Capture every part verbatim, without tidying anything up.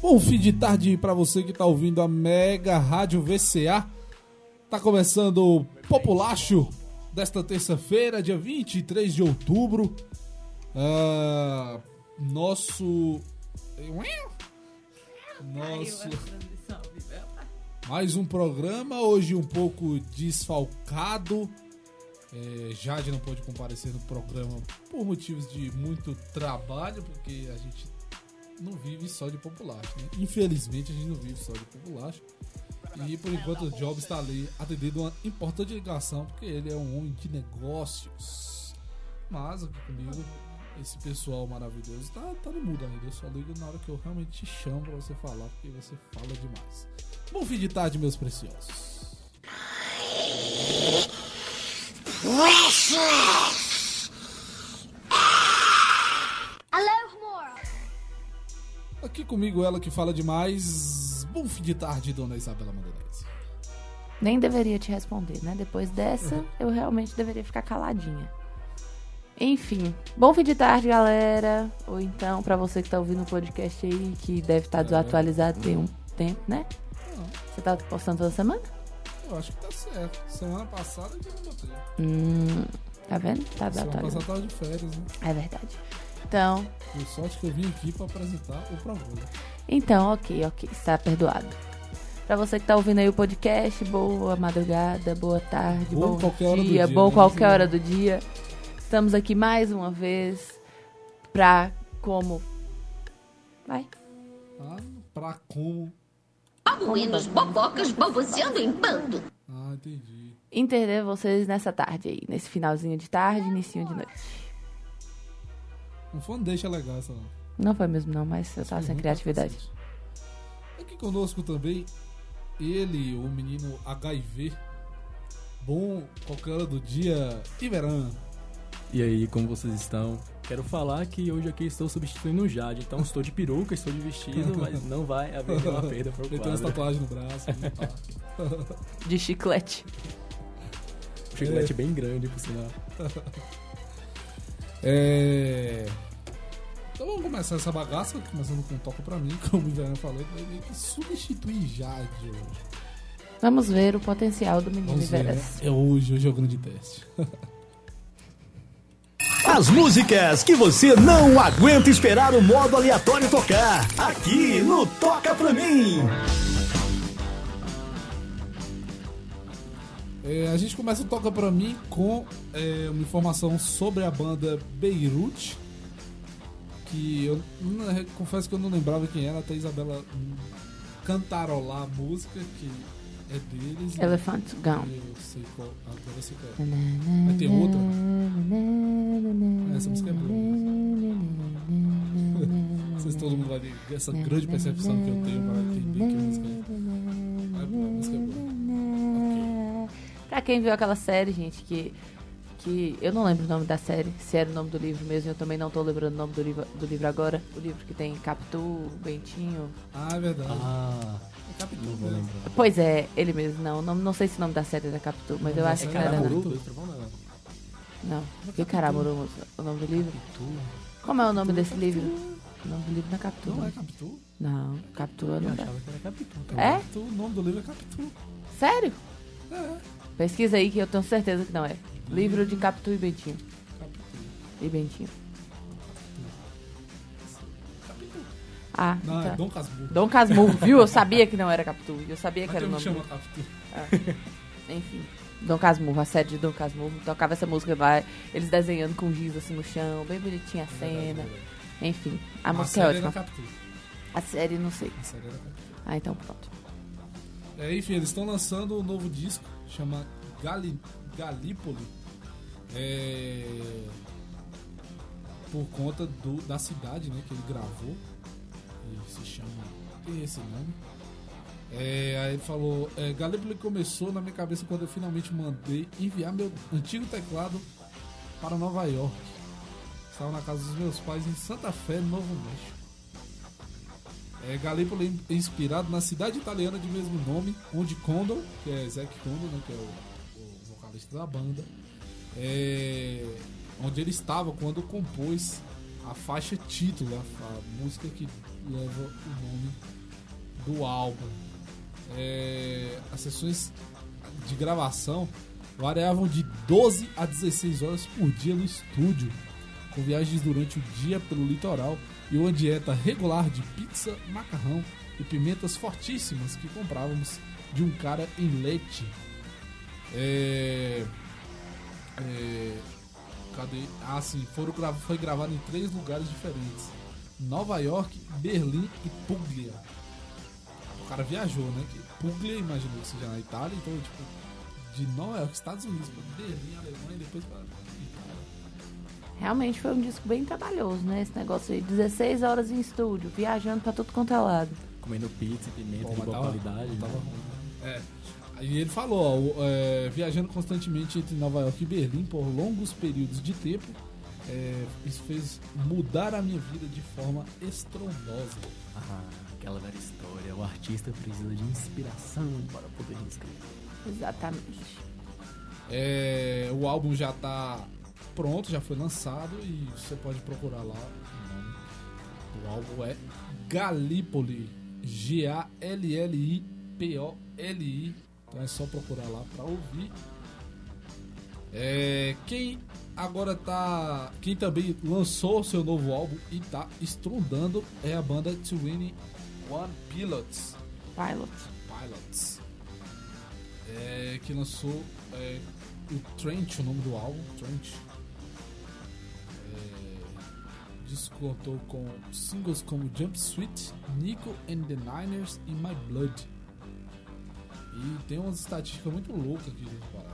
Bom fim de tarde para você que tá ouvindo a Mega Rádio V C A. Tá começando o Populacho desta terça-feira, dia vinte e três de outubro. Uh, nosso... Nosso... Mais um programa, hoje um pouco desfalcado. É, Jade não pôde comparecer no programa por motivos de muito trabalho, porque a gente não vive só de populacho, né? Infelizmente a gente não vive só de populacho. E por enquanto o Job está ali atendendo uma importante ligação, porque ele é um homem de negócios. Mas aqui comigo, esse pessoal maravilhoso tá, tá no mudo ainda. Eu só ligo na hora que eu realmente te chamo pra você falar, porque você fala demais. Bom fim de tarde, meus preciosos. Aqui comigo ela que fala demais. Bom fim de tarde, dona Isabela Magalhães. Nem deveria te responder, né? Depois dessa, uhum. eu realmente deveria ficar caladinha. Enfim, bom fim de tarde, galera. Ou então, pra você que tá ouvindo o podcast aí, que deve estar desatualizado tem um tempo, né? Não. Você tá postando toda semana? Eu acho que tá certo. Semana passada eu não botei. Hum, tá vendo? Tá Semana desatualizado. passada tava de férias, né? É verdade. Então... Por sorte que eu vim aqui pra apresentar o programa. Então, ok, ok. Está perdoado. Pra você que tá ouvindo aí o podcast, boa madrugada, boa tarde, bom, bom dia, dia, bom né? qualquer hora do dia. Estamos aqui mais uma vez pra como... Vai. Ah, pra como... Babuínos, bobocas, babuceando em bando. Ah, entendi. Entender vocês nessa tarde aí, nesse finalzinho de tarde, inicinho de noite. Não foi um deixa legal essa não. Não foi mesmo não, mas eu tava sem criatividade. Aqui conosco também, ele, o menino H I V. Bom, qualquer hora do dia, Iveran. E aí, como vocês estão? Quero falar que hoje aqui estou substituindo o Jade, então estou de peruca, estou de vestido, mas não vai haver nenhuma perda para o quadro. Ele tem umas tatuagens no braço. Né? De chiclete. Um chiclete é. bem grande, por sinal. É... Então vamos começar essa bagaça, começando com um toque pra mim, como o Iveran falou, vai meio que substituir Jade hoje. Vamos ver o potencial do menino Iveran. Né? É hoje, hoje é o grande teste. As músicas que você não aguenta esperar o modo aleatório tocar, aqui no Toca Pra Mim. É, a gente começa o Toca Pra Mim com é, uma informação sobre a banda Beirute, que eu, eu confesso que eu não lembrava quem era, até a Isabela cantarolar a música, que é deles. Elephant Gun. Eu sei qual, agora eu sei qual é. Mas tem outra. Essa música é boa. Não sei se todo mundo vai ter essa grande percepção que eu tenho para entender que a música é. É boa, a música é boa. Pra quem viu aquela série, gente, que, que eu não lembro o nome da série, se era o nome do livro mesmo, eu também não tô lembrando o nome do livro, do livro agora. O livro que tem Capitu, Bentinho. Ah, é verdade. Ah, é Capitu, não vou lembrar. Pois é, ele mesmo, não, não, não sei se o nome da série era Capitu, mas não, eu acho é que era. Caramuru? Não, que Caramuru, o nome do livro? Como é o nome desse livro? O nome do livro não é Capitu. Não é Capitu? Não, Capitu eu não achava que era Capitu. É? Capitu, o nome do livro é Capitu. Sério? É. Pesquisa aí que eu tenho certeza que não é. Livro de Capitu e Bentinho. Capitu. E Bentinho. Capitu. Ah, não, então. é Dom Casmurro. Dom Casmurro, viu? Eu sabia que não era Capitu. Eu sabia que Mas era o nome. chama Capitu. Ah. Enfim. Dom Casmurro, a série de Dom Casmurro. Tocava essa música lá, eles desenhando com giz assim no chão, bem bonitinha a cena. É verdade, é Enfim, a, a música é ótima. Capitu. A série não sei. A série era Capitu. Ah, então pronto. É, enfim, eles estão lançando um novo disco, chama Gali, Galípoli. É, por conta do, da cidade, né, que ele gravou. Ele se chama... Tem esse nome. É, aí ele falou, é, Galípoli começou na minha cabeça quando eu finalmente mandei enviar meu antigo teclado para Nova York. Estava na casa dos meus pais em Santa Fé, Novo México. É, Galípoli é inspirado na cidade italiana de mesmo nome, onde Condor, que é Zac Condor, né, que é o, o vocalista da banda, é, onde ele estava quando compôs a faixa título, a, a música que leva o nome do álbum. É, as sessões de gravação variavam de doze a dezesseis horas por dia no estúdio, com viagens durante o dia pelo litoral e uma dieta regular de pizza, macarrão e pimentas fortíssimas que comprávamos de um cara em Leite. É, é, cadê? Ah, sim, foram gra... foi gravado em três lugares diferentes: Nova York, Berlim e Puglia. O cara viajou, né? Puglia, imagino que seja na Itália, então, tipo, de Nova York, Estados Unidos, para Berlim, Alemanha e depois para Itália. Realmente foi um disco bem trabalhoso, né? Esse negócio aí, dezesseis horas em estúdio, viajando pra tudo quanto é lado. Comendo pizza e pimenta Pô, de mas boa tava- qualidade. tava né? ruim. É. Aí ele falou, ó, é, viajando constantemente entre Nova York e Berlim por longos períodos de tempo, é, isso fez mudar a minha vida de forma estrondosa. Ah, aquela velha história. O artista precisa de inspiração para poder escrever. Exatamente. É, o álbum já tá pronto, já foi lançado e você pode procurar lá o nome. O álbum é Gallipoli, G A L L I P O L I. Então é só procurar lá pra ouvir. É, quem agora tá. Quem também lançou seu novo álbum e tá estrondando é a banda vinte e um Pilots. Pilot. Pilots. É, que lançou é, o Trench, o nome do álbum, Trench. É, disco contou com singles como Jumpsuit, Nico and the Niners e My Blood. E tem umas estatísticas muito loucas aqui nessa parada.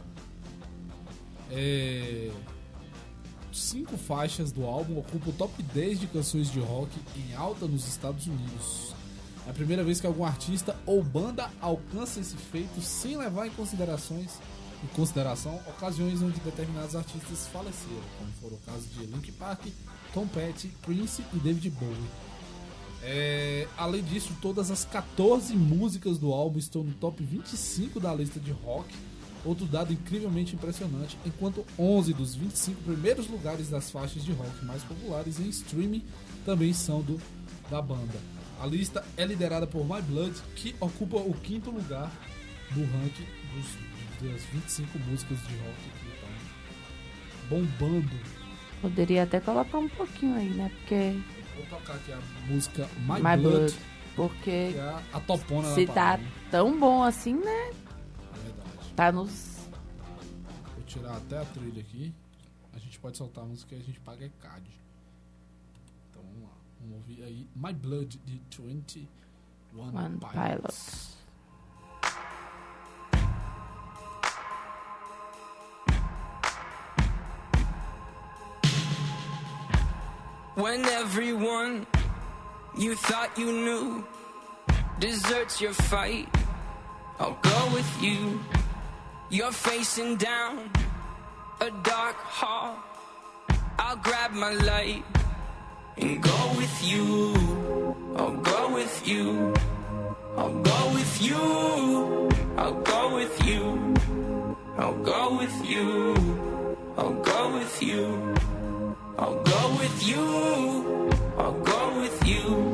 É, cinco faixas do álbum ocupam o top dez de canções de rock em alta nos Estados Unidos. É a primeira vez que algum artista ou banda alcança esse feito sem levar em considerações em consideração ocasiões onde determinados artistas faleceram, como foram o caso de Linkin Park, Tom Petty, Prince e David Bowie. É, além disso, todas as catorze músicas do álbum estão no top vinte e cinco da lista de rock, outro dado incrivelmente impressionante, enquanto onze dos vinte e cinco primeiros lugares das faixas de rock mais populares em streaming também são do, da banda. A lista é liderada por My Blood, que ocupa o quinto lugar do ranking dos, das vinte e cinco músicas de rock que estão bombando. Poderia até colocar um pouquinho aí, né? Porque. Vou tocar aqui a música My, My Blood, Blood. Porque que é a, a topona se da tá parada, hein? tão bom assim, né? É verdade. Tá nos. Vou tirar até a trilha aqui. A gente pode soltar a música e a gente paga E C A D. Então vamos lá. Vamos ouvir aí My Blood de vinte e um One Pilots. Pilots. When everyone you thought you knew deserts your fight, I'll go with you. You're facing down a dark hall, I'll grab my light and go with you. I'll go with you. I'll go with you. I'll go with you. I'll go with you. I'll go with you. I'll go with you. I'll go with you.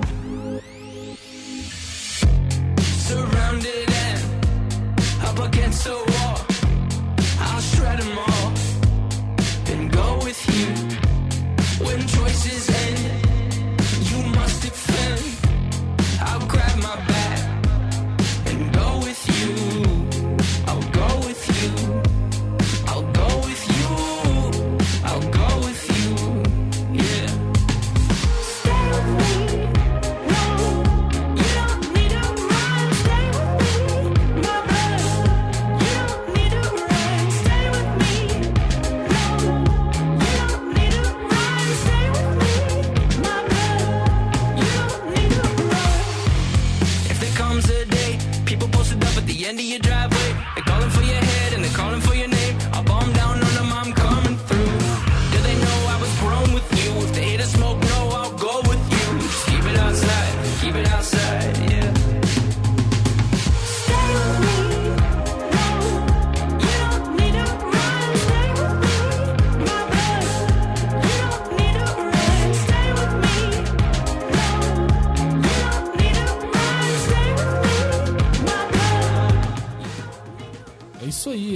Surrounded and up against the wall, I'll shred them all and go with you. When choices end, you must defend. I'll grab my bag and go with you. I'll go with you. I'll go with you. I'll go with you. Yeah.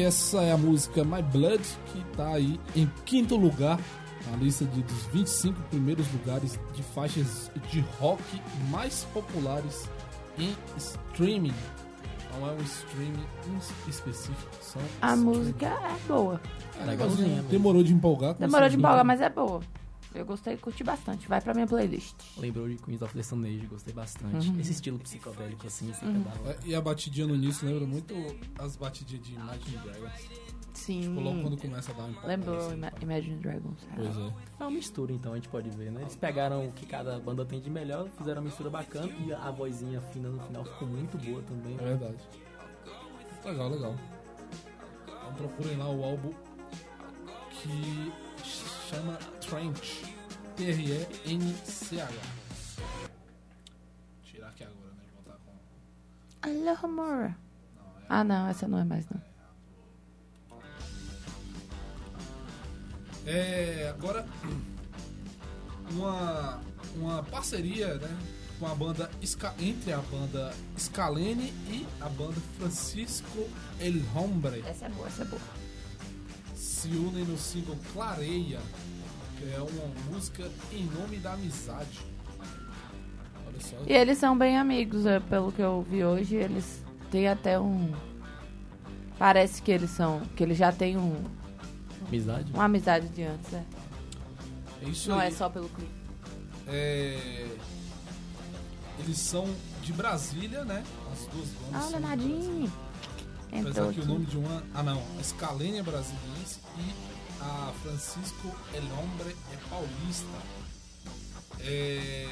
essa é a música My Blood, que tá aí em quinto lugar na lista de, dos vinte e cinco primeiros lugares de faixas de rock mais populares em streaming. Não é um streaming específico, são A streaming. música é boa. É legalzinha legalzinho. mesmo. Demorou de empolgar. com Demorou essa de música. empolgar, mas é boa. Eu gostei, curti bastante. Vai pra minha playlist. Lembrou de Queens of the Stone Age, gostei bastante. Uhum. Esse estilo psicodélico assim, sempre dá uma- É, E a batidinha no início lembra muito as batidinhas de Imagine Dragons. Sim. Tipo, logo quando começa a dar um empolgada, Lembrou assim. Ima- Imagine Dragons. Pois é. É uma mistura, então, a gente pode ver, né? Eles pegaram o que cada banda tem de melhor, fizeram uma mistura bacana e a vozinha fina no final ficou muito boa também. É verdade. Legal, legal. Então procurem lá o álbum que chama Trench. T R E N C H. Tirar aqui agora, né? Voltar com. Alô, amor. Não, é Ah, não, essa não é mais, não. É, agora uma, uma parceria, né, com a banda Ska- entre a banda Scalene e a banda Francisco El Hombre Essa é boa, essa é boa. se unem no single Clareia, que é uma música em nome da amizade. Olha só. E eles são bem amigos, é, pelo que eu vi hoje, eles têm até um... Parece que eles são... Que eles já têm um, Amizade? uma amizade de antes, é. É isso Não aí. é só pelo clipe. É, Eles são de Brasília, né? As duas bandas. Ah, o são de Leonardinho. Apesar Entrou que o aqui. nome de uma... Ah, não. A Scalene é brasiliense e a Francisco El Hombre é paulista. É...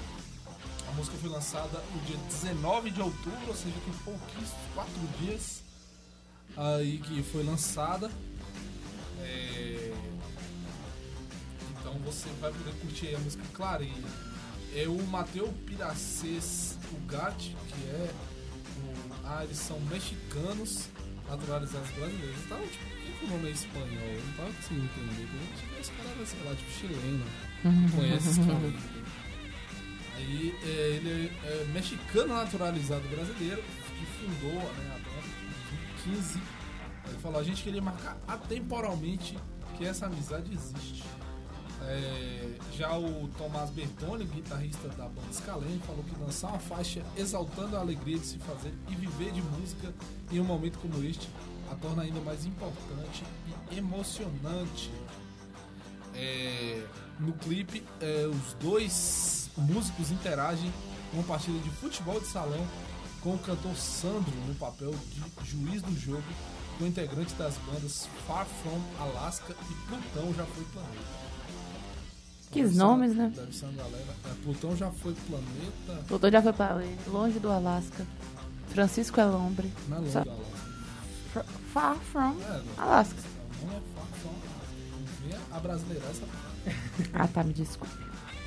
A música foi lançada no dia dezenove de outubro, ou seja, tem pouquíssimos, quatro dias aí que foi lançada. É... Então você vai poder curtir aí a música Clareia. É o Mateu Piracês Ugarte, que é o... Ah, eles são mexicanos naturalizados brasileiros. Então, tipo, por que o nome é espanhol? Eu não tava conseguindo entender. Eu tinha esse cara era, sei lá, tipo, chileno. Não conhece esse cara. Aí, é, ele é, é mexicano naturalizado brasileiro, que fundou, né, a banda em dois mil e quinze. Ele falou, a gente queria marcar atemporalmente que essa amizade existe. É, já o Tomás Bertoni, guitarrista da banda Scalene, falou que lançar uma faixa exaltando a alegria de se fazer e viver de música em um momento como este a torna ainda mais importante e emocionante. É, no clipe, é, os dois músicos interagem com uma partida de futebol de salão com o cantor Sandro no papel de juiz do jogo, com integrantes das bandas Far From Alaska e Plutão Já Foi Planeta. Que Deve ser nomes, uma- né? Deve ser uma galera. É, Plutão Já Foi Planeta. O doutor já foi pra longe do Alasca. Francisco é Lombre. Não é longe Só- da Alaska. Fr- Far from É, não. Alaska. Não é Far From Alaska. Venha abrasileirar essa. Ah, tá, me desculpe.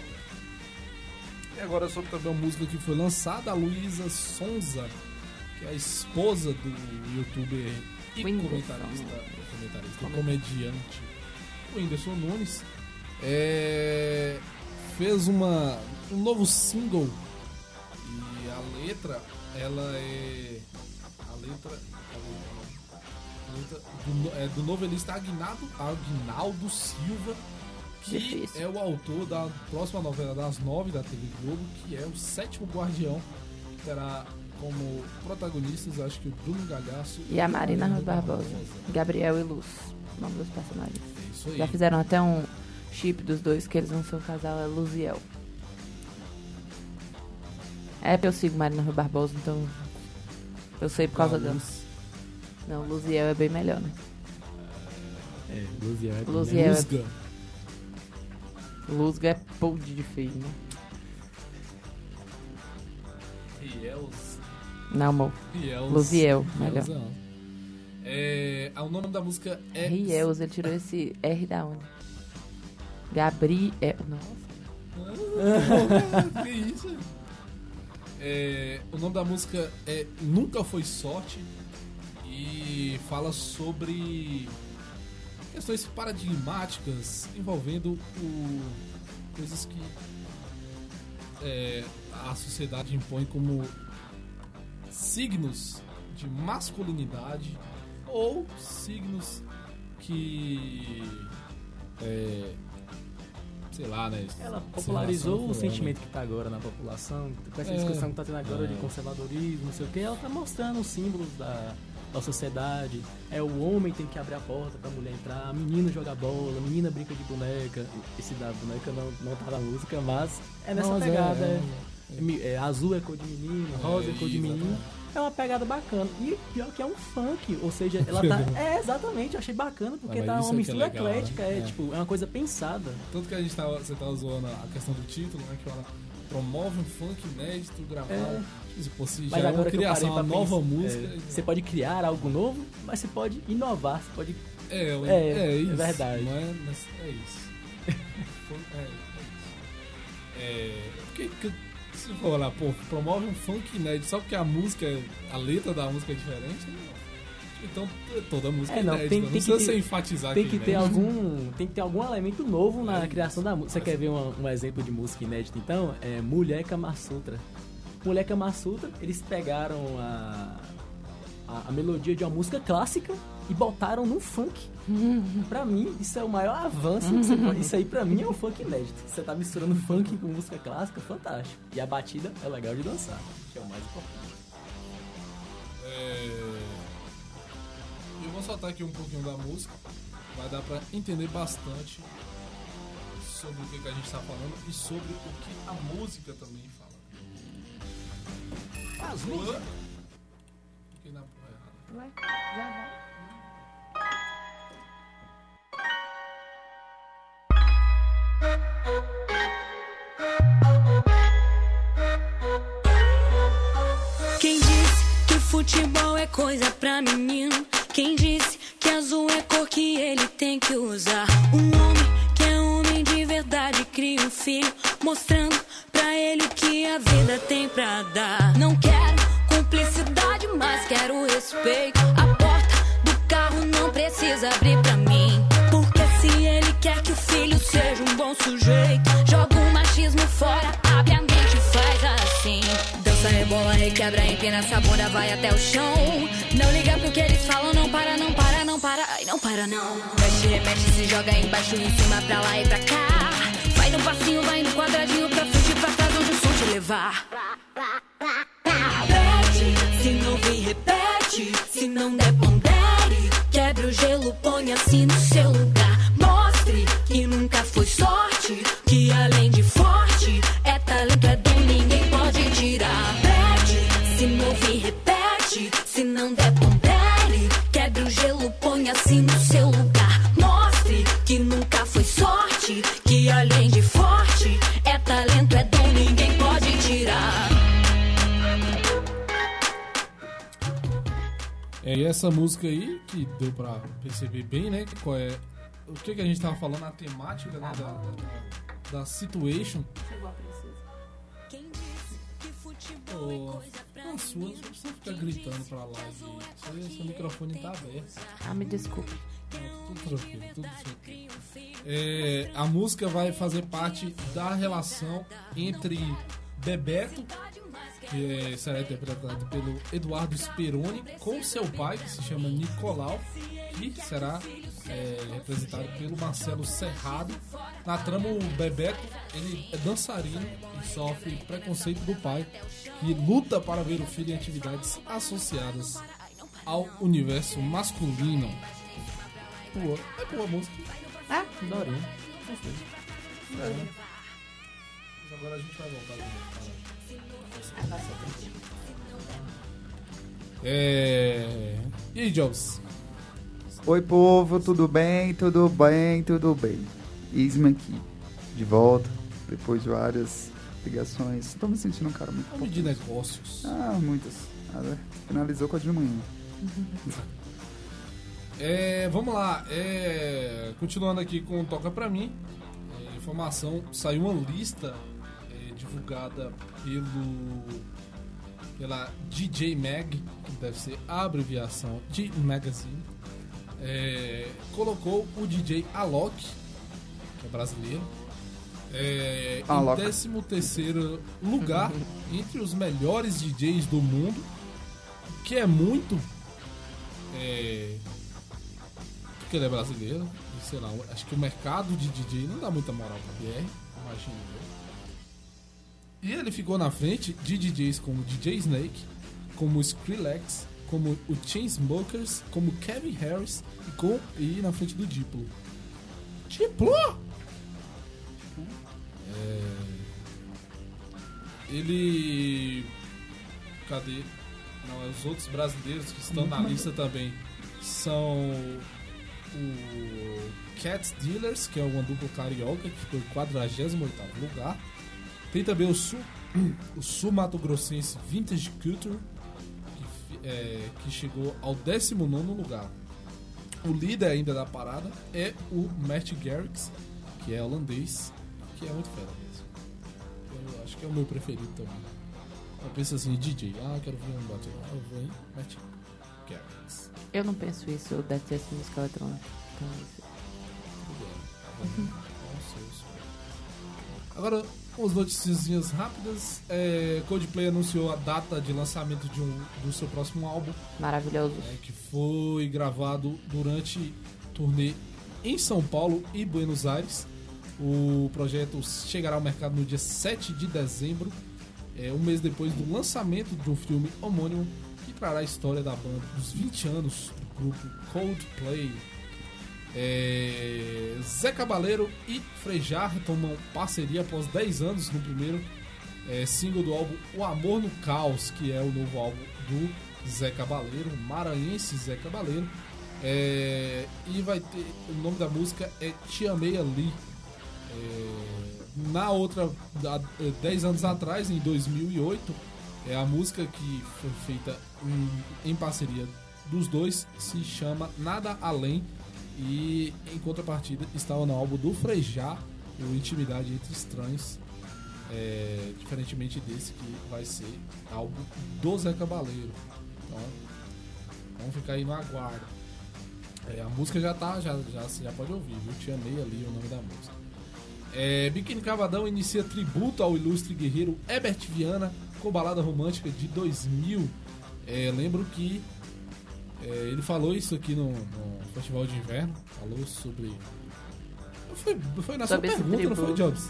E agora sobre também uma música que foi lançada, a Luísa Sonza, que é a esposa do youtuber e Whindersson. comentarista, comentarista comediante Whindersson Nunes, é, fez uma, um novo single e a letra, ela é a letra, a letra do, é do novelista Aguinaldo, Aguinaldo Silva, que Difícil. é o autor da próxima novela das nove da T V Globo, que é o Sétimo Guardião, que terá como protagonistas, acho que o Bruno Galhaço E a Marina Rui Barbosa. Gabriel e Luz. O nome dos personagens. É isso aí. Já fizeram até um chip dos dois, que eles vão ser um casal, é Luz e El. É porque eu sigo Marina Rui Barbosa, então eu sei por causa Ah, dela. Luz. Não, Luz e El é bem melhor, né? É, Luziel é Luz bem- e El é... Luzga. Luzga é podre de feio, né? Riels. Não, amor. Riels. Luziel, Riels, melhor. não. É, o nome da música é Riels, ele tirou esse R da onde? Gabriel... Nossa. Que isso? É, o nome da música é Nunca Foi Sorte e fala sobre questões paradigmáticas envolvendo o, coisas que é, a sociedade impõe como signos de masculinidade ou signos que é, sei lá, né? Ela se popularizou relacionam o com sentimento que tá agora na população, com essa É. discussão que tá tendo agora É. de conservadorismo, não sei o que, ela tá mostrando os símbolos da, da sociedade. É, o homem tem que abrir a porta pra mulher entrar, a menina joga bola, a menina brinca de boneca. Esse da boneca não, não tá na música, mas é nessa Mas é, pegada. é. É, mi- é, azul é cor de menino, rosa é, É, cor de menino. exatamente. É uma pegada bacana. E pior que é um funk, ou seja, ela tá... É, exatamente, eu achei bacana, porque Ah, mas tá isso uma é que é mistura legal, eclética, né? é, É. tipo, é uma coisa pensada. Tanto que a gente tava, você tava zoando a questão do título, né? Que ela promove um funk inédito gravado. É. Tipo, pô, se já Mas é agora uma que eu parei criação, uma pra nova pensar, música. é, você pode criar algo novo, mas você pode inovar, você pode... É, é, É, é isso. é verdade. Não é, mas é isso. é, é isso. É, porque, que, se for lá, pô, promove um funk inédito só porque a música, a letra da música é diferente, né? Então toda música é, É, não, inédita. tem- Não tem que precisa ter- você enfatizar Tem que que é ter inédito. algum, tem que ter algum elemento novo na É criação da música. Você Mas- quer ver uma- um exemplo de música inédita, então? É Mulher Kama Sutra. Mulher Kama Sutra, eles pegaram a, a, a melodia de uma música clássica e botaram num funk. Pra mim, isso é o maior avanço. que você pode- Isso aí, pra mim, é um funk inédito. Você tá misturando funk com música clássica, fantástico. E a batida é legal de dançar, que é o mais importante. É... Eu vou soltar aqui um pouquinho da música. Vai dar pra entender bastante sobre o que, que a gente tá falando e sobre o que a música também fala. As músicas. Fiquei na porra errada. Vai, já vai. Quem disse que futebol é coisa pra menino? Quem disse que azul é cor que ele tem que usar? Um homem que é homem de verdade cria um filho, mostrando pra ele o que a vida tem pra dar. Não quero cumplicidade, mas quero respeito. A porta do carro não precisa abrir pra mim, porque se ele quer que o filho seja um bom sujeito, joga o machismo fora, abre a mente e faz assim. Dança, rebola, requebra, empina essa bunda, vai até o chão. Não liga pro que eles falam, não para, não para, não para, ai, não para não. Mexe, remexe, se joga embaixo, em cima, pra lá e pra cá. Vai no passinho, vai no quadradinho, pra fugir pra trás onde o som te levar. Repete, se não vir, repete. Se não der, pondere. Quebre o gelo, põe assim no seu lugar. Mostre que nunca foi sorte, que além de forte, é talento, é dom, ninguém pode tirar. Repete, se não vir, repete. Se não der, pondere. Quebre o gelo, põe assim no seu lugar. Mostre que nunca foi sorte, que além de forte, é talento, é dom, ninguém pode tirar. É, e essa música aí, que deu pra perceber bem, né? que Qual é, o que, que a gente tava falando, a temática, né, da, da, da situation. Chegou a princesa. Quem disse que futebol Pô, é coisa pra a sua, você precisa ficar gritando pra lá. Seu, seu microfone tá aberto. Ah, me desculpe. Tudo tranquilo, tudo tranquilo. É, a música vai fazer parte da relação entre Bebeto, que é, será interpretado pelo Eduardo Speroni, com seu pai, que se chama Nicolau, que será é, representado pelo Marcelo Serrado. Na trama, o Bebeto ele é dançarino e sofre preconceito do pai, que luta para ver o filho em atividades associadas ao universo masculino. Boa, é boa a música. Ah, Daorinha. É. Mas agora a gente vai voltar de novo. É... E aí, Jobs? Oi, povo, tudo bem? Tudo bem? Tudo bem. Isma aqui, de volta, depois de várias ligações. Tô me sentindo um cara muito Homem de negócios. Ah, muitas. Ah, finalizou com a de manhã. É, vamos lá. É, continuando aqui com o Toca Pra Mim. É, informação, saiu uma lista é, divulgada pelo pela D J Mag, que deve ser a abreviação de Magazine. É, colocou o D J Alok, que é brasileiro, é, Alok. em décimo terceiro lugar entre os melhores D Js do mundo, que é muito. É, porque ele é brasileiro. E, sei lá, acho que o mercado de D J não dá muita moral pra B R. Imagino eu. E ele ficou na frente de D Js como D J Snake, como Skrillex, como o Chainsmokers, como Kevin Harris e, com, e na frente do Diplo. Diplo? É, ele... Cadê? Não, os outros brasileiros que estão na lista também são o Cats Dealers, que é uma dupla carioca que ficou em quadragésimo oitavo lugar. Tem também o Sul, o Sul Mato Grossense Vintage Culture, que, é, que chegou ao décimo nono lugar. O líder ainda da parada é o Matt Garrix, que é holandês, que é muito fera mesmo. Eu acho que é o meu preferido também. Eu penso assim, D J, ah, quero ver um battle. Eu vou em Matt Garrix. Eu não penso isso, eu detesto música eletrônica. Então, uhum. Agora, umas noticiazinhas rápidas. É, Coldplay anunciou a data de lançamento de um, do seu próximo álbum. Maravilhoso. É, que foi gravado durante turnê em São Paulo e Buenos Aires. O projeto chegará ao mercado no dia sete de dezembro, é, um mês depois do lançamento de um filme homônimo que trará a história da banda dos vinte anos do grupo Coldplay. É, Zé Cabaleiro e Frejá retomam parceria após dez anos no primeiro é, single do álbum O Amor no Caos, que é o novo álbum do Zé Cabaleiro, maranhense Zé Cabaleiro. É, e vai ter, o nome da música é Te Amei Ali. É, na outra, há dez anos atrás, em dois mil e oito, é a música que foi feita em, em parceria dos dois se chama Nada Além. E em contrapartida estava no álbum do Frejá, o Intimidade Entre Estranhos, é, diferentemente desse que vai ser álbum do Zé Cabaleiro. Então vamos ficar aí no aguardo. É, a música já tá, já, já, já pode ouvir, viu? Te Amei Ali, o nome da música. É, Biquíni Cavadão inicia tributo ao ilustre guerreiro Herbert Viana com balada romântica de dois mil. É, lembro que é, ele falou isso aqui no, no Festival de Inverno, falou sobre... Foi, foi na sobre sua pergunta, tributo. não foi, Jobs?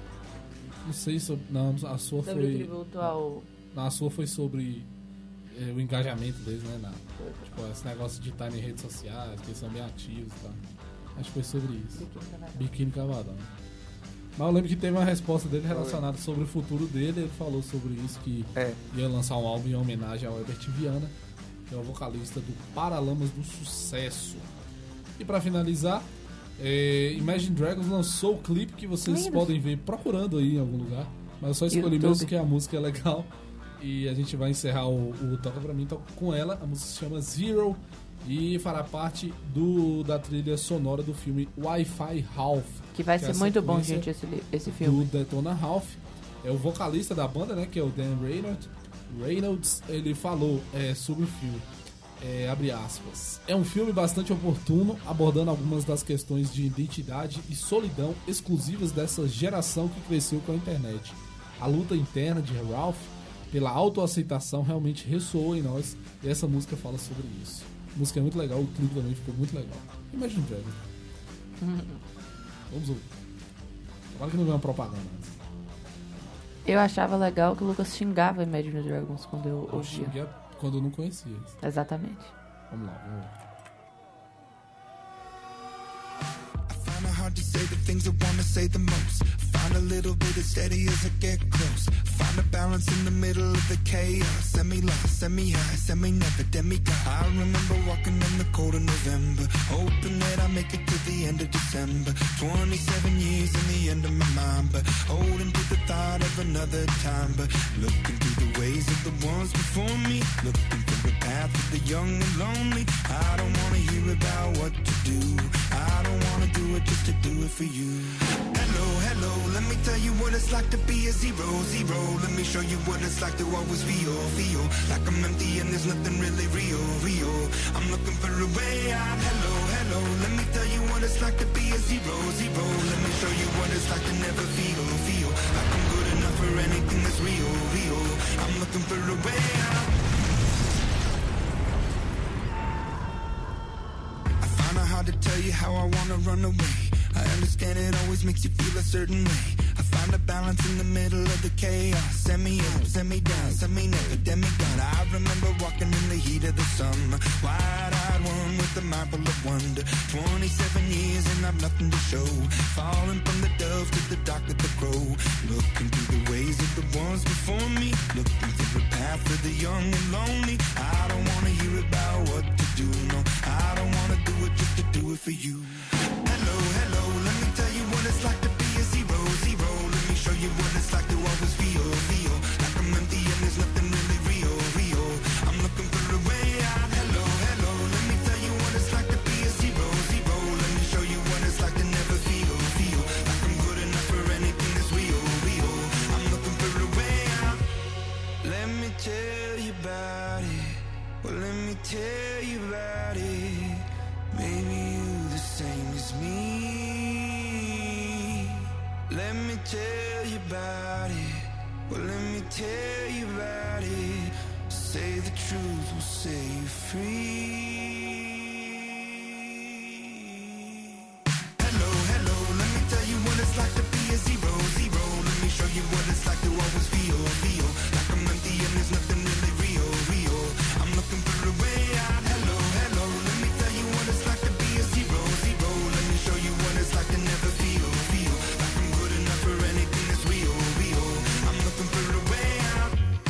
Não sei sobre... Não, a sua sobre foi... tributo ao... Não, a sua foi sobre é, o engajamento deles, né? Na, tipo, esse negócio de estar em redes sociais, que eles são bem ativos e tal. Acho que foi sobre isso. Biquíni Cavadão. Mas eu lembro que teve uma resposta dele relacionada sobre o futuro dele. Ele falou sobre isso, que É. ia lançar um álbum em homenagem ao Herbert Viana, que é o vocalista do Paralamas do Sucesso. E pra finalizar, é, Imagine Dragons lançou o clipe que vocês Lindo. podem ver procurando aí em algum lugar. Mas eu só escolhi YouTube. mesmo que a música é legal. E a gente vai encerrar o, o Toca Pra Mim com ela. A música se chama Zero e fará parte do, da trilha sonora do filme Wi-Fi Ralph. Que vai que é ser a muito bom, sequência gente, esse, li- esse filme. do Detona Ralph. É o vocalista da banda, né, que é o Dan Reynolds. Reynolds, ele falou é, sobre o filme. É, abre aspas. É um filme bastante oportuno, abordando algumas das questões de identidade e solidão exclusivas dessa geração que cresceu com a internet. A luta interna de Ralph pela autoaceitação realmente ressoou em nós, e essa música fala sobre isso. A música é muito legal, o clipe também ficou muito legal. Imagine Dragons. Vamos ouvir. Tomara que não venha uma propaganda antes. Eu achava legal que o Lucas xingava Imagine Dragons quando eu Eu ouvia. xinguei quando eu não conhecia isso. Exatamente. Vamos lá, vamos lá. Find it hard to say the things I wanna say the most. Find a little bit of steady as I get close. Find a balance in the middle of the chaos. Semi-lost, semi-high, semi-never, demigod. I remember walking in the cold of November, hoping that I make it to the end of December. Twenty-seven years in the end of my mind, but holding to the thought of another time. But looking through the ways of the ones before me, looking through the path of the young and lonely. I don't wanna hear about what to do. I don't wanna do it just to do it for you. Hello, hello, let me tell you what it's like to be a zero, zero. Let me show you what it's like to always feel, feel like I'm empty and there's nothing really real, real. I'm looking for a way out. Hello, hello, let me tell you what it's like to be a zero, zero. Let me show you what it's like to never feel, feel like I'm good enough for anything that's real, real. I'm looking for a way out. hard to tell you how I wanna run away. I understand it always makes you feel a certain way. I find a balance in the middle of the chaos. Send me up, send me down, send me never, demigod. I remember walking in the heat of the summer, wide-eyed one with a mind full of wonder. Twenty-seven years and I've nothing to show. Falling from the dove to the dark of the crow. Looking through the ways of the ones before me. Looking through the path of the young and lonely. I don't wanna hear about what to do, no. I don't wanna do it just to do it for you. Hello, hello, let me tell you what it's like to be a zero, zero. Let me show you what it's like to always feel, feel like I'm empty and there's nothing really real, real. I'm looking for a way out. Hello, hello, let me tell you what it's like to be a zero, zero. Let me show you what it's like to never feel, feel like I'm good enough for anything that's real, real. I'm looking for a way out. Let me tell you about it. Well, let me tell you about it. Maybe you the same as me. Let me tell you about it. Well, let me tell you about it. Say the truth will set you free. Hello, hello, let me tell you what it's like to be a zero, zero. Let me show you what it's like to always feel, feel like I'm empty and there's nothing really real, real. I'm looking for a way out. Hello, hello, let me tell you what it's like to be a zero, zero. Let me show you what it's like to never feel, feel like I'm good enough for anything that's real, real. I'm looking for a way out.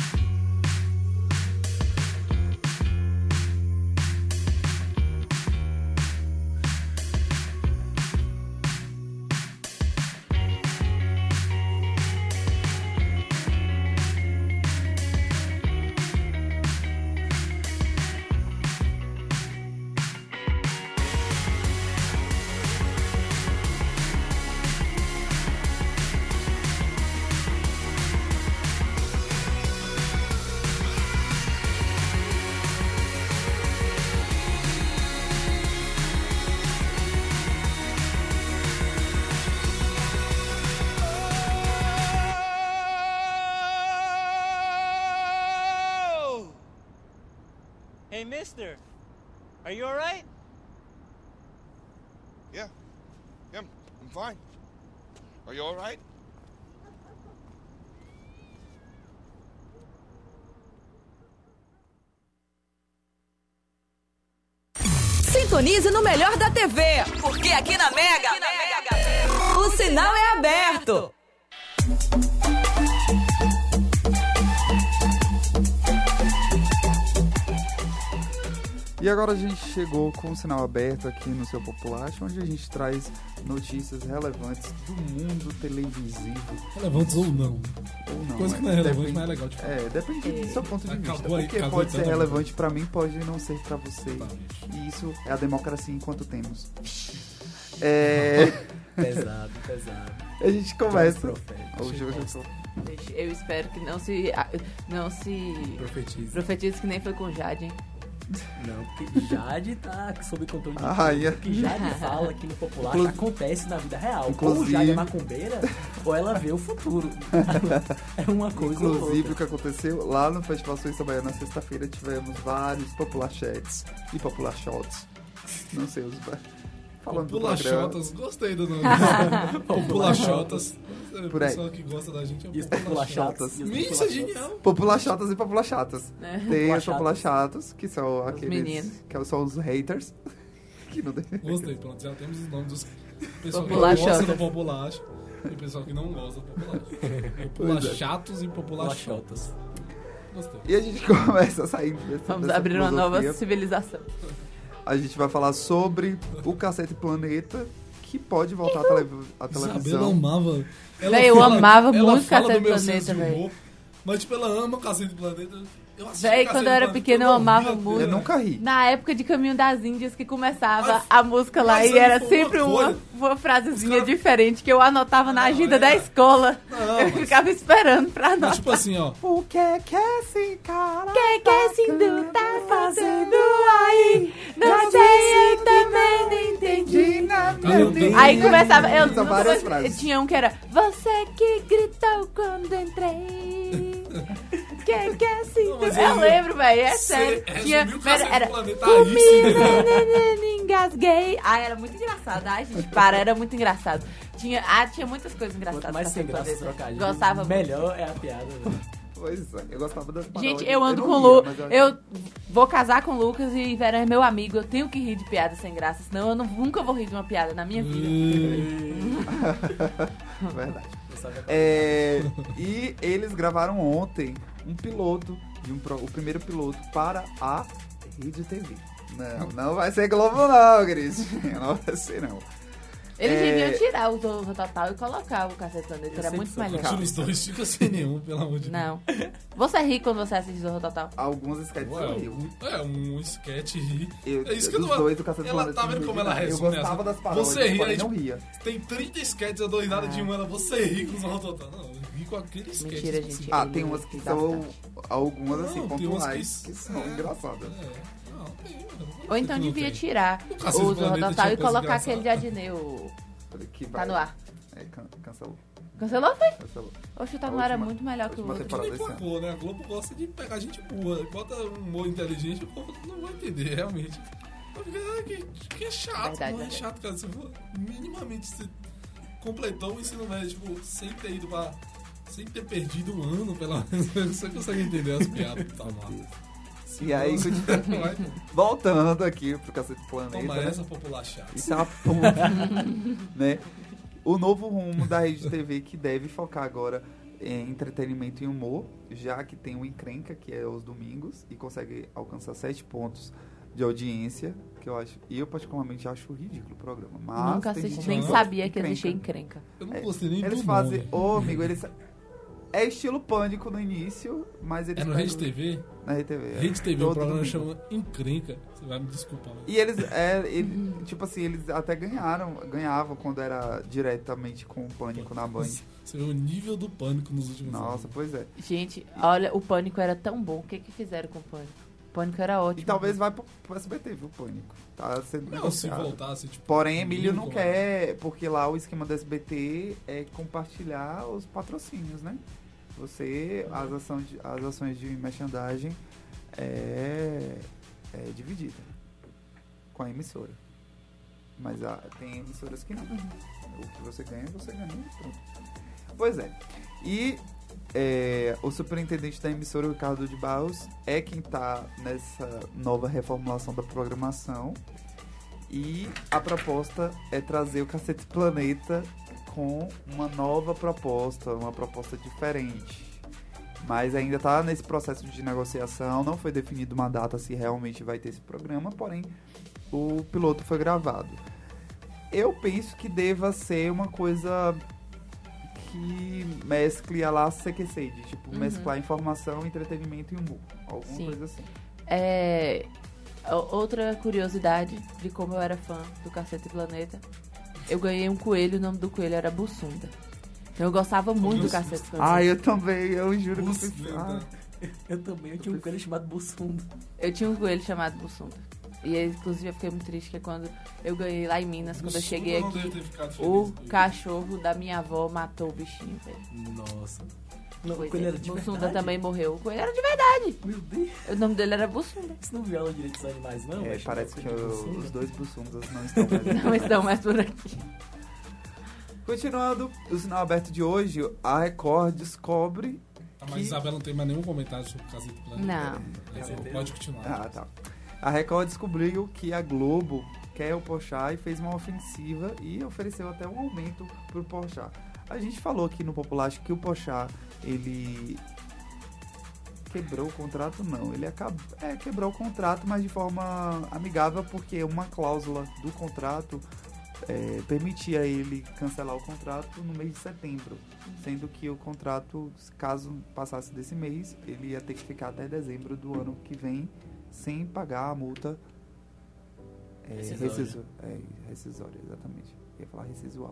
Hey, mister, are you alright? Yeah. Yeah, I'm fine. Are you all right? Sintonize no melhor da T V, porque aqui na Mega, aqui na Mega o sinal é aberto. E agora a gente chegou com o sinal aberto aqui no seu Populacho, onde a gente traz notícias relevantes do mundo televisivo. Relevantes ou não. Ou não. Coisa é, que não é relevante, depende, mas é legal de falar. É, depende do seu ponto de Acabou vista. aí, Porque acabou pode ser exatamente. relevante pra mim, pode não ser pra você. Tá. E isso é a democracia enquanto temos. É... Pesado, pesado. A gente começa. Hoje eu tô... Eu espero que não se... Não se... Profetize. Profetize que nem foi com Jade, hein? Não, porque Jade tá sob controle de Ah, tudo. yeah. O que Jade fala aqui no Popular Inclu- acontece na vida real. Inclusive- Ou Jade é macumbeira, ou ela vê o futuro. É uma coisa ou Inclusive, outra. o que aconteceu lá no Festival Suíça Baiana, na sexta-feira, tivemos vários Popular Chats e Popular Shots. Não sei, os... Falando do programa. Populachotas, gostei do nome. Populachotas. O Por aí. pessoal que gosta da gente é o E os Populachotas. Populachatas. Isso é genial. Popular Chatas e Popular Chatas. É. Tem os Populachatas. Popular Chatos, que são aqueles... meninos. Que são os haters. Que não tem... Gostei, pronto. Já temos os nomes dos pessoal que Populachotas. gosta do Populacho e o pessoal que não gosta do Populacho. Populachatos e Populachotas. Gostei. E a gente começa a sair dessa, Vamos dessa abrir uma nova filosofia. civilização. A gente vai falar sobre o Cacete Planeta, que pode voltar à, tele... à Isabela televisão. amava. Véi, eu fala- amava ela muito fala do Cacete meu Planeta, senso de véi. humor, Mas, tipo, ela ama o Cacete do Planeta. Eu assisti Véi, Cacete quando do eu era Planeta, pequena eu amava ria muito. dele. Eu nunca ri. Na época de Caminho das Índias, que começava Mas- a música lá mas e era foi uma sempre uma, coisa. uma frasezinha Os cara- diferente que eu anotava na Não, agenda é. da escola. Não, eu mas- ficava esperando pra Mas, anotar. tipo assim, ó. O que é que esse cara Que que esse hindu tá fazendo aí? Não sei, eu também não entendi. Meu Deus. Aí começava, eu São várias eu frases. tinha um que era Você que gritou quando entrei. Que que é assim? Não, mas Eu ele- lembro, velho, é Cê sério. resumiu Tinha, o Cacete era, do Planeta a comida, isso, né? nanananinga, gay. Ai, era muito engraçado. Ai, gente, para, era muito engraçado. Tinha, ah, tinha muitas coisas engraçadas. Quanto mais pra sem ser graça planeta. trocadilho, Gostava melhor é a piada. Né? Pois é, eu gostava das paródias. Gente, eu ando não com o ria, Lu. mas eu- Eu vou casar com o Lucas e Vera é meu amigo. Eu tenho que rir de piada sem graça, senão eu não- nunca vou rir de uma piada na minha vida. Verdade. É, e eles gravaram ontem um piloto, de um pro- o primeiro piloto para a Rede T V. Não, não vai ser Globo não, Cristian. Não vai ser não. Eles É, deviam tirar o Zorro Total e colocar o Cacete Planeta. Era muito melhor. Tira os dois, fica sem nenhum, pelo amor de Deus. Não. Você ri quando você assiste Zorro Total? Alguns sketches Ué, eu rio. um- É, um sketch ri. Eu- é isso que eu dos não... dois do Cacete Ela Planeta tá vendo eu como ri ela demais. Eu resume gostava essa? das paródias, Você ri, porém aí, não tipo, ria. Tem trinta sketches, eu dou risada de um, ela, você ri com os Zorro Total. Não, eu ri com aquele sketch. Mentira, tipo gente. Ah, ele tem umas que ri são bastante. algumas assim, Não, tem umas pontuais, que- que são é. engraçadas. É, não, tem. Ou então que não devia tem. tirar O o Cacete Zorro Planeta Total tinha e coisa colocar engraçada. aquele de Adnei, o... Que Tá vai- no ar. É, can- cancelou. Cancelou, foi? Cancelou. Oxe, tá A no ar é última- muito melhor que o última outro. temporada Nem desse ano. placou, né? A Globo gosta de pegar gente boa. Bota um humor inteligente, o povo não vai entender, realmente. Porque, ah, que, que é chato, Verdade, não é verdade. chato, cara. Se for minimamente você completou o ensino médio, tipo, sem ter ido pra... Sem ter perdido um ano, pelo menos, você consegue entender as piadas que tá lá. E aí, Vai, voltando aqui pro Cacete Planeta. toma né? essa, popular chato. Isso é uma ponta, né? O novo rumo da Rede T V que deve focar agora em entretenimento e humor, já que tem o Encrenca, que é aos domingos, e consegue alcançar sete pontos de audiência, que eu acho, e eu particularmente acho ridículo o programa. Mas Nunca tem assisti, gente nem que sabia gosta. que existia encrenca. Eu não É, gostei nem Eles do fazem, nome. ô amigo, eles é estilo Pânico no início, mas eles É no pegam- Rede T V? Na Rede T V. é. Rede T V, o Todo programa domingo. chama Encrenca. Você vai me desculpar. Mas... E eles, é, ele, tipo assim, eles até ganharam, ganhavam quando era diretamente com o Pânico na Band. Você vê o nível do Pânico nos últimos anos. Nossa, pois é. Gente, olha, o Pânico era tão bom. O que que fizeram com o Pânico? O Pânico era ótimo. E talvez vai pro, pro S B T, viu, Pânico. Tá sendo Não, se negociado. voltasse, tipo... Porém, Emílio não como quer, porque lá o esquema do S B T é compartilhar os patrocínios, né? Você, as, ação de, as ações de merchandising é, é dividida com a emissora. Mas ah, tem emissoras que não. O que você ganha, você ganha e pronto. Pois é. E é, o superintendente da emissora, o Ricardo de Barros, é quem está nessa nova reformulação da programação. E a proposta é trazer o Cacete Planeta com uma nova proposta, uma proposta diferente. Mas ainda está nesse processo de negociação, não foi definida uma data se realmente vai ter esse programa, porém o piloto foi gravado. Eu penso que deva ser uma coisa que mescle a lá C Q C, de tipo, Uhum. mesclar informação, entretenimento e humor. Alguma Sim. coisa assim. É, o- outra curiosidade de como eu era fã do Cacete Planeta, eu ganhei um coelho, o nome do coelho era Bussunda. Então eu gostava muito do Cacete Planeta. Ah, eu também, eu juro que eu Bussunda. fiz. Ah, Eu também, eu tinha um coelho chamado Bussunda. Eu tinha um coelho chamado Bussunda. E inclusive eu fiquei muito triste que quando eu ganhei lá em Minas, quando eu Bussunda cheguei não aqui, deve ter ficado o feliz. cachorro da minha avó matou o bichinho, velho. Nossa. Não, o Pois coelho é, era de Bussunda verdade? também morreu. O coelho era de verdade. Meu Deus. O nome dele era Bussunda. Você não viola direitos dos animais, não? é, Vai chamar parece o que coelho de o- Bussunda? os dois Bussundas não estão mais. Não estão mais por aqui. Continuando o sinal aberto de hoje, a Record descobre. Ah, mas que- Isabela não tem mais nenhum comentário sobre o Cacete Planeta. Não. É, é, pode continuar. Ah, tá. A Record descobriu que a Globo quer o Porchat e fez uma ofensiva e ofereceu até um aumento pro Porchat. A gente falou aqui no Populacho que o Porchat, ele quebrou o contrato, não. Ele acabou, é, quebrou o contrato, mas de forma amigável, porque uma cláusula do contrato é, permitia ele cancelar o contrato no mês de setembro, sendo que o contrato, caso passasse desse mês, ele ia ter que ficar até dezembro do ano que vem sem pagar a multa é, Rescisória. rescisó- é, rescisória, exatamente. Eu ia falar ressisual.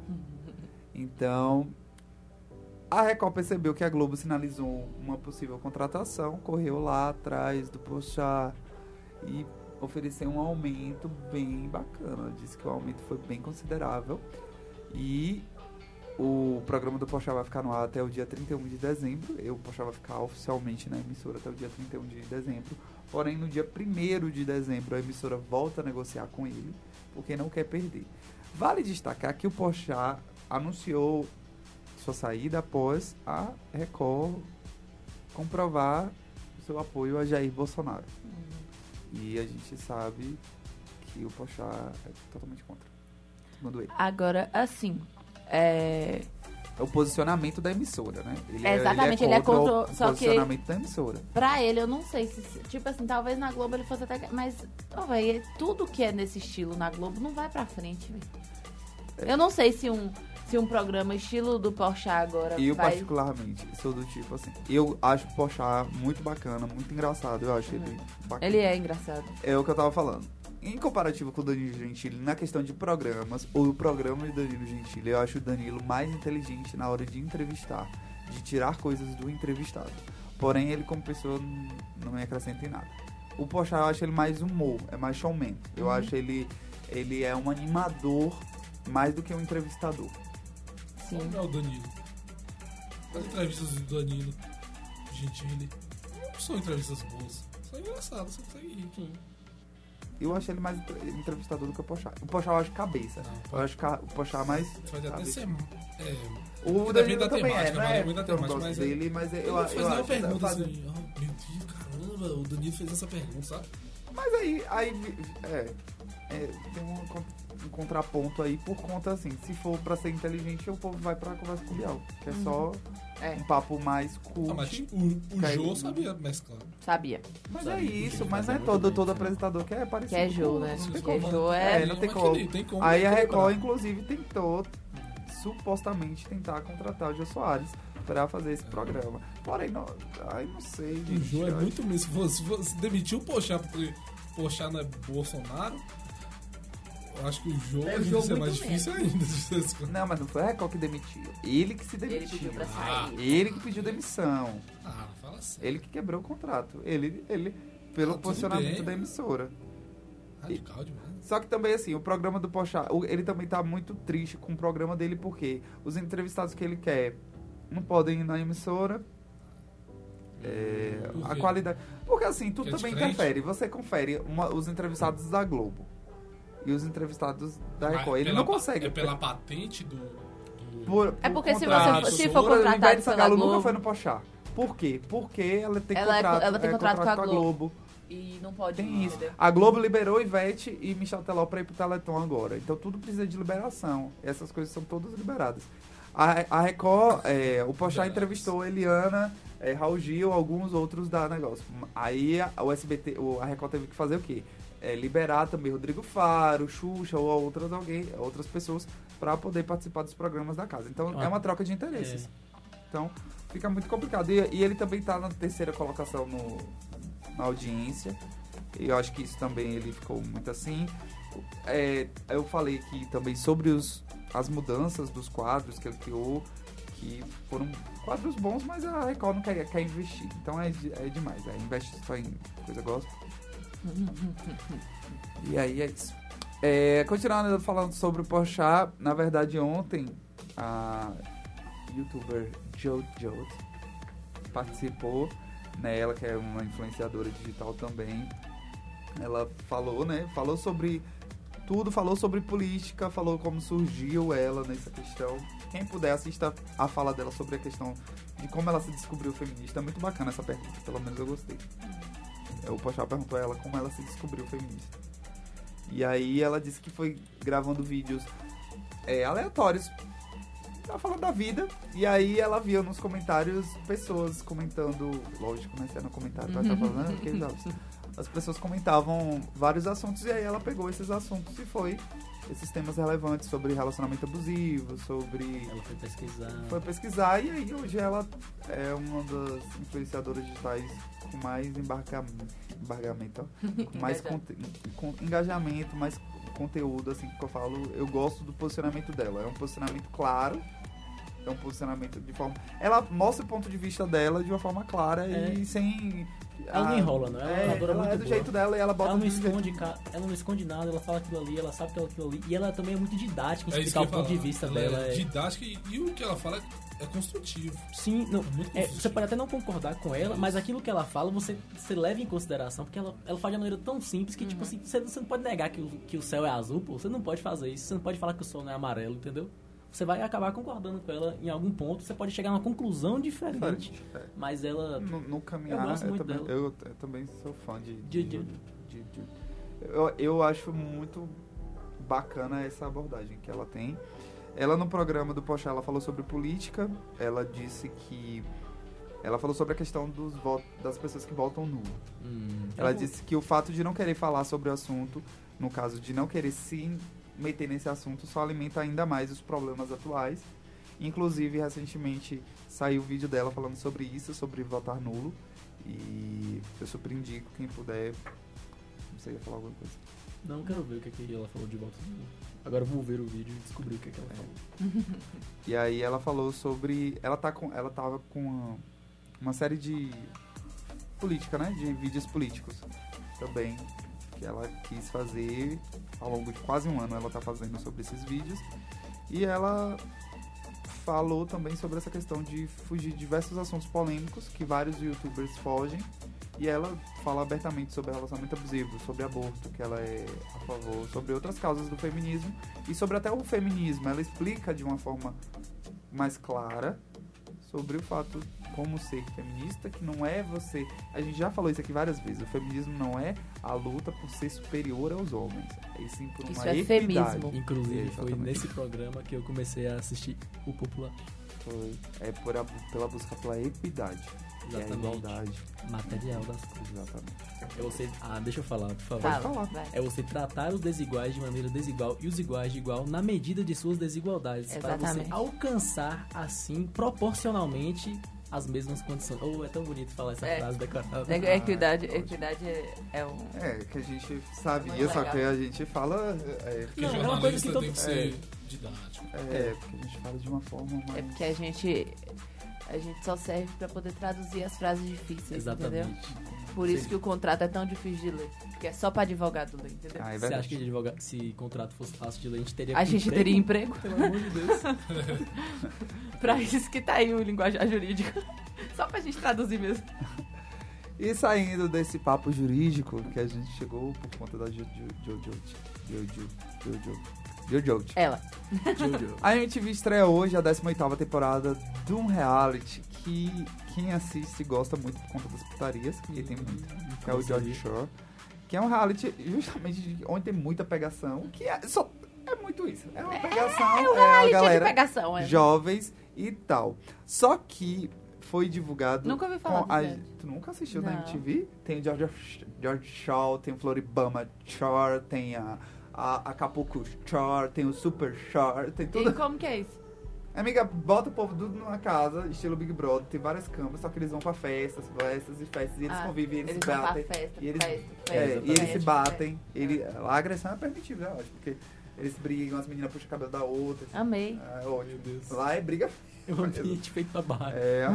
Então, a Record percebeu que a Globo sinalizou uma possível contratação, correu lá atrás do Porchat e ofereceu um aumento bem bacana. Disse que o aumento foi bem considerável. E O programa do Pochá vai ficar no ar até o dia trinta e um de dezembro. Eu, o Pochá vai ficar oficialmente na emissora até o dia trinta e um de dezembro. Porém, no dia primeiro de dezembro, a emissora volta a negociar com ele, porque não quer perder. Vale destacar que o Pochá anunciou sua saída após a Record comprovar o seu apoio a Jair Bolsonaro. Uhum. E a gente sabe que o Pochá é totalmente contra, segundo ele. Agora, assim... É... é o posicionamento da emissora, né? Ele é, Exatamente, ele é contra, ele é contra o só posicionamento que, da emissora. Pra ele, eu não sei se... Tipo assim, talvez na Globo ele fosse até... Mas, oh, véio, tudo que é nesse estilo na Globo não vai pra frente, velho. É. Eu não sei se um, se um programa estilo do Pochá agora Eu, vai... particularmente, sou do tipo assim... Eu acho o Pochá muito bacana, muito engraçado. Eu acho uhum. ele bacana. Ele é engraçado. É o que eu tava falando. Em comparativo com o Danilo Gentili, na questão de programas, ou o programa de Danilo Gentili, eu acho o Danilo mais inteligente na hora de entrevistar, de tirar coisas do entrevistado. Porém, ele como pessoa não me acrescenta em nada. O Pochá, eu acho ele mais humor, é mais showman. Eu uhum. acho ele, ele é um animador mais do que um entrevistador. Sim. Como é o Danilo? As entrevistas do Danilo Gentili não são entrevistas boas, são engraçadas, você consegue rir. Sim. Eu acho ele mais entrevistador do que o Pochá. O Pochá eu acho cabeça. Não, eu acho que o Pochá mais... Pode até ser... É, o Danilo da também temática, é, não é? Muito da temática, mas dele, mas eu, eu, eu, eu eu acho... pergunta fazer... assim, oh, meu Deus, caramba, o Danilo fez essa pergunta, sabe? Mas aí, aí é, é, tem um, um contraponto aí por conta, assim, se for pra ser inteligente, o povo vai pra conversa com o Bial, que é só... É. Um papo mais cult. Ah, mas o o Jô sabia mesclar. Sabia. Mas sabia. É isso, mas não é todo, todo apresentador que é parecido. Que é Jô, né? Não tem que como. É Jô é... é, não tem como. Tem como. Aí a Record, inclusive, tentou, supostamente, tentar contratar o Jô Soares pra fazer esse é. programa. Porém, não, aí não sei. O Jô é muito mesmo. Se você demitir o Pochá porque Pochá não é Bolsonaro... Eu acho que o jogo é, o ser mais difícil ainda. Não, mas não foi a Record que demitiu. Ele que se demitiu. Ele pediu pra sair. Ah, ele que pediu demissão. Ah, fala sério. Ele que quebrou o contrato. Ele, ele pelo ah, posicionamento bem. da emissora. Radical demais. Só que também, assim, o programa do Pochá, ele também tá muito triste com o programa dele, porque os entrevistados que ele quer não podem ir na emissora. É, a qualidade... Porque, assim, tudo também interfere. Você confere uma, os entrevistados da Globo e os entrevistados da Record. Ele não consegue. É pela patente do... do... Por, por é porque se contrato, você se for contratado pela Globo... nunca foi no Pochá. Por quê? Porque ela tem ela contrato, é, ela tem é, contrato, contrato com a Globo. Globo. E não pode tem ir, isso. entendeu? A Globo liberou Ivete e Michel Teló pra ir pro Teleton agora. Então tudo precisa de liberação. Essas coisas são todas liberadas. A, a Record, é, o Pochá entrevistou Eliana, é, Raul Gil, alguns outros da negócio. Aí a, o S B T, o, a Record teve que fazer o quê? É, liberar também Rodrigo Faro, Xuxa ou outras, alguém, outras pessoas para poder participar dos programas da casa. Então ah, é uma troca de interesses. É. Então fica muito complicado. E, e ele também tá na terceira colocação no, na audiência. E eu acho que isso também ele ficou muito assim. É, eu falei aqui também sobre os, as mudanças dos quadros que ele criou, que foram quadros bons, mas a Record não quer, quer investir. Então é, é demais. É, investe só em coisa gospel. E aí é isso. É, continuando falando sobre o Pochá, na verdade ontem a youtuber JoJo participou, né, ela que é uma influenciadora digital também. Ela falou, né, falou sobre tudo, falou sobre política, falou como surgiu ela nessa questão. Quem puder assista a fala dela sobre a questão de como ela se descobriu feminista. É muito bacana essa pergunta, pelo menos eu gostei. O Pochá perguntou a ela como ela se descobriu feminista. E aí ela disse que foi gravando vídeos é, aleatórios. Ela falando da vida. E aí ela via nos comentários pessoas comentando. Lógico, né? Se é no comentário, vai estar falando. Que as pessoas comentavam vários assuntos. E aí ela pegou esses assuntos e foi. Esses temas relevantes sobre relacionamento abusivo, sobre... Ela foi pesquisar. Foi pesquisar e aí hoje ela é uma das influenciadoras digitais com mais embargamento, embargamento ó, com mais conte, com engajamento, mais conteúdo, assim, que eu falo. Eu gosto do posicionamento dela. É um posicionamento claro, é um posicionamento de forma... Ela mostra o ponto de vista dela de uma forma clara é. e sem Ela não enrola, não. Ela, é, ela, ela muito é do boa. jeito dela e ela bota ela não do jeito- esconde, ca- ela não esconde nada, ela fala aquilo ali, ela sabe que é aquilo ali. E ela também é muito didática em É isso explicar que o eu ia ponto de falar. vista Ela dela. É é- didática e, e o que ela fala é, é construtivo. Sim, não, muito é, construtivo. você pode até não concordar com ela, mas aquilo que ela fala, você, você leva em consideração, porque ela, ela faz de uma maneira tão simples que, tipo assim, você, você não pode negar que o, que o céu é azul, pô, você não pode fazer isso, você não pode falar que o sol não é amarelo, entendeu? Você vai acabar concordando com ela em algum ponto, você pode chegar a uma conclusão diferente, Diferente, é. mas ela... No, no caminhar, eu gosto eu, muito também, dela. eu, eu também sou fã de... De- de- de- de- eu, eu acho muito bacana essa abordagem que ela tem. Ela no programa do Pochá, ela falou sobre política, ela disse que... Ela falou sobre a questão dos votos, das pessoas que votam nulo. Hum, Ela eu- disse que o fato de não querer falar sobre o assunto, no caso de não querer se meter nesse assunto, só alimenta ainda mais os problemas atuais. Inclusive, recentemente saiu o vídeo dela falando sobre isso, sobre votar nulo. E eu super indico quem puder. Não sei, ia falar alguma coisa. Não quero ver o que, que ela falou de volta. Agora eu vou ver o vídeo e descobrir o que, que ela falou. E aí ela falou sobre. Ela, tá com, ela tava com uma, uma série de política, né? De vídeos políticos também. Que ela quis fazer ao longo de quase um ano. Ela tá fazendo sobre esses vídeos. E ela falou também sobre essa questão de fugir de diversos assuntos polêmicos que vários youtubers fogem. E ela fala abertamente sobre relacionamento abusivo, sobre aborto, que ela é a favor, sobre outras causas do feminismo e sobre até o feminismo. Ela explica de uma forma mais clara sobre o fato como ser feminista, que não é você... A gente já falou isso aqui várias vezes. O feminismo não é a luta por ser superior aos homens. É sim por uma Isso é equidade. feminismo. Inclusive, É, foi exatamente. nesse programa que eu comecei a assistir o Popular. Foi. É por a, pela busca pela equidade. E a Exatamente. igualdade. Material das coisas. Exatamente. É você... Ah, deixa eu falar, por favor. Fala, falar. vai. É você tratar os desiguais de maneira desigual e os iguais de igual na medida de suas desigualdades. Para você Exatamente. alcançar, assim, proporcionalmente as mesmas condições. Oh, é tão bonito falar essa É. frase decorada. É- Equidade, equidade é, é um... É, que a gente sabia, Muito só legal. que a gente fala... É, Porque Não, é uma coisa que jornalista todo- tem que ser didático. é, porque a gente fala de uma forma mais... É porque a gente, a gente só serve pra poder traduzir as frases difíceis, entendeu? Exatamente. Por isso Sim. que o contrato é tão difícil de ler. Porque é só pra advogado ler, entendeu? Ah, é Você verdade. acha que de advogado, se contrato fosse fácil de ler, a gente teria A gente teria emprego. Pelo amor de Deus. Pra isso que tá aí o linguajar jurídico. Só pra gente traduzir mesmo. E saindo desse papo jurídico que a gente chegou por conta da Jojo... Jojo... Jojo... Jojo... Jojo... Ela. Jojo. A M T V estreia hoje a décima oitava temporada de um reality que quem assiste gosta muito por conta das putarias, que tem muito, que é o George Shore, que é um reality justamente de- onde tem muita pegação, que é, só, é muito isso. É uma pegação, É um é a reality galera de pegação, é. jovens e tal. Só que foi divulgado... Nunca ouvi falar com a- desse reality. Tu nunca assistiu na Não. M T V? Tem o George, George Shore, tem o Floribama Shore, tem a, a Acapulco Shore, tem o Super Shore, tem tudo. E como que é isso? Amiga, bota o povo tudo numa casa, estilo Big Brother, tem várias câmeras, só que eles vão pra festas, festas e festas, e eles Ah, convivem, eles, eles se vão pra batem. festa, e eles, festa, é, festa, e eles festa, se batem. Ele, a agressão é permitida, é ótimo, porque eles brigam, as meninas puxam o cabelo da outra. Amei. É ótimo. Lá é briga. É um ambiente feito pra barra. É,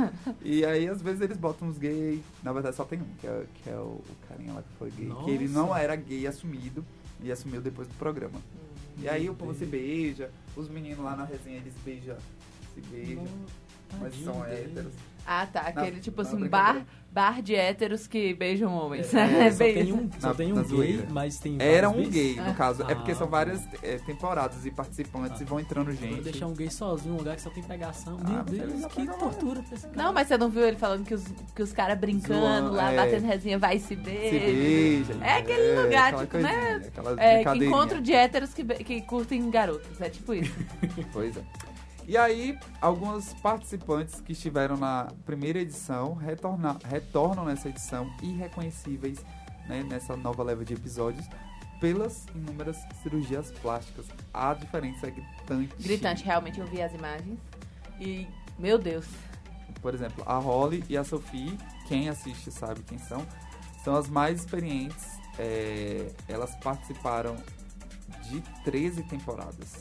e aí às vezes eles botam uns gays, na verdade só tem um, que é, que é o, o carinha lá que foi gay, que ele Nossa. não era gay assumido, e assumiu depois do programa. E aí o povo se beija, os meninos lá na resenha eles beijam, se beijam, mas Tadinho são dele. héteros. Ah, tá. Aquele Não, tipo não, assim, brincadeira. bar, bar de héteros que beijam homens. É, É, Só bem tem isso. um, só Na- tem na um gay, zoeira. mas tem Era vários um gays. gay, no caso, é Ah, porque são ok. várias é, temporadas e participantes e vão entrando Vou gente. deixar um gay sozinho num lugar que só tem pegação. Ah, Meu mas ele Deus, já que pega lá. tortura pra esse cara. Não, mas você não viu ele falando que os, que os caras brincando Zoando, lá, é. batendo resinha, vai e se Se beija. beija. É aquele lugar, aquela tipo, né? coisinha, aquela É, brincadeirinha. encontro de héteros que, be- que curtem garotos. É tipo isso. Pois é. E aí, alguns participantes que estiveram na primeira edição retorna, retornam nessa edição irreconhecíveis, né, nessa nova leva de episódios, pelas inúmeras cirurgias plásticas. A diferença é gritante. Gritante, realmente eu vi as imagens. E, meu Deus. Por exemplo, a Holly e a Sophie, quem assiste sabe quem são, são as mais experientes. É, elas participaram de treze temporadas.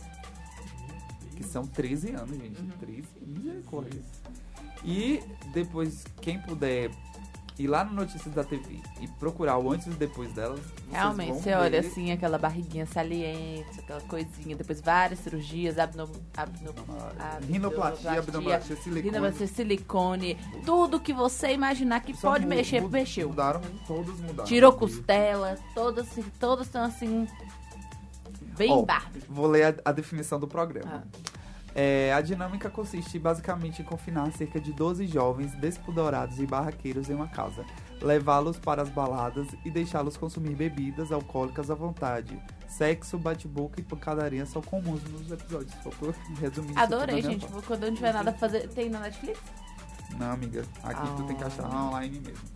Que são treze anos, gente. Uhum. treze, misericórdia. E depois, quem puder ir lá no Notícias da T V e procurar o antes e depois delas, vocês Realmente, vão você ver. olha assim, aquela barriguinha saliente, aquela coisinha, depois várias cirurgias, abdom... abdom... Rinoplastia, abdominoplastia, silicone. Rinoplastia, silicone, tudo que você imaginar que Só pode mu- mexer, mu- mexeu. Mudaram, todos mudaram. Tirou costela, todas assim, todas estão assim, bem Ó, Barbie. Vou ler a, a definição do programa. Ah. É, a dinâmica consiste basicamente em confinar cerca de doze jovens despudorados e barraqueiros em uma casa, levá-los para as baladas e deixá-los consumir bebidas alcoólicas à vontade. Sexo, bate-boca e pancadaria são comuns nos episódios. Só por resumir isso Adorei, tudo da minha gente. parte. Quando não tiver nada a fazer, tem na Netflix? Não, amiga. Aqui tu tem que achar Ah. online mesmo.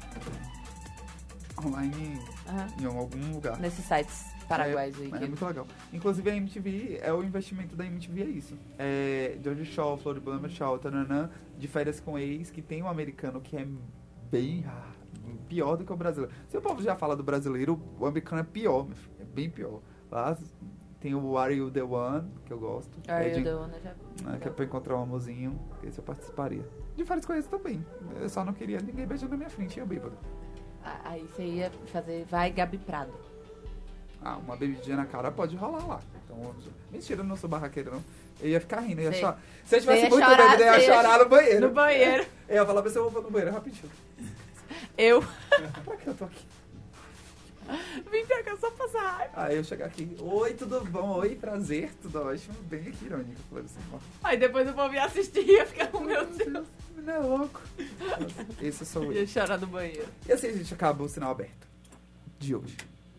Online Aham. em algum lugar. Nesses sites paraguaios aí. É, é que- muito legal. Inclusive a M T V, é o investimento da M T V, é isso. É George Shaw, Floribama Shaw, tananã, de Férias com Ex, que tem um americano que é bem ah, pior do que o brasileiro. Se o povo já fala do brasileiro, o americano é pior, meu filho, é bem pior. Lá tem o Are You The One, que eu gosto. Are é You de- The One, eu já- né, que é pra encontrar um amorzinho, esse eu participaria. De Férias com Ex também. Eu só não queria ninguém beijando na minha frente, eu bêbado. Ah, Aí você ia fazer Vai Gabi Prado. Ah, uma bebidinha na cara pode rolar lá. Então, mentira, eu não sou barraqueiro, não. Eu ia ficar rindo, eu ia Sei. chorar. Se eu tivesse Você ia muito chorar, bêbado, eu ia você ia chorar no banheiro. no banheiro. Eu ia falar pra você, eu vou no banheiro rapidinho. Eu Pra que eu tô aqui? vim pra cá só passar raiva. Aí eu chegar aqui, oi, tudo bom? Oi, prazer, tudo ótimo. Bem aqui, irônico. Falei assim, ó, Aí depois eu vou vir assistir e ia ficar com meu Deus. não é louco. Esse sou eu. Ia chorar no banheiro. E assim a gente acaba o sinal aberto de hoje.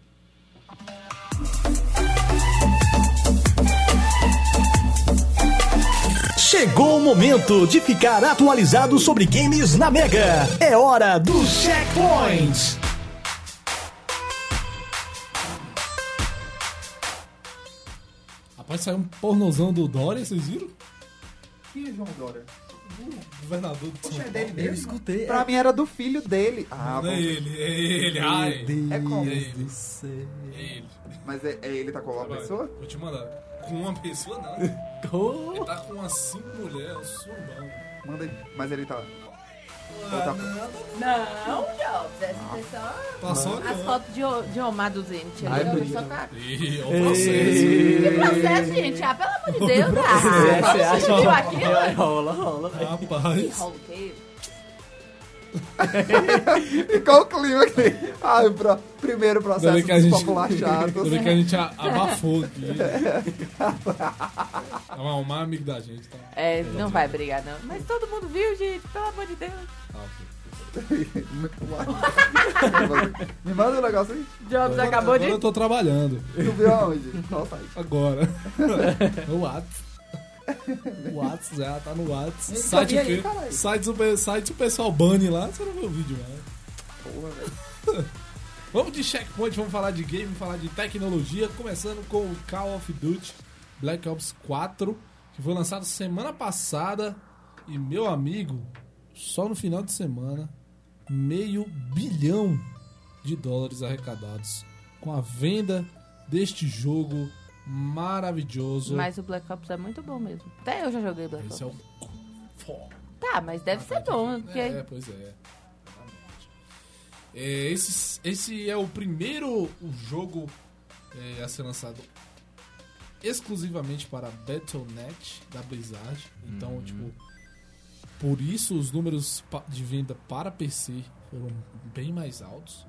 Chegou o momento de ficar atualizado sobre games na Mega. É hora do Checkpoint. Rapaz, saiu um pornozão do Dória, vocês viram? Quem é João Dória? O governador de São Poxa, é Paulo. dele mesmo? Eu escutei. Pra mim era do filho dele. Ah, Não é bom. ele, é ele, ai. É como? É ele. do céu. É ele. Mas é, é ele tá com uma Vai, pessoa? Vou te mandar. Com uma pessoa, não. Oh. Ele tá com umas cinco mulheres, um surbão. Manda aí. Mas ele tá... Ah, tá- Não, Jobs, essa é só Passou as não. fotos de, O- de Omar do Zenit. Ai, ali, bonito. só tá... Ih, olha o processo. Que processo, gente? Ah, pelo amor de Deus. Você, Ah, você acha você viu que aquilo? É, rola, rola. velho. Rapaz. Rola o quê? Ficou o clima aqui. Ai, pro, primeiro Ainda processo bem que a dos gente, populachados. ainda bem que a gente a- abafou aqui. É um mar amigo da gente, tá? É, não vai brigar, não. Mas todo mundo viu, gente. Pelo amor de Deus. Ah, ok. Me manda um negócio aí. Jobs Agora, acabou agora de... eu tô trabalhando. Tu viu aonde? Qual site? Agora. No Whats. O Whats, já tá no Whats. Ih, Site sabia o quê? aí, caralho. Site, o, site o pessoal bane lá, você não vê o vídeo, né? Porra, velho. Vamos de checkpoint, vamos falar de game, vamos falar de tecnologia, começando com o Call of Duty Black Ops quatro, que foi lançado semana passada. E, meu amigo, só no final de semana, meio bilhão de dólares arrecadados com a venda deste jogo maravilhoso. Mas o Black Ops é muito bom mesmo. Até eu já joguei Black Ops. Esse é o... Fó. Tá, mas deve ser bom. Porque... É, pois é. Exatamente. É, esse, esse é o primeiro o jogo é, a ser lançado exclusivamente para Battle ponto net da Blizzard. Então, Uhum. tipo, por isso os números pa- de venda para P C foram bem mais altos.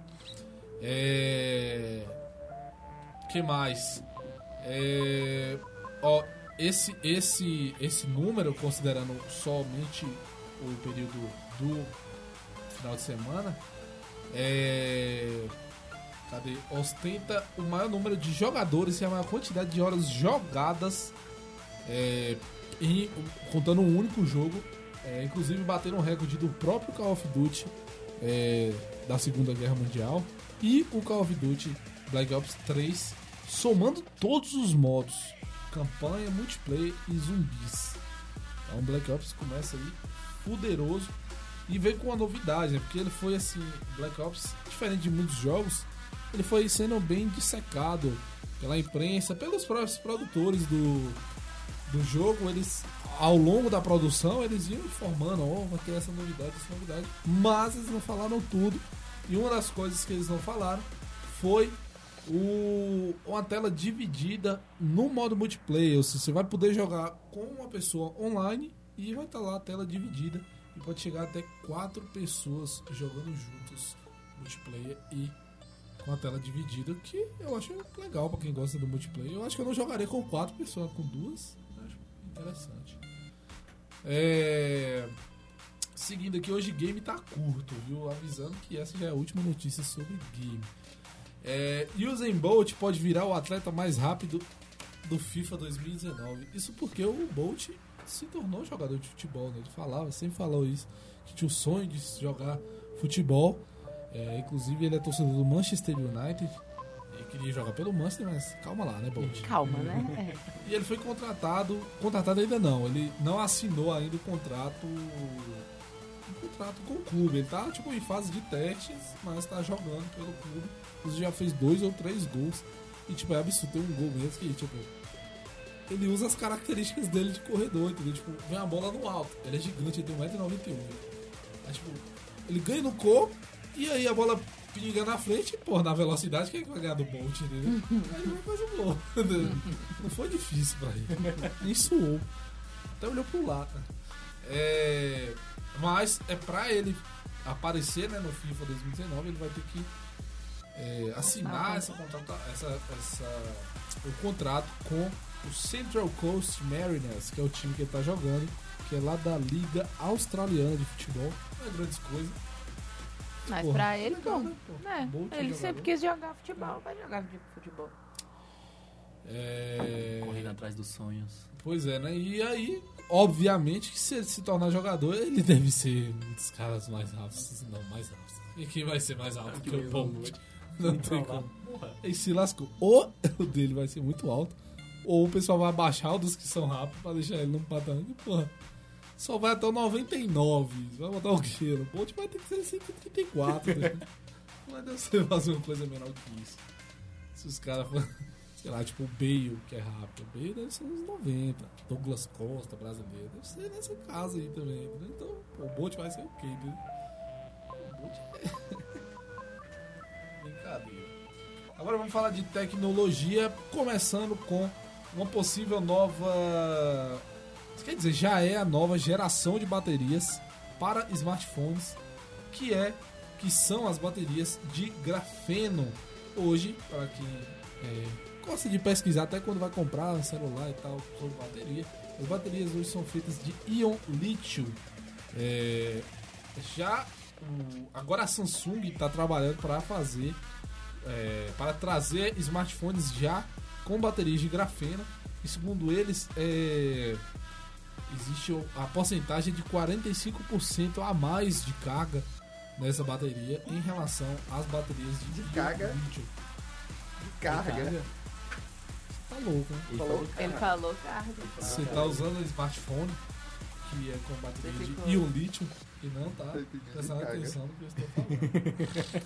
É... que mais? É... Ó, esse, esse, esse número, considerando somente o período do final de semana, é... Cadê? Ostenta o maior número de jogadores e a maior quantidade de horas jogadas, é, em, contando um único jogo. É, inclusive batendo um recorde do próprio Call of Duty é, da Segunda Guerra Mundial e o Call of Duty Black Ops três, somando todos os modos: campanha, multiplayer e zumbis. Então o Black Ops começa aí poderoso e veio com uma novidade, né? Porque ele foi assim, Black Ops, diferente de muitos jogos, ele foi sendo bem dissecado pela imprensa, pelos próprios produtores do, do jogo. Eles ao longo da produção, eles iam informando, ó, oh, vai ter essa novidade, essa novidade. Mas eles não falaram tudo. E uma das coisas que eles não falaram foi o, uma tela dividida no modo multiplayer. Ou seja, você vai poder jogar com uma pessoa online e vai estar lá a tela dividida. E pode chegar até quatro pessoas jogando juntos multiplayer e com a tela dividida, que eu acho legal pra quem gosta do multiplayer. Eu acho que eu não jogaria com quatro pessoas, com duas. Eu acho interessante. É... Seguindo aqui, hoje game tá curto, viu? Avisando que essa já é a última notícia sobre game. É... Usain Bolt pode virar o atleta mais rápido do FIFA dois mil e dezenove. Isso porque o Bolt se tornou jogador de futebol, né? Ele falava, sempre falou isso, que tinha o sonho de jogar futebol. É, inclusive ele é torcedor do Manchester United. Ele queria jogar pelo Manchester, mas calma lá, né, Bolt? Calma, né? É. E ele foi contratado. Contratado ainda não. Ele não assinou ainda o contrato. Um contrato com o clube. Ele tá tipo em fase de testes, mas tá jogando pelo clube. Ele já fez dois ou três gols. E tipo, é absurdo. Tem um gol mesmo que, tipo, ele usa as características dele de corredor, entendeu? Tipo, vem a bola no alto. Ele é gigante, ele tem um metro e noventa e um. Aí, tipo, ele ganha no corpo. E aí a bola pinga na frente, pô, na velocidade, quem é que vai ganhar do Bolt, entendeu? Aí ele vai fazer um gol. Não foi difícil pra ele. Nem suou. Até olhou pro lado. É... Mas é pra ele aparecer, né, no FIFA dois mil e dezenove, ele vai ter que é, assinar essa contrata, essa, essa, o contrato com o Central Coast Mariners, que é o time que ele tá jogando, que é lá da Liga Australiana de Futebol. Não é grandes coisas. Mas Porra, pra ele, legal, pô, né, pô? é, Bom de ele jogador. sempre quis jogar futebol, vai jogar futebol. É... Correndo atrás dos sonhos. Pois é, né? E aí, obviamente, que se ele se tornar jogador, ele deve ser um dos caras mais rápidos. Não, mais rápidos. E quem vai ser mais rápido que o Bolt? Não tem como. Ele se lascou. Ou o dele vai ser muito alto, ou o pessoal vai abaixar o dos que são rápidos pra deixar ele num patamar que, porra, só vai até o noventa e nove. Vai botar o quê? O Bolt vai ter que ser cento e trinta e quatro. Né? Mas deve ser fazer uma coisa menor que isso. Se os caras forem, sei lá, tipo o Bale, que é rápido. O Bale deve ser uns noventa. Douglas Costa, brasileiro. Deve ser nessa casa aí também. Né? Então, pô, o Bolt vai ser o quê? Né? O Bolt é... Brincadeira. Agora vamos falar de tecnologia, começando com uma possível nova... Quer dizer, já é a nova geração de baterias para smartphones, que é que são as baterias de grafeno. Hoje, para quem é, gosta de pesquisar até quando vai comprar um celular e tal sobre bateria, as baterias hoje são feitas de íon lítio. É, já o, agora a Samsung está trabalhando para fazer, é, para trazer smartphones já com baterias de grafeno. E segundo eles, é, existe a porcentagem de quarenta e cinco por cento a mais de carga nessa bateria em relação às baterias de, de carga. Lítio. De carga. De carga. Tá louco, né? Ele falou, ele falou carga. Você tá usando um smartphone que é com bateria de íon lítio e não tá prestando atenção no que eu estou falando.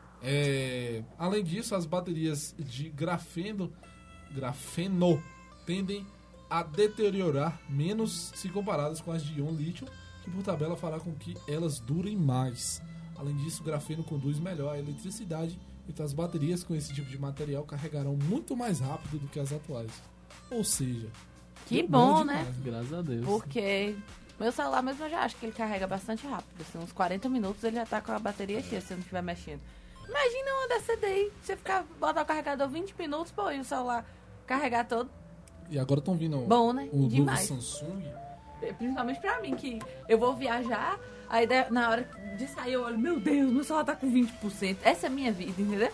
É, além disso, as baterias de grafeno, grafeno tendem a deteriorar menos se comparadas com as de íon lítio, que por tabela fará com que elas durem mais. Além disso, o grafeno conduz melhor a eletricidade, então as baterias com esse tipo de material carregarão muito mais rápido do que as atuais. Ou seja, que bom, bom demais, né? Graças a Deus. Porque meu celular mesmo eu já acho que ele carrega bastante rápido. Assim, uns quarenta minutos ele já tá com a bateria cheia se eu não estiver mexendo. Imagina uma dessa daí, você ficar, botar o carregador vinte minutos, pô, e o celular carregar todo. E agora estão vindo bom, né? o novo Demais. Samsung. Principalmente pra mim, que eu vou viajar, aí na hora de sair eu olho, meu Deus, meu celular tá com vinte por cento. Essa é a minha vida, entendeu?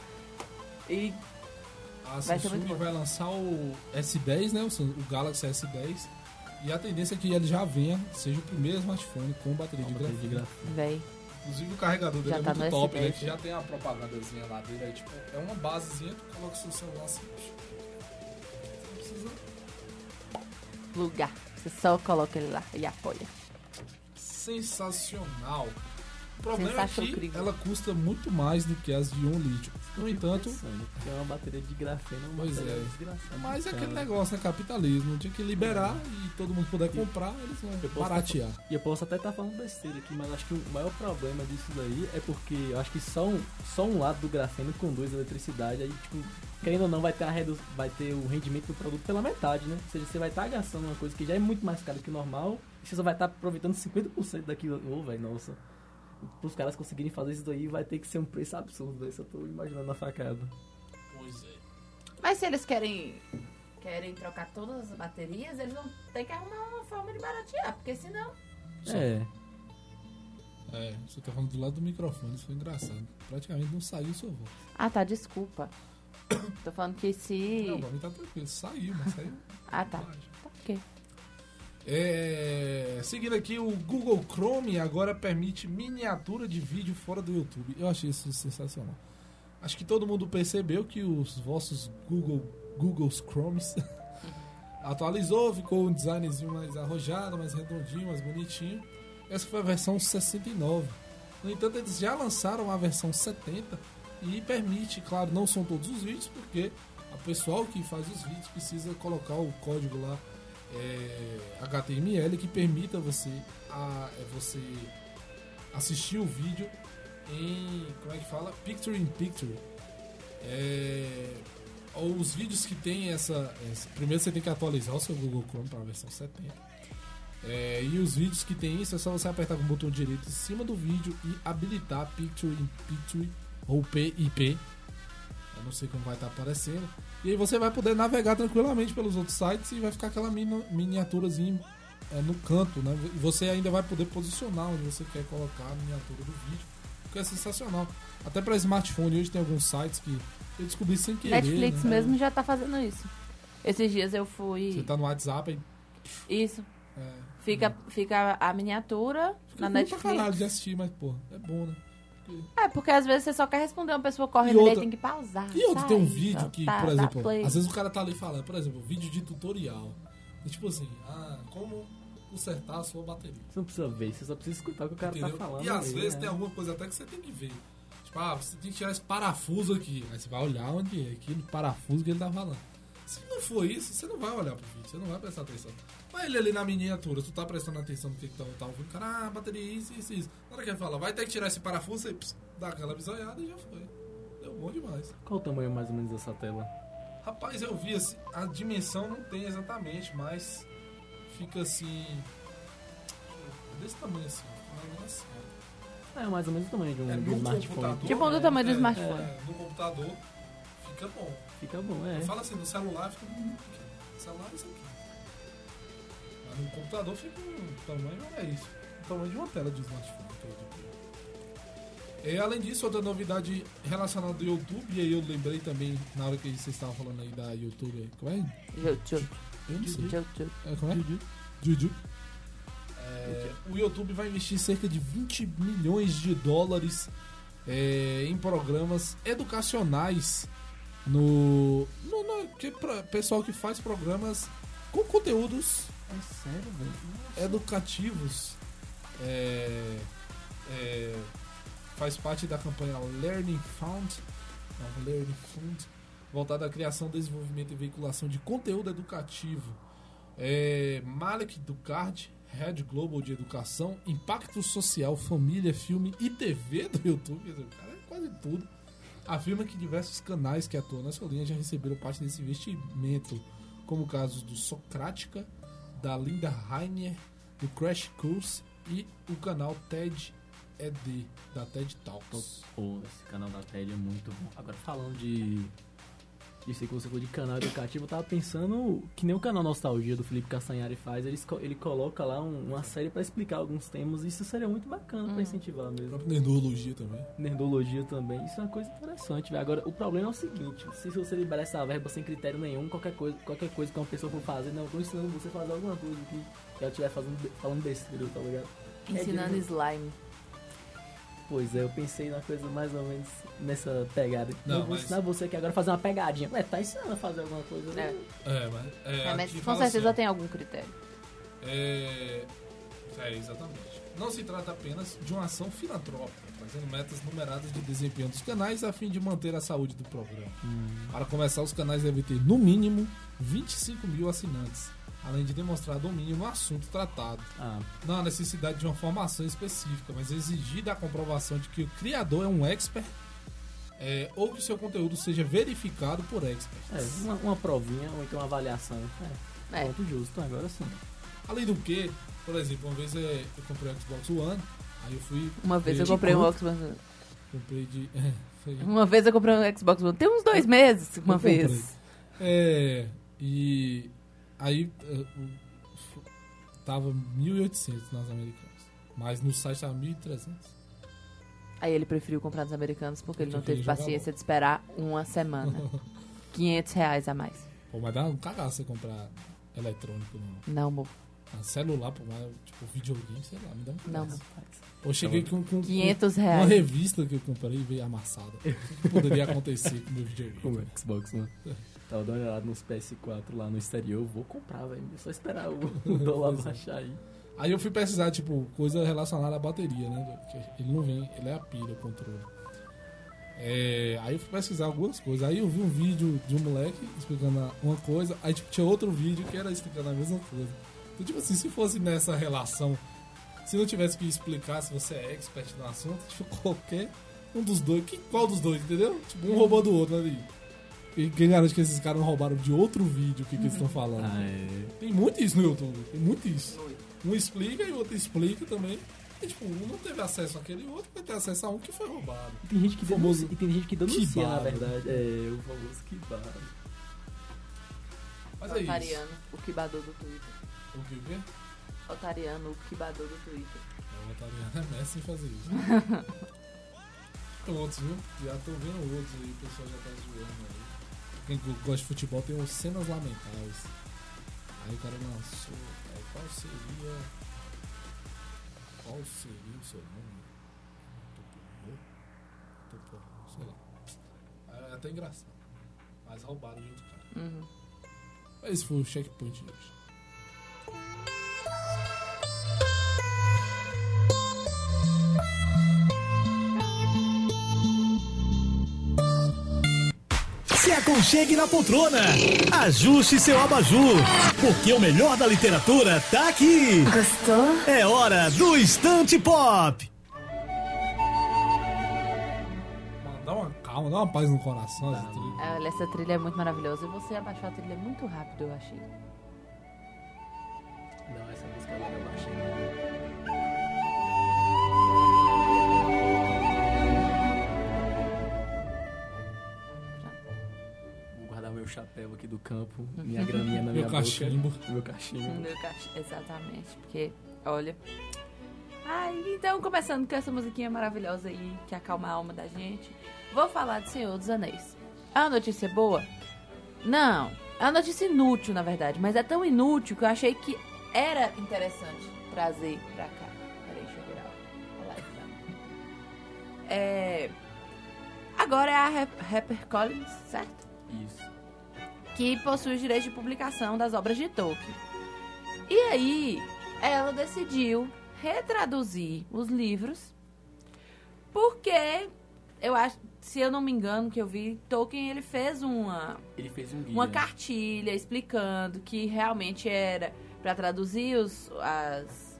E a vai Samsung vai lançar o S dez, né? O Galaxy S dez. E a tendência é que ele já venha, seja o primeiro smartphone com bateria de grafeno. Véi. Inclusive o carregador dele já é tá muito top, S dez, né? Que já tem uma propagandazinha lá dele, aí, tipo, é uma basezinha, tu coloca o seu celular assim. Não precisa lugar. Você só coloca ele lá e apoia. Sensacional. O problema é que incrível. ela custa muito mais do que as de íon lítio. No entanto... É uma bateria de grafeno, uma Pois bateria é. desgraçada. Mas é Então, aquele negócio, né? Capitalismo. Tinha que liberar e todo mundo puder comprar, eles vão eu posso baratear. tá- E eu posso até estar falando besteira aqui, mas acho que o maior problema disso daí é porque eu acho que só um, só um lado do grafeno conduz a eletricidade, aí, tipo, querendo ou não, vai ter, a redu... vai ter o rendimento do produto pela metade, né? Ou seja, você vai estar gastando uma coisa que já é muito mais cara que o normal, e você só vai estar aproveitando cinquenta por cento daquilo. Ô, velho, nossa. Para os caras conseguirem fazer isso daí, vai ter que ser um preço absurdo, isso eu tô imaginando a facada. Pois é. Mas se eles querem, querem trocar todas as baterias, eles vão ter que arrumar uma forma de baratear, porque senão... É. É, você tá falando do lado do microfone, isso foi engraçado. Praticamente não saiu sua voz. Ah, tá, desculpa. Tô falando que se... Não, pra mim tá tranquilo, saiu, mas saiu. Ah, tá. Tá ok. É, seguindo aqui, o Google Chrome agora permite miniatura de vídeo fora do YouTube. Eu achei isso sensacional. Acho que todo mundo percebeu que os vossos Google Google's Chromes atualizou, ficou um designzinho mais arrojado, mais redondinho, mais bonitinho. Essa foi a versão sessenta e nove. No entanto, eles já lançaram a versão setenta e permite, claro, não são todos os vídeos, porque o pessoal que faz os vídeos precisa colocar o código lá é, H T M L que permita você, a, é, você assistir o vídeo em, como é que fala? Picture in Picture. É, os vídeos que tem essa, essa... Primeiro você tem que atualizar o seu Google Chrome para a versão setenta. É, e os vídeos que tem isso é só você apertar com o botão direito em cima do vídeo e habilitar Picture in Picture ou P I P. Eu não sei como vai estar aparecendo. E aí você vai poder navegar tranquilamente pelos outros sites e vai ficar aquela mini, miniaturazinha é, no canto, né? E você ainda vai poder posicionar onde você quer colocar a miniatura do vídeo, que é sensacional. Até para smartphone hoje tem alguns sites que eu descobri sem querer. Netflix né? mesmo já tá fazendo isso. Esses dias eu fui... Você tá no WhatsApp e... Isso. É, Fica, é. fica a miniatura Fica na bom Netflix. pra caralho de assistir, mas pô, é bom, né? É, porque às vezes você só quer responder uma pessoa correndo E e outra- aí tem que pausar. E outro, sair, tem um vídeo que, voltar, por dar exemplo, play. às vezes o cara tá ali falando, por exemplo, vídeo de tutorial. E tipo assim, ah, como consertar a sua bateria. Você não precisa ver, você só precisa escutar o que o cara Entendeu? tá falando. E às ali, vezes né? tem alguma coisa até que você tem que ver. Tipo, ah, você tem que tirar esse parafuso aqui. Aí você vai olhar onde é aquele parafuso que ele tá falando. Se não for isso, você não vai olhar pro vídeo, você não vai prestar atenção. Mas ele ali na miniatura, tu tá prestando atenção no que que tá, tá ouvindo, cara, ah, bateria, isso, isso, isso. Na hora que ele fala, vai ter que tirar esse parafuso, você pss, dá aquela bisoiada e já foi. Deu bom demais. Qual o tamanho mais ou menos dessa tela? Rapaz, eu vi assim, a dimensão não tem exatamente, mas fica assim. Desse tamanho assim, mais ou menos assim. É mais ou menos o tamanho de um, É, de um no smartphone. computador, Tipo do é, tamanho do é, smartphone. é, no computador fica bom. Fica bom, é. Eu falo assim, no celular fica muito pequeno. No celular é isso aqui. Mas no computador fica um tamanho, é isso. O tamanho de uma tela de smartphone. E, além disso, outra novidade relacionada ao YouTube, e aí eu lembrei também, na hora que vocês estavam falando aí da YouTube, como é? YouTube. Eu não sei. YouTube. É, como é? Juju. É, o YouTube vai investir cerca de vinte milhões de dólares é, em programas educacionais no, no, no que, pra, pessoal que faz programas com conteúdos É sério, velho? educativos. É, é, faz parte da campanha Learning Fund, não, Learning Fund, voltada à criação, desenvolvimento e veiculação de conteúdo educativo. É, Malik Ducard, Head Global de Educação, Impacto Social, Família, Filme e T V do YouTube, quer dizer, o cara é quase tudo, afirma que diversos canais que atuam nessa linha já receberam parte desse investimento, como o caso do Socrática, da Linda Rainer, do Crash Course e o canal TED E D, da TED Talks. Pô, esse canal da TED é muito bom. Agora, falando de... Isso aí que você falou de canal educativo, eu tava pensando que nem o canal Nostalgia do Felipe Castanhari faz, ele, ele coloca lá um, uma série pra explicar alguns temas, e isso seria muito bacana Hum. pra incentivar mesmo. Nerdologia também. Nerdologia também, isso é uma coisa interessante, velho. Agora, o problema é o seguinte, se você liberar essa verba sem critério nenhum, qualquer coisa, qualquer coisa que uma pessoa for fazer, não, eu tô ensinando você a fazer alguma coisa que ela estiver fazendo, falando besteira, tá ligado? Ensinando É, slime. Pois é, eu pensei na coisa mais ou menos nessa pegada. Não, Não, vou mas- ensinar você aqui agora a fazer uma pegadinha. Ué, tá ensinando a fazer alguma coisa, né? É. É, mas... É, É, mas aqui com fala certeza assim, tem algum critério. É, é, exatamente. não se trata apenas de uma ação filantrópica, trazendo metas numeradas de desempenho dos canais a fim de manter a saúde do programa. Hum. Para começar, os canais devem ter, no mínimo, vinte e cinco mil assinantes, além de demonstrar domínio no assunto tratado. Ah. Não há necessidade de uma formação específica, mas exigida a comprovação de que o criador é um expert é, ou que o seu conteúdo seja verificado por experts. É, uma, uma provinha ou então uma avaliação. É, é. Ponto justo, agora sim. Além do que, por exemplo, uma vez é, eu comprei o Xbox One, aí eu fui... Uma vez eu comprei um Xbox One. Comprei de... É, foi... Uma vez eu comprei um Xbox One. Tem uns dois meses, uma eu vez. Comprei. É, e aí eu, eu, tava mil e oitocentos nas americanas, mas no site tava mil e trezentos. Aí ele preferiu comprar nos americanos porque ele não teve paciência de esperar uma semana. quinhentos reais a mais. Pô, mas dá um cagaço você comprar eletrônico. Não, não amor. Ah, celular, pô, mas, tipo, videogame, sei lá, me dá um cagaço. Não, não faz. Eu cheguei com, com, quinhentos com reais. Uma revista que eu comprei e veio amassada. O que poderia acontecer com o meu videogame? Com o Xbox, mano. Tava dando uma olhada nos P S quatro lá no exterior, eu vou comprar, velho. É só esperar o, o dólar baixar aí. Aí eu fui pesquisar, tipo, coisa relacionada à bateria, né? Porque ele não vem, ele é a pilha, o controle. É, aí eu fui pesquisar algumas coisas. Aí eu vi um vídeo de um moleque explicando uma coisa, aí tipo, tinha outro vídeo que era explicando a mesma coisa. Então, tipo assim, se fosse nessa relação, se não tivesse que explicar se você é expert no assunto, tipo, qualquer um dos dois, que, qual dos dois, entendeu? Tipo, um roubando o outro ali. E quem garante que esses caras não roubaram de outro vídeo o que, que eles estão falando? Ah, é. Tem muito isso no YouTube, tem muito isso. Um explica e o outro explica também. E, tipo, um não teve acesso àquele e o outro vai ter acesso a um que foi roubado. E tem gente que famoso, denuncia, e tem gente que denuncia, Kibado. na verdade. É, o famoso Kibado. Mas é isso. Otariano, o Kibador do Twitter. O que o quê? Otariano, o Kibador do Twitter. O Otariano é mestre em fazer isso. Tem outros, viu? Já tô vendo outros aí, o pessoal já tá zoando aí. Quem gosta de futebol tem os cenas lamentáveis. Aí o cara lançou. É, qual seria. Qual seria o seu nome? Topô? Topô, sei lá. É até engraçado. Mas roubaram de outro cara. Uhum. Esse foi o checkpoint de hoje. Se aconchegue na poltrona, ajuste seu abajur, porque o melhor da literatura tá aqui. Gostou? É hora do Estante Pop. Dá uma calma, dá uma paz no coração. Essa trilha. Olha, essa trilha é muito maravilhosa. E você abaixou a trilha muito rápido, eu achei. Não, essa música agora eu baixei. Meu chapéu aqui do campo, minha graminha na minha meu cachimbo. boca. Meu cachimbo. Meu cachimbo. Exatamente, porque, olha... Ai, então, começando com essa musiquinha maravilhosa aí, que acalma a alma da gente, vou falar de Senhor dos Anéis. É uma notícia boa? Não, é uma notícia inútil, na verdade, mas é tão inútil que eu achei que era interessante trazer pra cá. Peraí, deixa eu virar a live. Tá? É... Agora é a HarperCollins, certo? Isso. Que possui os direitos de publicação das obras de Tolkien. E aí, ela decidiu retraduzir os livros, porque eu acho, se eu não me engano, que eu vi, Tolkien ele fez uma ele fez um guia, uma cartilha explicando que realmente era para traduzir os as,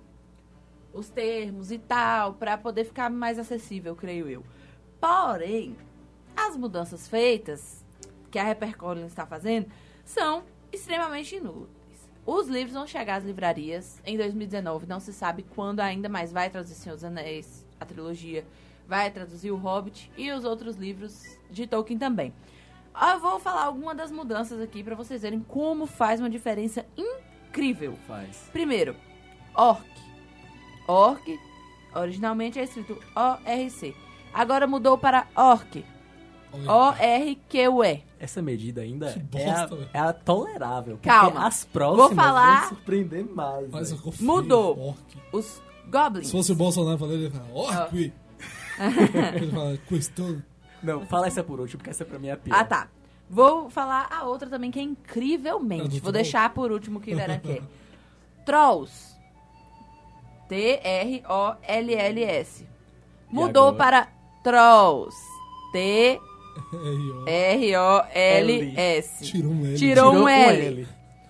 os termos e tal, para poder ficar mais acessível, creio eu. Porém, as mudanças feitas que a HarperCollins está fazendo são extremamente inúteis. Os livros vão chegar às livrarias em dois mil e dezenove, não se sabe quando ainda, mas vai traduzir Senhor dos Anéis, a trilogia, vai traduzir o Hobbit e os outros livros de Tolkien também. Eu vou falar algumas das mudanças aqui para vocês verem como faz uma diferença incrível. Faz. Primeiro, orc. Orc, originalmente é escrito O R C. Agora mudou para orc. O R Q U E. Essa medida ainda bosta, é, a, é a tolerável. Calma. As próximas vou falar... vão surpreender mais. Mas eu confio, Mudou. Orc. Os goblins. Se fosse o Bolsonaro falando, ele ia falar orc. Oh. Ele fala questão. Não, fala essa por último, porque essa pra mim é a pior. Ah, tá. Vou falar a outra também, que é incrivelmente. É Vou deixar por último que verá que é. Trolls. T R O L L S. Mudou agora? para Trolls. T R O L S. Tirou um L. Tirou um Tirou um L. L.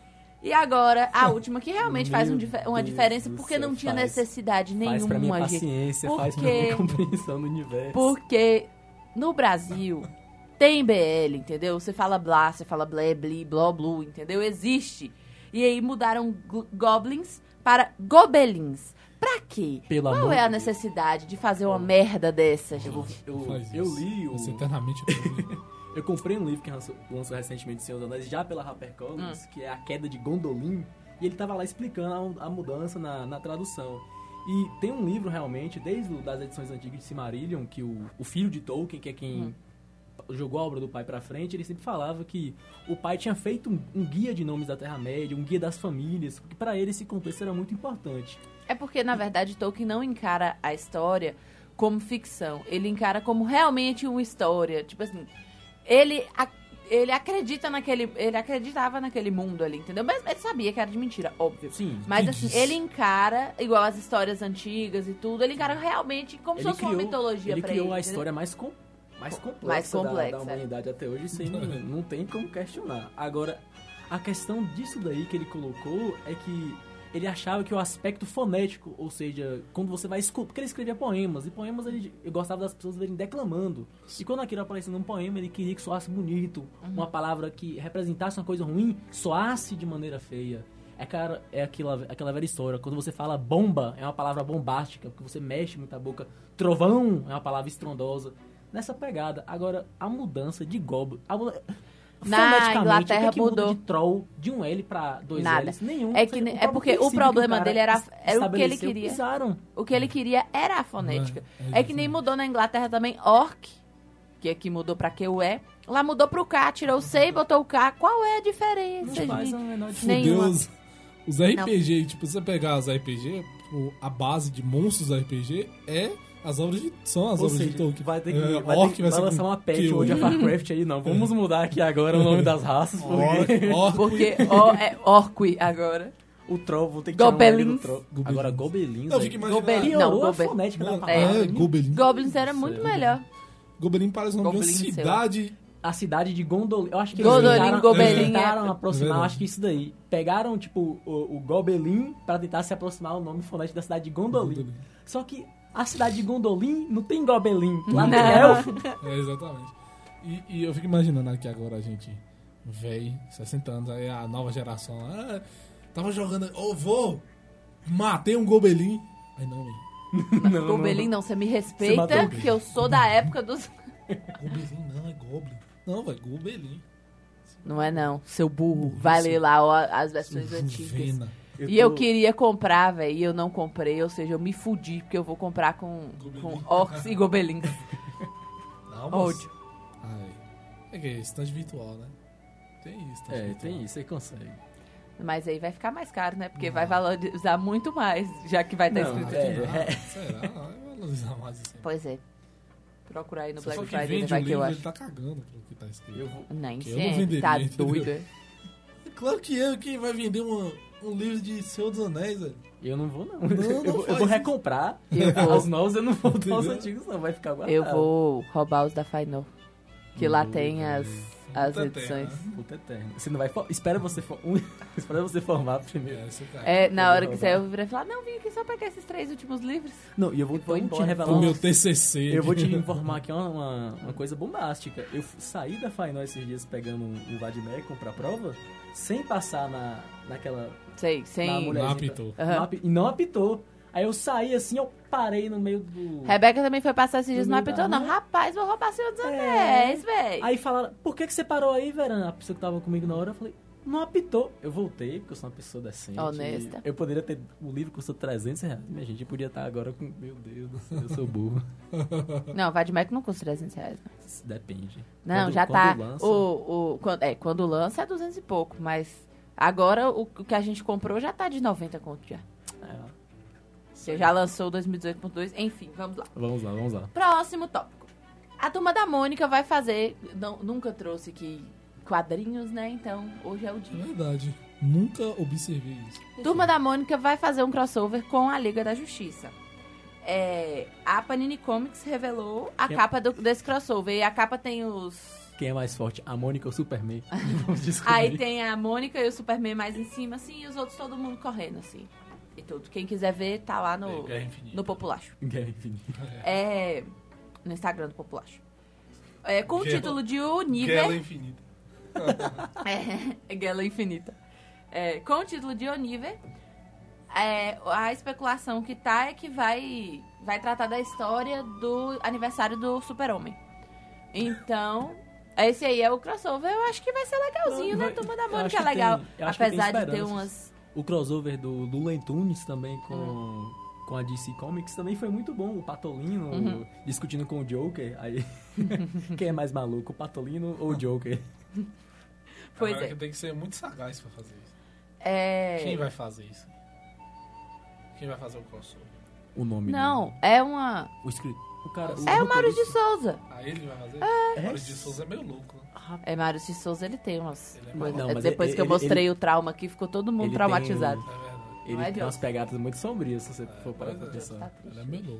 E agora, a última, que realmente faz um Meu dif- uma Deus diferença, do porque céu, não tinha faz. necessidade nenhuma, Faz pra minha gente. paciência, Por faz pra quê? minha compreensão do universo. Porque no Brasil tem B L, entendeu? Você fala blá, você fala blé, bli, bló, blu, entendeu? Existe. E aí mudaram go- goblins para gobelins. Pra quê? Pelo Qual amor é a de necessidade de fazer uma merda dessa, gente? Eu, Faz eu isso. li o... Vai ser eternamente pobre. Eu comprei um livro que lançou, lançou recentemente Senhor dos Anéis, já pela HarperCollins, Hum. que é A Queda de Gondolin, e ele tava lá explicando a, a mudança na, na tradução. E tem um livro, realmente, desde o, das edições antigas de Silmarillion, que o, o filho de Tolkien, que é quem Hum. jogou a obra do pai pra frente, ele sempre falava que o pai tinha feito um, um guia de nomes da Terra-média, um guia das famílias, porque pra ele esse contexto era muito importante. É porque, na verdade, Tolkien não encara a história como ficção. Ele encara como realmente uma história. Tipo assim, ele, a- ele acredita naquele... Ele acreditava naquele mundo ali, entendeu? Mas ele sabia que era de mentira, óbvio. Sim. Mas Que assim, disso? ele encara, igual as histórias antigas e tudo, ele encara realmente como se Ele fosse uma mitologia ele pra criou ele. a entendeu? história mais, com, mais complexa, Mais da- complexa, da, é. humanidade até hoje, isso aí não, não tem como questionar. Agora, a questão disso daí que ele colocou é que ele achava que o aspecto fonético, ou seja, quando você vai escutar, porque ele escrevia poemas, e poemas ele, ele gostava das pessoas verem declamando. E quando aquilo aparecia num poema, ele queria que soasse bonito, uma palavra que representasse uma coisa ruim, soasse de maneira feia. É, cara, é aquela, aquela velha história. Quando você fala bomba, é uma palavra bombástica, porque você mexe muito a boca. Trovão é uma palavra estrondosa. Nessa pegada. Agora, a mudança de goblin... A muda... Na foneticamente, Inglaterra o que é que muda mudou. de troll de um L pra dois Nada. L's? Nenhum. É, que, O é próprio porque o princípio problema que o dele cara era, era o que ele estabeleceu, queria. usaram. O que ele queria era a fonética. É, É, que nem mudou na Inglaterra também orc, que aqui mudou pra Q U E. Lá mudou pro K, tirou o C e botou o K. Qual é a diferença, Não faz gente? a menor diferença. Fudeu Nenhuma. os, os R P G. Tipo, se você pegar os R P G, tipo, a base de monstros do R P G é as obras de... São as Ou obras seja, de Tolkien. vai ter que, É, vai orc ter que vai vai ser lançar com uma patch Q. World of Warcraft aí, não. Vamos mudar aqui agora o nome das raças, porque Orc, orc, Porque ó, é orqui agora. o troll, vou ter que chamar ele do Gobelins. troll. Gobelins. Agora, gobelins... Eu aí. fico imaginando... Gobelin- Piorou Não, a Gobel- fonética da Não, palavra. é, Gobelin. Goblins era muito Sério. melhor. Gobelin parece o nome Goblin, de uma sei lá. cidade... A cidade de Gondolin. Eu acho que Gondolin, eles tentaram, Gobelin, eles tentaram é. aproximar, É eu acho que isso daí. Pegaram, tipo, o, o Gobelin pra tentar se aproximar ao nome fonético da cidade de Gondolin. Gondolin. Só que a cidade de Gondolin não tem Gobelin. Lá tem Não. elfo. É, exatamente. E, e eu fico imaginando aqui agora a gente, véi, sessenta anos, aí a nova geração, ah, tava jogando, ô vô, matei um Gobelin. Aí não, velho. Não, Gobelin não, você me Você respeita, matou o que eu sou da época dos... Gobelin não, é Goblin. Não, velho, Gobelin. Não é não, seu burro. Vai ler lá ó, as versões Hum, antigas. Juvena. E eu queria comprar, velho, e eu não comprei, ou seja, eu me fudi, porque eu vou comprar com, com orcs e gobelins. Não, mas... Ódio. Ai, é que é estante virtual, né? Tem isso. estante É, virtual. tem isso, aí consegue. Mas aí vai ficar mais caro, né? Porque vai valorizar muito mais, já que vai estar Não, escrito é, aqui. Ah, será? Não, vai valorizar mais isso aí. Pois é. Procurar aí no Só Black que Friday, vende vai o que eu livro, acho. ele tá cagando pelo que tá escrito. Eu vou... Nem Que eu não sei, venderia, tá entendeu? doido. é? Claro que eu, quem vai vender uma, um livro de Senhor dos Anéis, velho. Eu não vou, não. Não, eu, não vou, eu faz vou isso. recomprar. Eu vou. Os novos eu não vou dar os Entendeu? antigos, não. Vai ficar guardado. Eu vou roubar os da Final. Que lá Hum, tem as, as Puta edições. terra. Puta eterno. Você não vai... for- Espera você... For... um- Espera você formar primeiro. É, esse cara. É, na Eu hora vou que roubar. você eu virei falar, não, vim aqui só pegar esses três últimos livros. Não, e eu vou, E vou então te embora. revelar O uma... meu T C C. Eu vou te informar aqui uma, uma, uma coisa bombástica. Eu f- saí da Final esses dias pegando um, um Vadmecum pra prova, sem passar na, naquela... Sei, na sem... mulherzinha Não apitou. pra- Aham. não api- E não apitou. Aí eu saí assim, eu parei no meio do... Rebeca também foi passar esses dias, No não meio apitou, da não. rua. Rapaz, vou roubar Senhor dos É. Anéis, véi. Aí falaram, por que, que você parou aí, Verão? A pessoa que tava comigo na hora, eu falei, não apitou. Eu voltei, porque eu sou uma pessoa decente. Honesta. Eu poderia ter... O livro custou trezentos reais. Minha gente, eu podia estar agora com... Meu Deus do céu, eu sou burro. Não, Vadmec não custa trezentos reais. Não, Depende. não Quando- já quando tá. lança- O, o, quando, é, quando lança é duzentos e pouco, mas agora o, o que a gente comprou já tá de noventa conto já. É. Você já lançou o dois mil e dezoito ponto dois, enfim, vamos lá. Vamos lá, vamos lá. Próximo tópico. A Turma da Mônica vai fazer, não, nunca trouxe aqui quadrinhos, né? Então, hoje é o É dia. verdade. Nunca observei isso. Turma da Mônica vai fazer um crossover com a Liga da Justiça. É, a Panini Comics revelou a Quem- capa do- desse crossover. E a capa tem os... Quem é mais forte, a Mônica ou o Superman? Vamos descobrir. Aí tem a Mônica e o Superman mais em cima, assim, e os outros todo mundo correndo, assim. E tudo. Quem quiser ver, tá lá no, Guerra Infinita. no Populacho. Guerra Infinita. É, no Instagram do Populacho. É, com o Guerra- título de Univer... Guerra Infinita. É, Guerra Infinita. É, com o título de Univer, é, a especulação que tá é que vai, vai tratar da história do aniversário do Super-Homem. Então, esse aí é o crossover. Eu acho que vai ser legalzinho, Não, né? vai- Turma da eu Mônica acho é que legal. tem- eu acho que tem Apesar de ter esperanças. umas... O crossover do Lula Tunes também com, Hum. com a D C Comics também foi muito bom. O Patolino Uhum. discutindo com o Joker. Aí, quem é mais maluco, o Patolino ou o Joker? Pois Agora é. que tem que ser muito sagaz pra fazer isso. É... Quem vai fazer isso? Quem vai fazer o crossover? O nome Não, é uma... dele. O escrito. O cara, É o Maurício de Souza. Ah, ele vai fazer? É. O Maurício de Souza é meio louco, né? É, Maurício de Souza, ele tem umas... Ele é coisas- Não, mas Depois ele- que eu ele- mostrei ele- o trauma aqui, ficou todo mundo ele traumatizado. tem- É verdade. Ele Não é, tem umas Deus? pegadas muito sombrias, se você for parar pra Pois é. pensar. Ele é meio louco.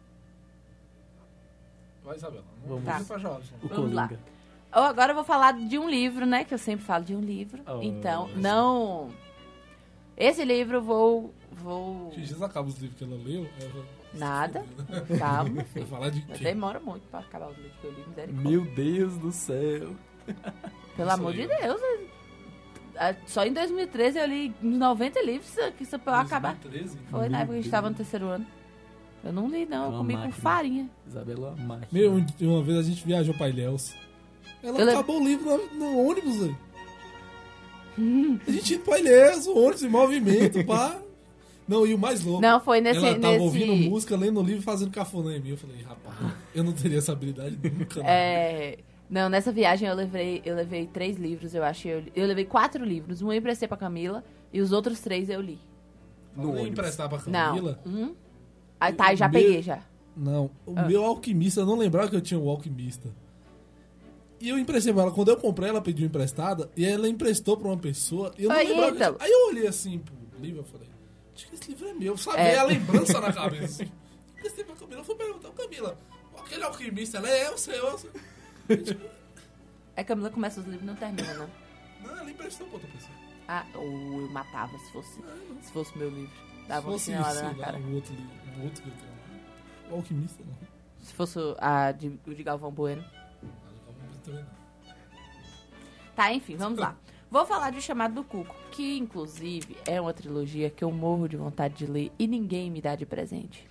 Vai, Isabela. Não Vamos. vamos pra jogos. O Vamos lá. Coringa. Oh, agora eu vou falar de um livro, né? Que eu sempre falo de um livro. Oh, então, esse- não... Esse livro eu vou... vou... Que dias acaba os livros que ela leu. Ela... Nada. Vai Calma, filho. falar de quê? Demora muito pra acabar os livros que eu li, misericórdia. Meu Deus do céu. Pelo Isso amor aí. de Deus. eu- ah, Só em dois mil e treze eu li uns noventa livros que isso pra eu acabar. dois mil e treze? Foi Meu na época que a gente Deus. tava no terceiro ano. Eu não li, não. Eu Uma comi máquina. com farinha. Isabela é uma máquina. Meu, um- uma vez a gente viajou pra Ilhéus. Ela Eu lem- acabou o livro no, no ônibus, velho. A gente indo pra Ilhéus, o ônibus em movimento, pá. Não, e o mais louco. Não, foi nesse... Ela tava nesse... ouvindo música, lendo o livro e fazendo cafuné em mim. Eu falei, rapaz, eu não teria essa habilidade nunca. né? É, não, nessa viagem eu levei, eu levei três livros, eu acho. Eu, eu levei quatro livros. Um eu emprestei pra Camila e os outros três eu li. Não vou emprestar pra Camila. Não. Um? Ah, tá, já O meu- peguei já. Não, o Ah. meu alquimista, eu não lembrava que eu tinha um alquimista. E eu emprestei pra ela. Quando eu comprei, ela pediu emprestada e ela emprestou pra uma pessoa. E eu não Oi, lembrava. que eu Ítalo. tinha- Aí eu olhei assim pro livro e falei, acho que esse livro é meu. Sabe? É. É a lembrança na cabeça. Assim. Emprestei pra Camila. Eu fui perguntar, Camila, aquele alquimista, ela é eu, sei, eu sei. É que a Camila começa os livros e não termina, não. Não, ela emprestou pra outra pessoa. Ah, ou eu matava se fosse, se fosse meu livro. Dava Se uma fosse, chinelada sei na lá, cara. o outro livro, o outro que eu tenho lá. O alquimista, não. Se fosse a de, o de Galvão Bueno. Mas o alquimista também não. Tá, enfim, vamos lá. Vou falar de O Chamado do Cuco, que inclusive é uma trilogia que eu morro de vontade de ler e ninguém me dá de presente.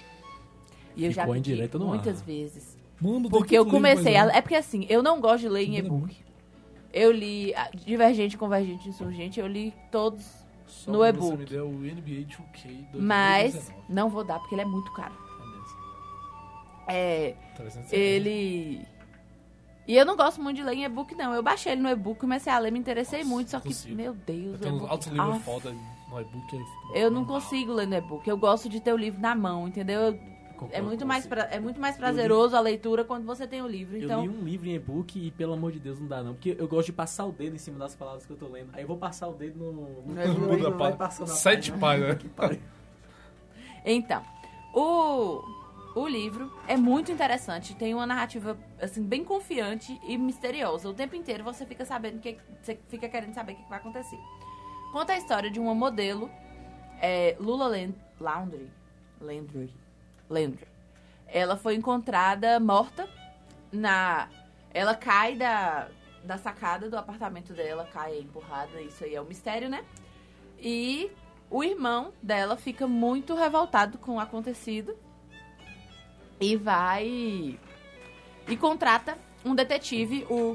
E eu já Ficou pedi indireto no muitas ar. vezes. Mano, tem Porque eu tanto livro pra comecei ler. a... É porque assim, eu não gosto de ler em Tudo é e-book. Eu li ah, Divergente, Convergente, Insurgente, eu li todos Só no quando e-book. Você me deu o N B A two K dois mil e Mas dezenove. não vou dar porque ele é muito caro. É mesmo. É, trezentos reais. ele... E eu não gosto muito de ler em e-book, não. Eu baixei ele no e-book, comecei a ler, me interessei Nossa, muito, só que, impossível. meu Deus, o Tem uns e-book... altos livros Ah, foda no e-book. eu não consigo ler no e-book. Eu gosto de ter o livro na mão, entendeu? Eu- Concordo É muito, com mais você. pra- é muito mais prazeroso a leitura quando você tem o livro. Eu Então, li um livro em e-book e, pelo amor de Deus, não dá não. Porque eu gosto de passar o dedo em cima das palavras que eu tô lendo. Aí eu vou passar o dedo no... no, No e-book. no livro, vai passando a Sete página. páginas. Que pariu. então o, o livro é muito interessante. Tem uma narrativa assim, bem confiante e misteriosa. O tempo inteiro você fica sabendo que você fica querendo saber o que vai acontecer. Conta a história de uma modelo, é, Lula Land, Laundry, Landry, Landry. Ela foi encontrada morta na... Ela cai da, da sacada do apartamento dela, cai empurrada, isso aí é um mistério, né? E o irmão dela fica muito revoltado com o acontecido e vai... E contrata um detetive, o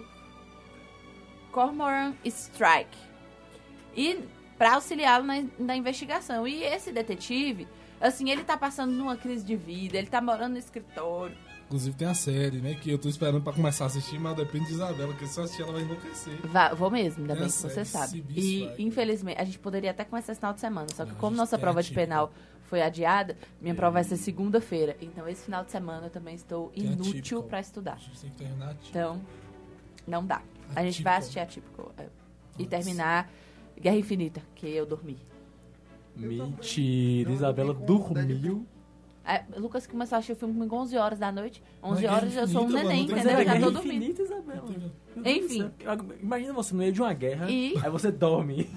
Cormoran Strike, e para auxiliá-lo na, na investigação. E esse detetive... Assim, ele tá passando numa crise de vida, ele tá morando no escritório. Inclusive tem a série, né? Que eu tô esperando pra começar a assistir, mas depende de Isabela, porque se eu assistir ela vai enlouquecer. Vá, vou mesmo, ainda Tem bem a que você série sabe. Civil E, Strike. infelizmente, a gente poderia até começar esse final de semana. Só que Não, a como gente nossa tem prova a de típica. penal foi adiada, minha prova vai ser segunda-feira. Então, esse final de semana eu também estou Tem a inútil típica. pra estudar. A gente tem que terminar a típica. Então, não dá. A gente Atípico. vai assistir a típico é, e terminar Guerra Infinita, que eu dormi. Mentira, Isabela dormiu. É, Lucas começou a assistir o filme com onze horas da noite. onze Mas horas eu sou um Guerra neném, Infinita, entendeu? mano, Eu já Guerra tô dormindo. Infinita, Isabela. Enfim. Imagina você no meio de uma guerra, E- aí você dorme.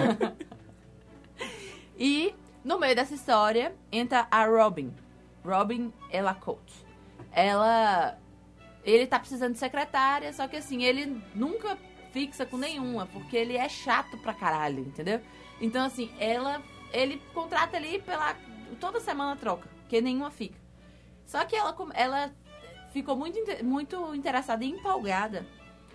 E no meio dessa história entra a Robin. Robin Elacote. Ela... Ele tá precisando de secretária, só que assim, ele nunca fixa com nenhuma, porque ele é chato pra caralho, entendeu? Então assim, ela... Ele contrata ali pela... Toda semana troca, porque nenhuma fica. Só que ela, ela ficou muito, muito interessada e empolgada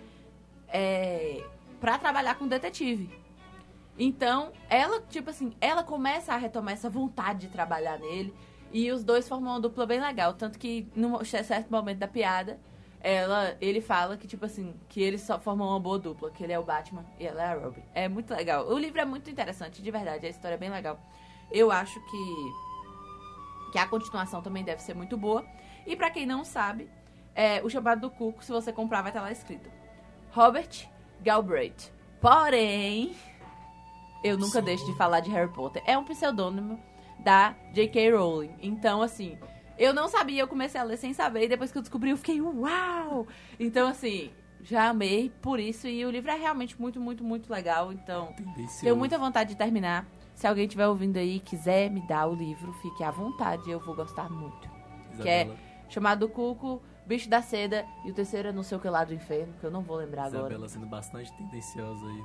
é, pra trabalhar com detetive. Então, ela, tipo assim, ela começa a retomar essa vontade de trabalhar nele. E os dois formam uma dupla bem legal. Tanto que, num certo momento da piada, ela, ele fala que, tipo assim, que eles só formam uma boa dupla. Que ele é o Batman e ela é a Robin. É muito legal. O livro é muito interessante, de verdade. A história é bem legal. Eu acho que, que a continuação também deve ser muito boa. E pra quem não sabe, é, o Chamado do Cuco, se você comprar, vai estar lá escrito Robert Galbraith. Porém... Eu nunca Sim. deixo de falar de Harry Potter. É um pseudônimo da J K. Rowling. Então, assim, eu não sabia, eu comecei a ler sem saber. E depois que eu descobri, eu fiquei, uau! Então, assim, já amei por isso. E o livro é realmente muito, muito, muito legal. Então, tenho muita vontade de terminar. Se alguém estiver ouvindo aí e quiser me dar o livro, fique à vontade. Eu vou gostar muito. Isabela. Que é Chamado Cuco, Bicho da Seda e o terceiro é Não Sei O Que Lá do Inferno, que eu não vou lembrar Isabela agora. Isabela sendo bastante tendenciosa aí.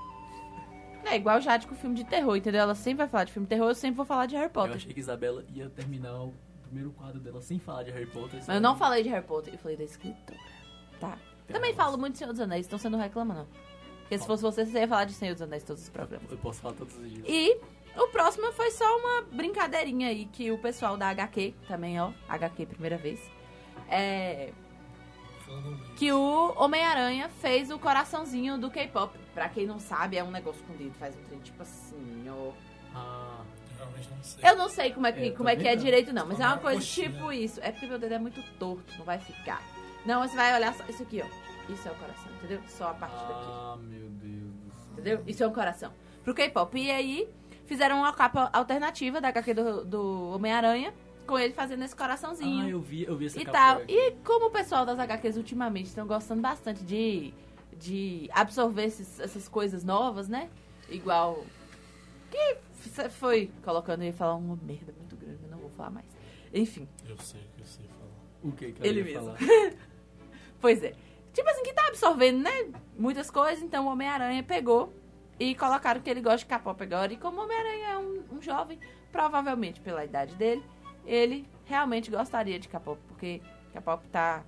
É igual o Jade com filme de terror, entendeu? Ela sempre vai falar de filme de terror, eu sempre vou falar de Harry Potter. Eu achei que Isabela ia terminar o primeiro quadro dela sem falar de Harry Potter. Mas eu não falei de Harry Potter, eu falei da escritora. Tá. Tem Também falo muito de Senhor dos Anéis, então você não reclama, não. Porque se fosse você, você ia falar de Senhor dos Anéis todos os programas. Eu posso falar todos os dias. E o próximo foi só uma brincadeirinha aí que o pessoal da H Q, também, ó, H Q primeira vez, é... que o Homem-Aranha fez o coraçãozinho do K-pop. Pra quem não sabe, é um negócio com o dedo, faz um trem tipo assim, ó. Ah, realmente não sei. Eu não sei como é que, É, como é, que é não. direito, não, mas Só é uma na coisa coxinha. tipo isso. É porque meu dedo é muito torto, não vai ficar. Não, você vai olhar só isso aqui, ó. Isso é o coração, entendeu? Só a partir daqui. Ah, meu Deus do céu. Entendeu? Isso é um coração. Pro K-pop. E aí, fizeram uma capa alternativa da H Q do, do Homem-Aranha, com ele fazendo esse coraçãozinho. Ah, eu vi, eu vi essa E capa tal. aqui. E como o pessoal das H Qs ultimamente estão gostando bastante de, de absorver esses, essas coisas novas, né? Igual... Que f- foi colocando, eu ia falar uma merda muito grande, eu não vou falar mais. Enfim. Eu sei o que eu sei falar. O que que Ele ela ia mesmo. falar? Pois é. Tipo assim, que tá absorvendo, né? Muitas coisas, então o Homem-Aranha pegou e colocaram que ele gosta de K-pop agora. E como o Homem-Aranha é um, um jovem, provavelmente pela idade dele, ele realmente gostaria de K-pop, porque K-pop tá,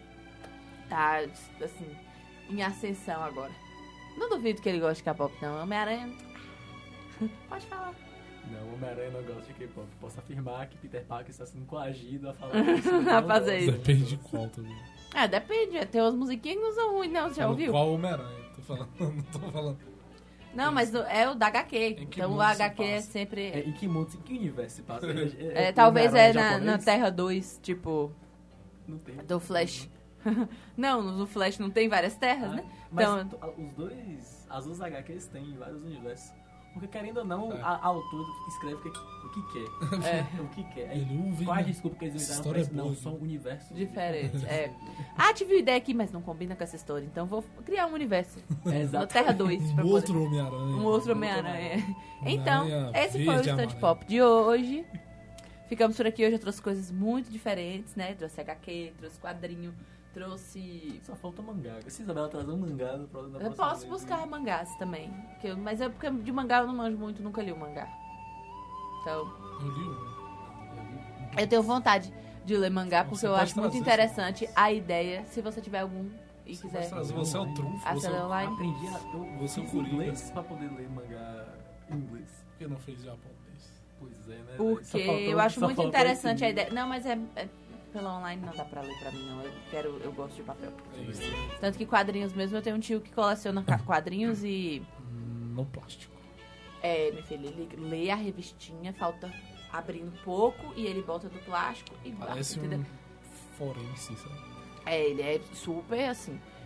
tá, assim, em ascensão agora. Não duvido que ele goste de K-pop, não. Homem-Aranha... Pode falar. Não, o Homem-Aranha não gosta de K-pop. Posso afirmar que Peter Parker está sendo coagido a falar isso. A fazer isso. Depende de qual também. É, depende. Tem umas musiquinhas que não são ruins, não. Você já Fala ouviu? Qual Homem-Aranha? Tô falando, não tô falando. Não, mas do- é o da H Q. Em que Então o mundo se H Q é passa? sempre... É, em que mundo, em que universo se passa? É, o talvez é Homem-Aranha na, japonês? na Terra dois, tipo, Não tem. do Flash. Não, no Flash não tem várias terras, Ah, né? mas Então, t- os dois, as duas H Qs têm vários universos. Porque querendo ou não, É. a, a autora escreve o que, o que quer. É. O que quer. Aí, Ele ouve, qual a né? desculpa que eles Essa inventaram pra história isso? é Não, boa, são universos diferente, é. Ah, tive uma ideia aqui, mas não combina com essa história. Então vou criar um universo. É, No exato. Terra dois. pra Um poder- outro Homem-Aranha. Um outro Homem-Aranha. Então, Homem-Aranha esse foi o verde e Stand amarelo. Pop de hoje. Ficamos por aqui hoje. Eu trouxe coisas muito diferentes, né? Trouxe H Q, trouxe quadrinho, trouxe... Só falta mangá. Se Isabela trazer um mangá no próximo Eu posso buscar mangás também. Que eu- mas é porque de mangá eu não manjo muito, nunca li o mangá. Então, Eu li um. eu tenho vontade de ler mangá, porque Você eu pode acho muito trazer, interessante a ideia. Se você tiver algum e Você quiser... pode trazer, você é o trunfo. Ah, Você, você é leu o- lá? Aprendi a, eu Você é o fiz Coringa. inglês pra poder ler mangá em inglês. Por que não fez japonês? Pois é, né? Só Porque faltou- eu acho só muito faltou interessante esse a ideia. Não, mas é, é pela online não dá pra ler pra mim, não. Eu quero, eu gosto de papel. É isso. Tanto que quadrinhos mesmo, eu tenho um tio que coleciona ca- quadrinhos e. Hum, No plástico. É, meu filho, ele lê a revistinha, falta abrindo um pouco e ele bota do plástico e guarda, Parece entendeu? um forense, sabe? É, ele é super assim.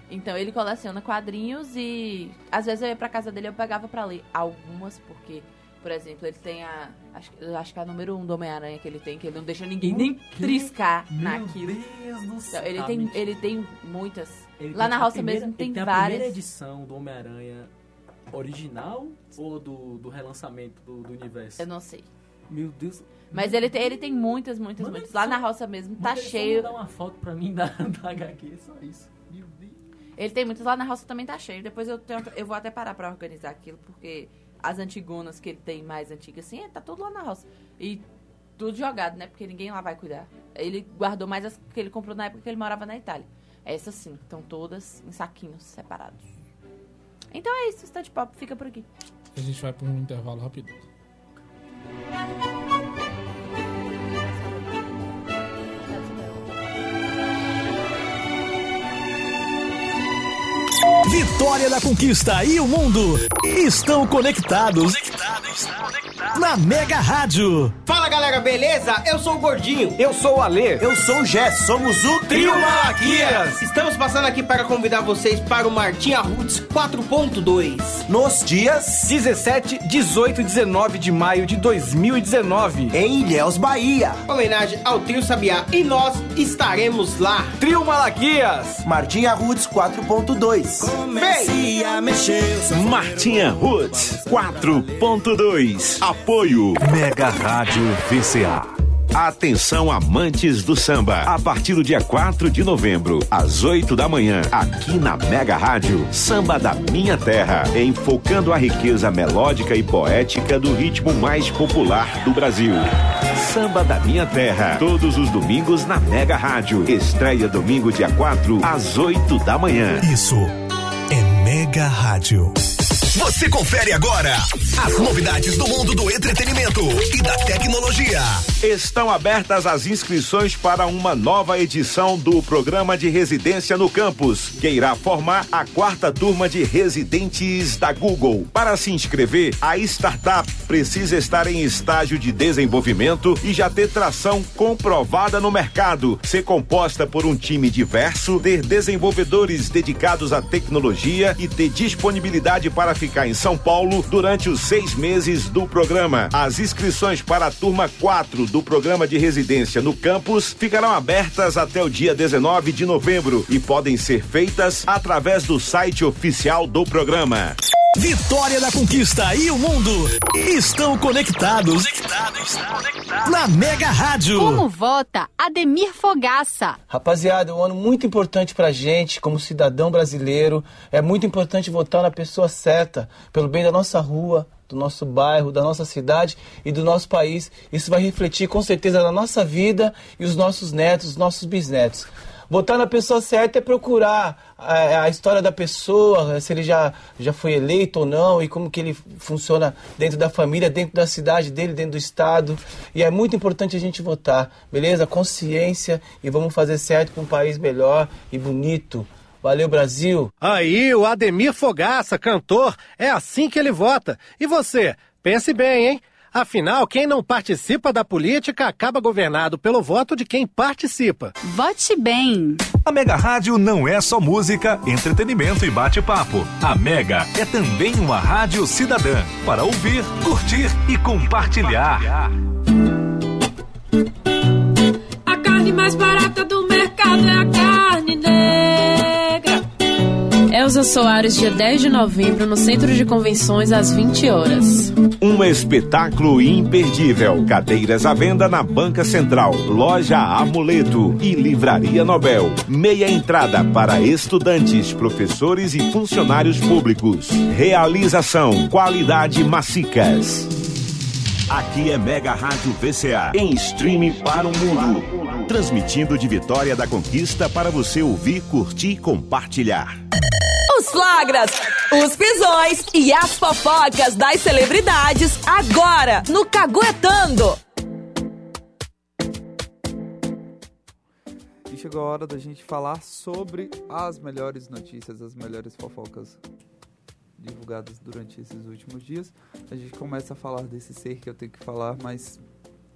Então ele coleciona quadrinhos e às vezes eu ia pra casa dele e eu pegava pra ler algumas, porque, por exemplo, ele tem a... Acho, eu acho que é a número um do Homem-Aranha que ele tem, que ele não deixa ninguém nem triscar Meu naquilo. Deus do céu. Então, ele, tem, ele tem muitas. Ele Lá tem na a roça primeira- mesmo tem, ele tem a várias. primeira edição do Homem-Aranha original ou do, do relançamento do, do universo? Eu não sei. Meu Deus. Mas ele tem, ele tem muitas, muitas, muitas. Lá na roça mesmo tá Manda ele só cheio. mandar uma foto pra mim da, da agá quê, só isso. Meu Deus. Ele tem muitos, lá na roça também tá cheio. Depois eu, tenho, eu vou até parar pra organizar aquilo, porque as antigonas que ele tem mais antigas, assim, é, tá tudo lá na roça. E tudo jogado, né? Porque ninguém lá vai cuidar. Ele guardou mais as que ele comprou na época que ele morava na Itália. Essas sim, estão todas em saquinhos separados. Então é isso, Stand Pop fica por aqui. A gente vai pra um intervalo rápido. Vitória da Conquista e o mundo estão conectados na Mega Rádio. Fala galera, beleza? Eu sou o Gordinho. Eu sou o Alê. Eu sou o Jess. Somos o Trio Malaquias. Estamos passando aqui para convidar vocês para o Martinha Roots quatro ponto dois. Nos dias dezessete, dezoito e dezenove de maio de dois mil e dezenove. Em Ilhéus, Bahia. Homenagem ao Trio Sabiá. E nós estaremos lá. Trio Malaquias. Martinha Roots quatro ponto dois. Comece a mexer. Martinha Roots quatro ponto dois. Apoio Mega Rádio V C A. Atenção amantes do samba, a partir do dia quatro de novembro, às oito da manhã, aqui na Mega Rádio, Samba da Minha Terra, enfocando a riqueza melódica e poética do ritmo mais popular do Brasil. Samba da Minha Terra, todos os domingos na Mega Rádio. Estreia domingo dia quatro, às oito da manhã. Isso é Mega Rádio. Você confere agora as novidades do mundo do entretenimento e da tecnologia. Estão abertas as inscrições para uma nova edição do programa de residência no campus, que irá formar a quarta turma de residentes da Google. Para se inscrever, a startup precisa estar em estágio de desenvolvimento e já ter tração comprovada no mercado, ser composta por um time diverso, ter desenvolvedores dedicados à tecnologia e ter disponibilidade para ficar em São Paulo durante os seis meses do programa. As inscrições para a turma quatro do programa de residência no campus ficarão abertas até o dia dezenove de novembro e podem ser feitas através do site oficial do programa. Vitória da Conquista e o mundo estão conectados na Mega Rádio. Como vota Ademir Fogaça? Rapaziada, é um ano muito importante pra gente, como cidadão brasileiro. É muito importante votar na pessoa certa, pelo bem da nossa rua, do nosso bairro, da nossa cidade e do nosso país. Isso vai refletir com certeza na nossa vida e os nossos netos, os nossos bisnetos. Votar na pessoa certa é procurar a, a história da pessoa, se ele já, já foi eleito ou não, e como que ele funciona dentro da família, dentro da cidade dele, dentro do estado. E é muito importante a gente votar, beleza? Consciência, e vamos fazer certo para um país melhor e bonito. Valeu, Brasil! Aí, o Ademir Fogaça, cantor, é assim que ele vota. E você? Pense bem, hein? Afinal, quem não participa da política acaba governado pelo voto de quem participa. Vote bem! A Mega Rádio não é só música, entretenimento e bate-papo. A Mega é também uma rádio cidadã, para ouvir, curtir e compartilhar. A carne mais barata do mercado é a carne negra. Elza Soares, dia dez de novembro, no Centro de Convenções, às vinte horas. Um espetáculo imperdível. Cadeiras à venda na Banca Central, Loja Amuleto e Livraria Nobel. Meia entrada para estudantes, professores e funcionários públicos. Realização, qualidade Massicas. Aqui é Mega Rádio V C A, em streaming para o mundo. Transmitindo de Vitória da Conquista para você ouvir, curtir e compartilhar. Os flagras, os pisões e as fofocas das celebridades agora no Caguetando. E chegou a hora da gente falar sobre as melhores notícias, as melhores fofocas divulgadas durante esses últimos dias. A gente começa a falar desse ser que eu tenho que falar, mas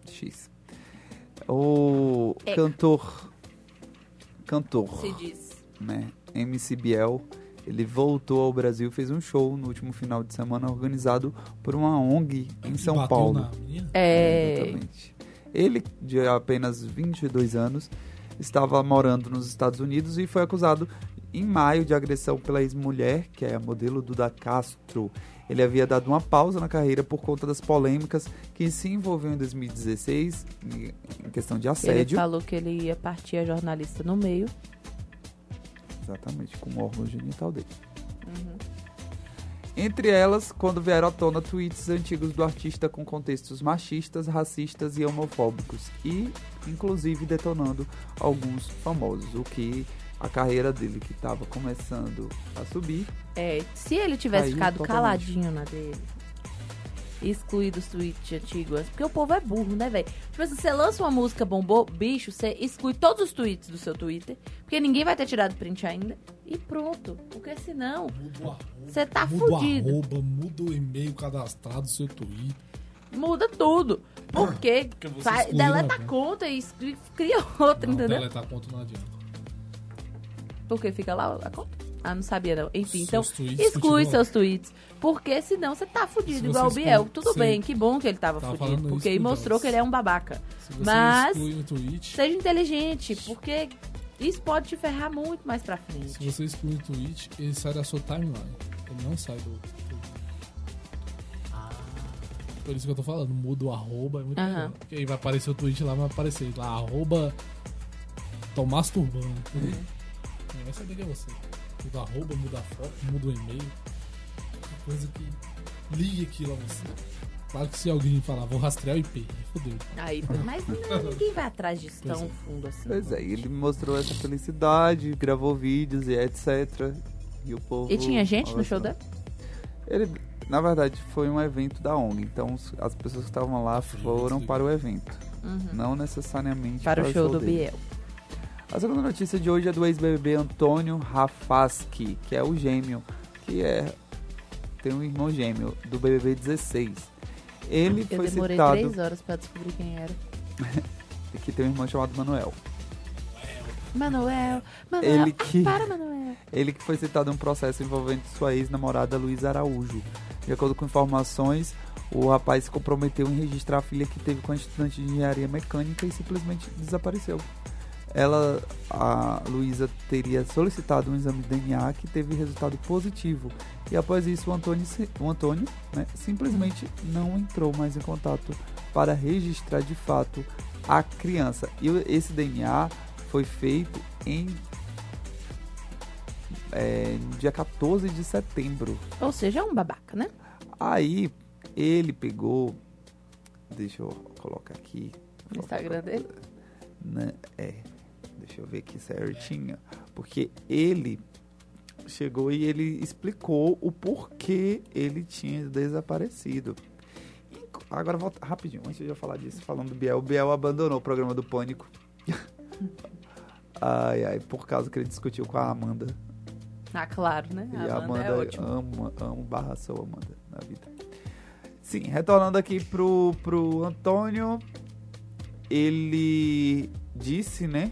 X. O É. cantor... Cantor... Se diz. né, M C Biel, ele voltou ao Brasil e fez um show no último final de semana organizado por uma O N G em São Bateu Paulo. na minha? É. Exatamente. Ele, de apenas vinte e dois anos, estava morando nos Estados Unidos e foi acusado em maio de agressão pela ex-mulher, que é a modelo Duda Castro. Ele havia dado uma pausa na carreira por conta das polêmicas que se envolveu em dois mil e dezesseis em questão de assédio. Ele falou que ele ia partir a jornalista no meio. Exatamente, com o órgão genital dele. Uhum. Entre elas, quando vieram à tona tweets antigos do artista com contextos machistas, racistas e homofóbicos, e inclusive detonando alguns famosos, o que a carreira dele, que estava começando a subir... É, se ele tivesse Aí, ficado totalmente. caladinho na dele, excluído os tweets antigos, porque o povo é burro, né, velho? Tipo assim, você lança uma música, bombou, bicho, você exclui todos os tweets do seu Twitter, porque ninguém vai ter tirado print ainda, e pronto. Porque senão, você tá Muda o fudido. arroba, muda o e-mail cadastrado do seu Twitter. Muda tudo. Porque, Porque você faz, exclui, deleta né? a conta e exclui- cria outra, Não, entendeu? deletar a conta não adianta. Porque fica lá a conta. Ah, não sabia não. Enfim, então Seus tweets exclui continuam. seus tweets. Porque senão você tá Se fudido, você igual o Biel. exclui- Tudo Sim. bem, que bom que ele tava, Tava fudido. falando Porque isso aí pro mostrou Delas. que ele é um babaca. Se você Mas exclui um tweet, seja inteligente, porque isso pode te ferrar muito mais pra frente. se você exclui um tweet, ele sai da sua timeline. Ele não sai do Twitter. Por isso que eu tô falando, muda o arroba, é muito Aham. melhor. Porque aí vai aparecer o tweet lá, vai aparecer lá, arroba Tomás Turbano. Ninguém vai saber que é você. Muda o arroba, muda a foto, muda o e-mail. Qualquer coisa que ligue aquilo a você. Claro que se alguém falar, vou rastrear o I P, aí fodeu. Aí, mas não, ninguém vai atrás disso Pois tão é. fundo assim. Pois é, ele mostrou essa felicidade, gravou vídeos e etcétera. E o povo... E tinha gente no show ovacionou. dele? Ele, na verdade, foi um evento da O N G, então os- as pessoas que estavam lá foram para o evento, Uhum. não necessariamente Para o show do dele. Biel. A segunda notícia de hoje é do ex-B B B Antônio Rafaschi, que é o gêmeo, que é tem um irmão gêmeo do B B B dezesseis. Ele Eu foi demorei citado três horas pra descobrir quem era. que tem um irmão chamado Manuel. Manuel, Manuel, Ele que- para Manuel. Ele que foi citado em um processo envolvendo sua ex-namorada Luísa Araújo. De acordo com informações, o rapaz se comprometeu em registrar a filha que teve com a estudante de engenharia mecânica e simplesmente desapareceu. Ela, a Luísa, teria solicitado um exame de D N A que teve resultado positivo. E após isso, o Antônio, se- o Antônio né, simplesmente não entrou mais em contato para registrar de fato a criança. E o- esse D N A foi feito em é, no dia quatorze de setembro. Ou seja, é um babaca, né? Aí ele pegou. Deixa eu colocar aqui. No Instagram dele? Né, é. Deixa eu ver aqui certinho. Porque ele chegou e ele explicou o porquê ele tinha desaparecido. Inc- Agora volta rapidinho, antes de eu falar disso, falando do Biel. O Biel abandonou o programa do Pânico. Ai, ai, por causa que ele discutiu com a Amanda. Ah, claro, né? E A a Amanda Amanda, é ótima. amo, amo barra sou Amanda na vida. Sim, retornando aqui pro, pro Antônio, ele disse, né,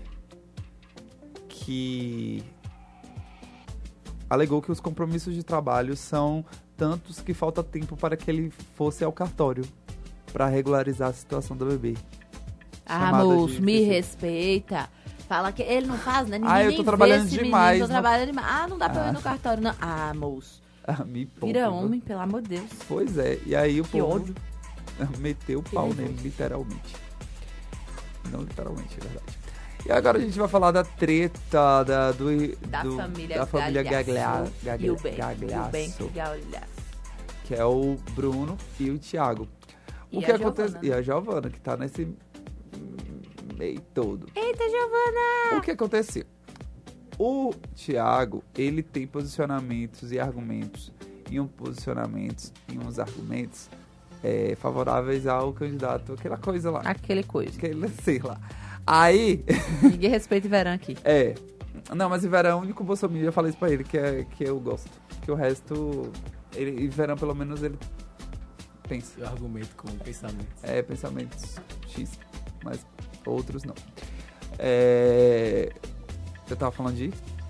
que alegou que os compromissos de trabalho são tantos que falta tempo para que ele fosse ao cartório para regularizar a situação do bebê. Ah, Chamada moço, de- me respeita. Fala que ele não faz, né? Ninguém Ah, eu nem tô vê trabalhando esse demais, Menino, tô não- trabalhando demais. Ah, não dá pra eu ir Ah. no cartório, não. Ah, moço. Ah, me poupa, Vira viu? homem, pelo amor de Deus. Pois é, e aí o Que povo ódio. meteu o pau nervoso. nele, literalmente. Não literalmente, é verdade. E agora a gente vai falar da treta da, do, Da do- família da família Gagliasso. Gaglia, E o Ben- Gagliasso, e o Ben Gagliasso. que é o Bruno e o Thiago. E O que a acontece? Giovana, E né? a Giovana, que tá nesse meio todo. Eita, Giovana! O que aconteceu? O Thiago, ele tem posicionamentos e argumentos, e um posicionamentos e uns argumentos é, favoráveis ao candidato, aquela coisa lá. Aquele coisa. Aquele, sei lá. Aí, Ninguém respeita o Verão aqui. é. Não, mas o Verão é o único Bolsonaro, eu falei isso pra ele, que, é, que eu gosto. Que o resto, ele, e Verão pelo menos ele pensa. Eu argumento com pensamento. É, pensamentos X, mas outros não. É, eu tava falando de... Tá.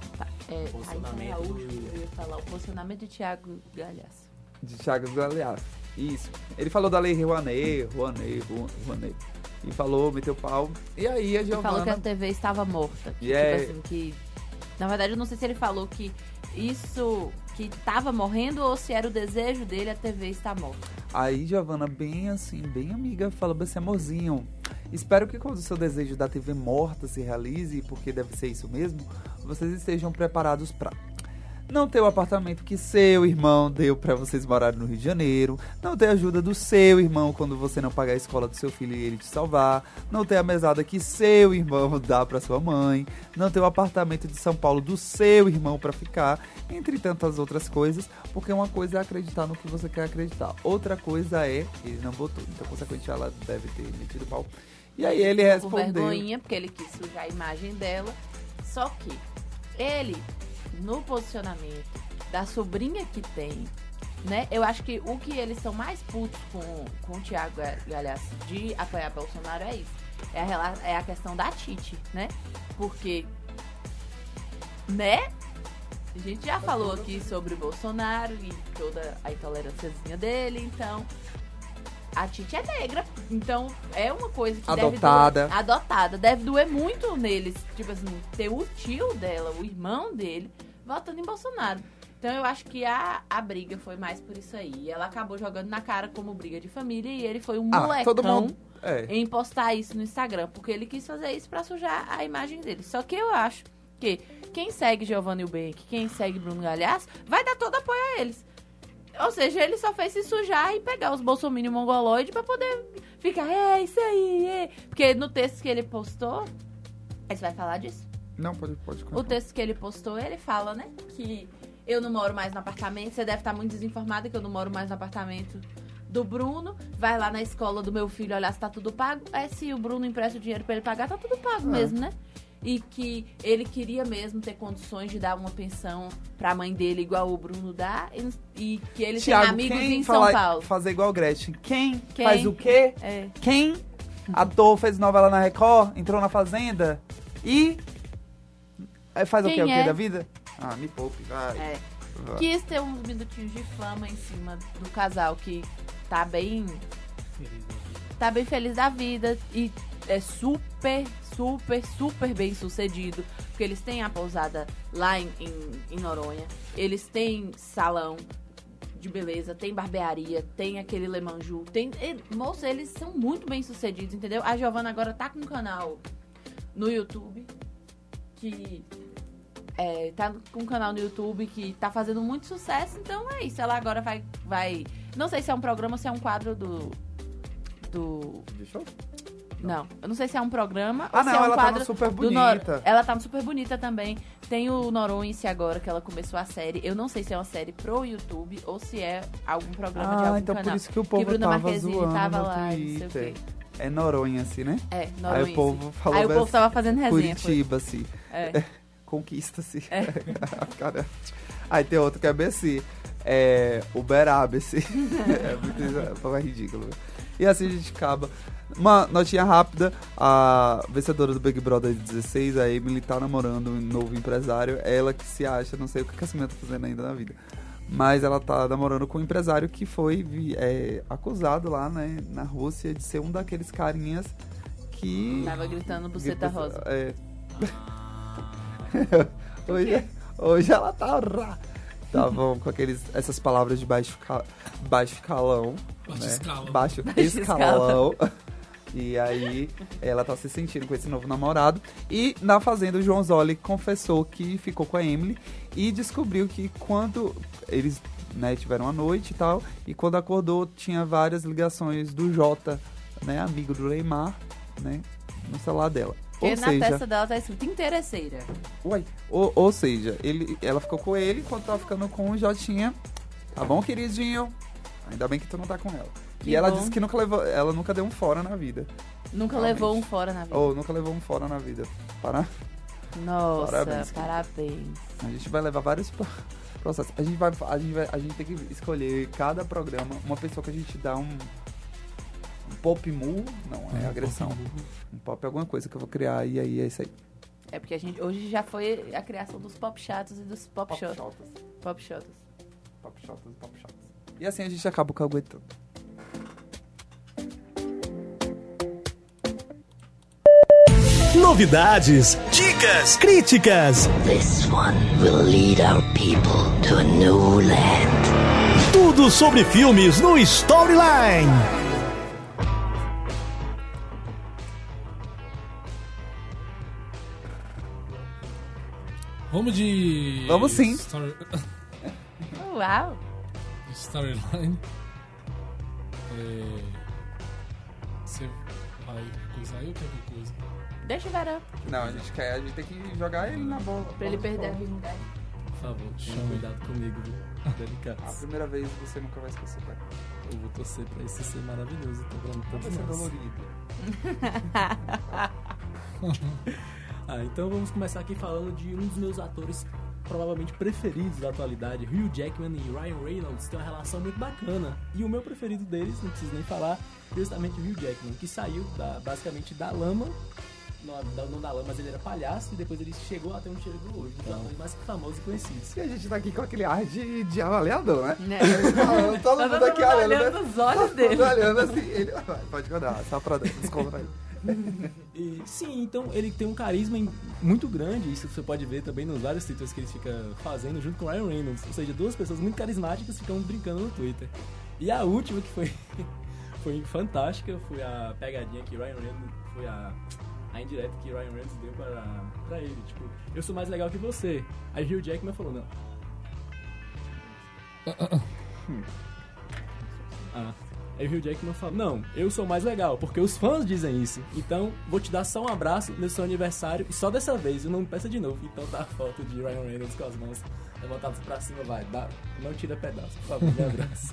É, Posicionamento Araújo, do- eu ia falar o posicionamento de Thiago Galhaço. De Thiago Galhaço. Isso. Ele falou da lei Rouanet, Rouanet, Rouanet. E falou, meteu pau. E aí a Ele falou que a Giovana... T V estava morta. Que, Yeah. Tipo assim, que... Na verdade, eu não sei se ele falou que isso... Que tava morrendo ou se era o desejo dele, a T V está morta. Aí Giovana, bem assim, bem amiga, falou pra esse amorzinho. Espero que quando o seu desejo da T V morta se realize, porque deve ser isso mesmo, vocês estejam preparados pra... Não ter o apartamento que seu irmão deu pra vocês morarem no Rio de Janeiro. Não ter a ajuda do seu irmão quando você não pagar a escola do seu filho e ele te salvar. Não ter a mesada que seu irmão dá pra sua mãe. Não ter o apartamento de São Paulo do seu irmão pra ficar. Entre tantas outras coisas. Porque uma coisa é acreditar no que você quer acreditar. Outra coisa é... Ele não botou. Então, consequentemente, ela deve ter metido pau. E aí ele Por respondeu... vergonhinha, porque ele quis sujar a imagem dela. Só que ele... no posicionamento da sobrinha que tem, né? Eu acho que o que eles são mais putos com, com o Thiago Galhaço de apoiar Bolsonaro é isso. É a, rela- é a questão da Titi, né? Porque, né? A gente já falou aqui sobre o Bolsonaro e toda a intolerânciazinha dele, então... A Titi é negra, então é uma coisa que Adotada. deve doer, adotada, deve doer muito neles, tipo assim, ter o tio dela, o irmão dele, votando em Bolsonaro. Então eu acho que a, a briga foi mais por isso aí. E ela acabou jogando na cara como briga de família e ele foi um Ah, molecão todo mundo- é. em postar isso no Instagram, porque ele quis fazer isso pra sujar a imagem dele. Só que eu acho que quem segue Giovanna Eubank, quem segue Bruno Galhaço, vai dar todo apoio a eles. Ou seja, ele só fez se sujar e pegar os bolsominions mongoloides pra poder ficar, é isso aí, é. Porque no texto que ele postou, aí você vai falar disso? Não, pode, pode O texto que ele postou, ele fala, né, que eu não moro mais no apartamento, você deve estar muito desinformada que eu não moro mais no apartamento do Bruno, vai lá na escola do meu filho olhar se tá tudo pago. É, se o Bruno empresta o dinheiro pra ele pagar, tá tudo pago É. mesmo, né? E que ele queria mesmo ter condições de dar uma pensão pra mãe dele igual o Bruno dá, e, e que ele Thiago, tem amigos quem em São fala- Paulo. fazer igual Gretchen? Quem, Quem? faz o quê? É. Quem? Ator, fez novela na Record, entrou na Fazenda e... Aí faz o Quem quê? O quê é? da vida? Ah, me poupe, vai. É. Vai. Quis ter uns minutinhos de fama em cima do casal que tá bem... Tá bem feliz da vida e é super, super, super bem sucedido. Porque eles têm a pousada lá em, em, em Noronha. Eles têm salão de beleza, tem barbearia, tem aquele Lemanju. Tem, e, moça, eles são muito bem sucedidos, entendeu? A Giovana agora tá com um canal no YouTube que... É, tá com um canal no YouTube que tá fazendo muito sucesso, então é isso. Ela agora vai... vai não sei se é um programa ou se é um quadro do... do... De show? Não, eu não sei se é um programa Ah, ou se não, é um ela tá no quadro Super do Nor- Bonita. Ela tá no Super Bonita também. Tem o Noronense agora, que ela começou a série. Eu não sei se é uma série pro YouTube ou se é algum programa de Ah, algum então canal. por isso que o povo Bruna tava Marquezine zoando tava no lá, e não sei o Twitter. quê. É Noronha, assim, né? É, Aí Noronhense. o povo falou... Aí o povo assim, tava fazendo resenha, foi. Curitiba-se. É. Conquista-se. É. Cara. Aí tem outro que é B C. É... Uberaba-se. É muito é ridículo. E assim a gente acaba. Uma notinha rápida. A vencedora do Big Brother dezesseis, a Emily, tá namorando um novo empresário. Ela que se acha, não sei o que essa menina tá fazendo ainda na vida. Mas ela tá namorando com um empresário que foi é, acusado lá, né, na Rússia de ser um daqueles carinhas que... Tava gritando buceta rosa. É. hoje, hoje ela tá... Estavam com aqueles, essas palavras de baixo, ca- baixo calão. Baixo né? escalão. Baixo Baixo escalão. E aí, ela tá se sentindo com esse novo namorado. E na Fazenda, o João Zoli confessou que ficou com a Emily e descobriu que quando eles, né, tiveram a noite e tal, e quando acordou, tinha várias ligações do Jota, né, amigo do Neymar, né, no celular dela. Porque Ou na seja, testa dela tá escrito interesseira. Uai, ou, ou seja, ele, ela ficou com ele enquanto tava ficando com o Jotinha. Tá bom, queridinho? Ainda bem que tu não tá com ela. Que e ela bom. disse que nunca levou, ela nunca deu um fora na vida. Nunca Realmente. levou um fora na vida. Ou nunca levou um fora na vida. Para. Nossa, Parabéns, parabéns. A gente vai levar vários pro- processos. A gente vai, a gente vai, a gente tem que escolher cada programa uma pessoa que a gente dá um, um pop mu, não é É, agressão. pop mu. Um pop é alguma coisa que eu vou criar e aí é isso aí. É porque a gente, hoje já foi a criação dos pop chatos e dos pop, Pop shots. shotas. Pop shotas. Pop shotas e pop shotas. E assim a gente acaba o caguetando. Novidades, dicas, críticas. This one will lead our people to a new land. Tudo sobre filmes no Storyline. Vamos de... Vamos sim. Story... Uau. Storyline. É... Você vai coisar aí ou quer que coisa? Deixa o Verão. Não, a gente quer, a gente tem que jogar ele na bola. Pra ele perder a virgindade. Por favor, tenha cuidado comigo, viu? Delicado. A primeira vez você nunca vai esquecer, cara. Eu vou torcer pra isso ser maravilhoso. Tô falando Vai tanto ser mais. dolorido. Ah, então vamos começar aqui falando de um dos meus atores provavelmente preferidos da atualidade, Hugh Jackman e Ryan Reynolds, tem uma relação muito bacana. E o meu preferido deles, não preciso nem falar, justamente o Hugh Jackman, que saiu da, basicamente da lama, não, não da lama, mas ele era palhaço, e depois ele chegou até onde chegou hoje, um dos atores mais famosos e conhecidos. E a gente tá aqui com aquele ar de, de avaliador, né? Né? Falando, todo Tá mundo todo aqui mundo olhando, olhando né? nos olhos Todo dele. mundo olhando assim, ele... Vai, pode rodar, só pra descontrair. E, sim, então ele tem um carisma muito grande, isso você pode ver também nos vários títulos que ele fica fazendo junto com o Ryan Reynolds, ou seja, duas pessoas muito carismáticas ficam brincando no Twitter. E a última que foi, foi fantástica foi a pegadinha que Ryan Reynolds, foi a, a indireta que Ryan Reynolds deu para, pra ele, tipo, eu sou mais legal que você. Aí Hugh Jackman falou, não. hum. Ah. Aí o Hugh Jackman fala, não, eu sou mais legal, porque os fãs dizem isso. Então, vou te dar só um abraço nesse seu aniversário, e só dessa vez, eu não me peça de novo. Então tá a foto de Ryan Reynolds com as mãos levantadas pra cima, vai, dá, não tira pedaço, por favor, me abraça.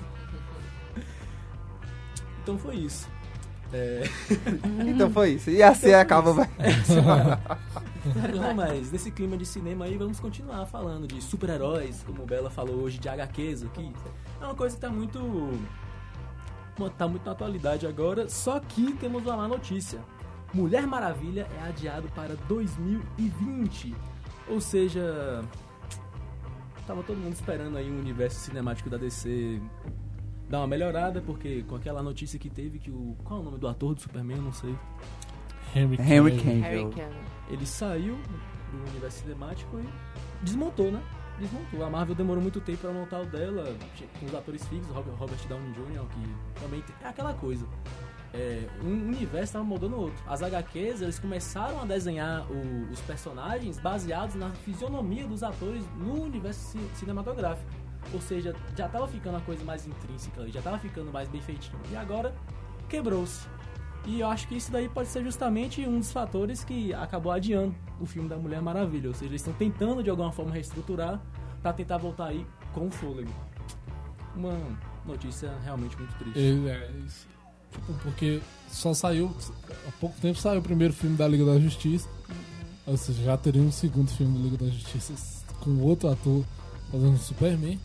Então foi isso. É... Então foi isso. E assim então acaba, vai. Não, mas nesse clima de cinema aí, vamos continuar falando de super-heróis, como o Bela falou hoje, de agá quês aqui. É uma coisa que tá muito... tá muito na atualidade agora, só que temos uma má notícia. Mulher Maravilha é adiado para dois mil e vinte. Ou seja, tava todo mundo esperando aí um universo cinemático da D C dar uma melhorada, porque com aquela notícia que teve que o... Qual é o nome do ator do Superman? Eu não sei. Henry Cavill. Ele saiu do universo cinemático e desmontou, né? Desmontou. A Marvel demorou muito tempo pra montar o dela, com os atores fixos, Robert Downey júnior, que também tem... É aquela coisa. É, um universo estava moldando o outro. As agá quês, eles começaram a desenhar o, os personagens baseados na fisionomia dos atores no universo ci- cinematográfico. Ou seja, já tava ficando a coisa mais intrínseca ali, já tava ficando mais bem feitinho. E agora, quebrou-se. E eu acho que isso daí pode ser justamente um dos fatores que acabou adiando o filme da Mulher Maravilha. Ou seja, eles estão tentando de alguma forma reestruturar para tentar voltar aí com fôlego. Uma notícia realmente muito triste. É, é isso. Tipo, porque só saiu, há pouco tempo saiu o primeiro filme da Liga da Justiça. Uhum. Ou seja, já teria um segundo filme da Liga da Justiça com outro ator fazendo o Superman.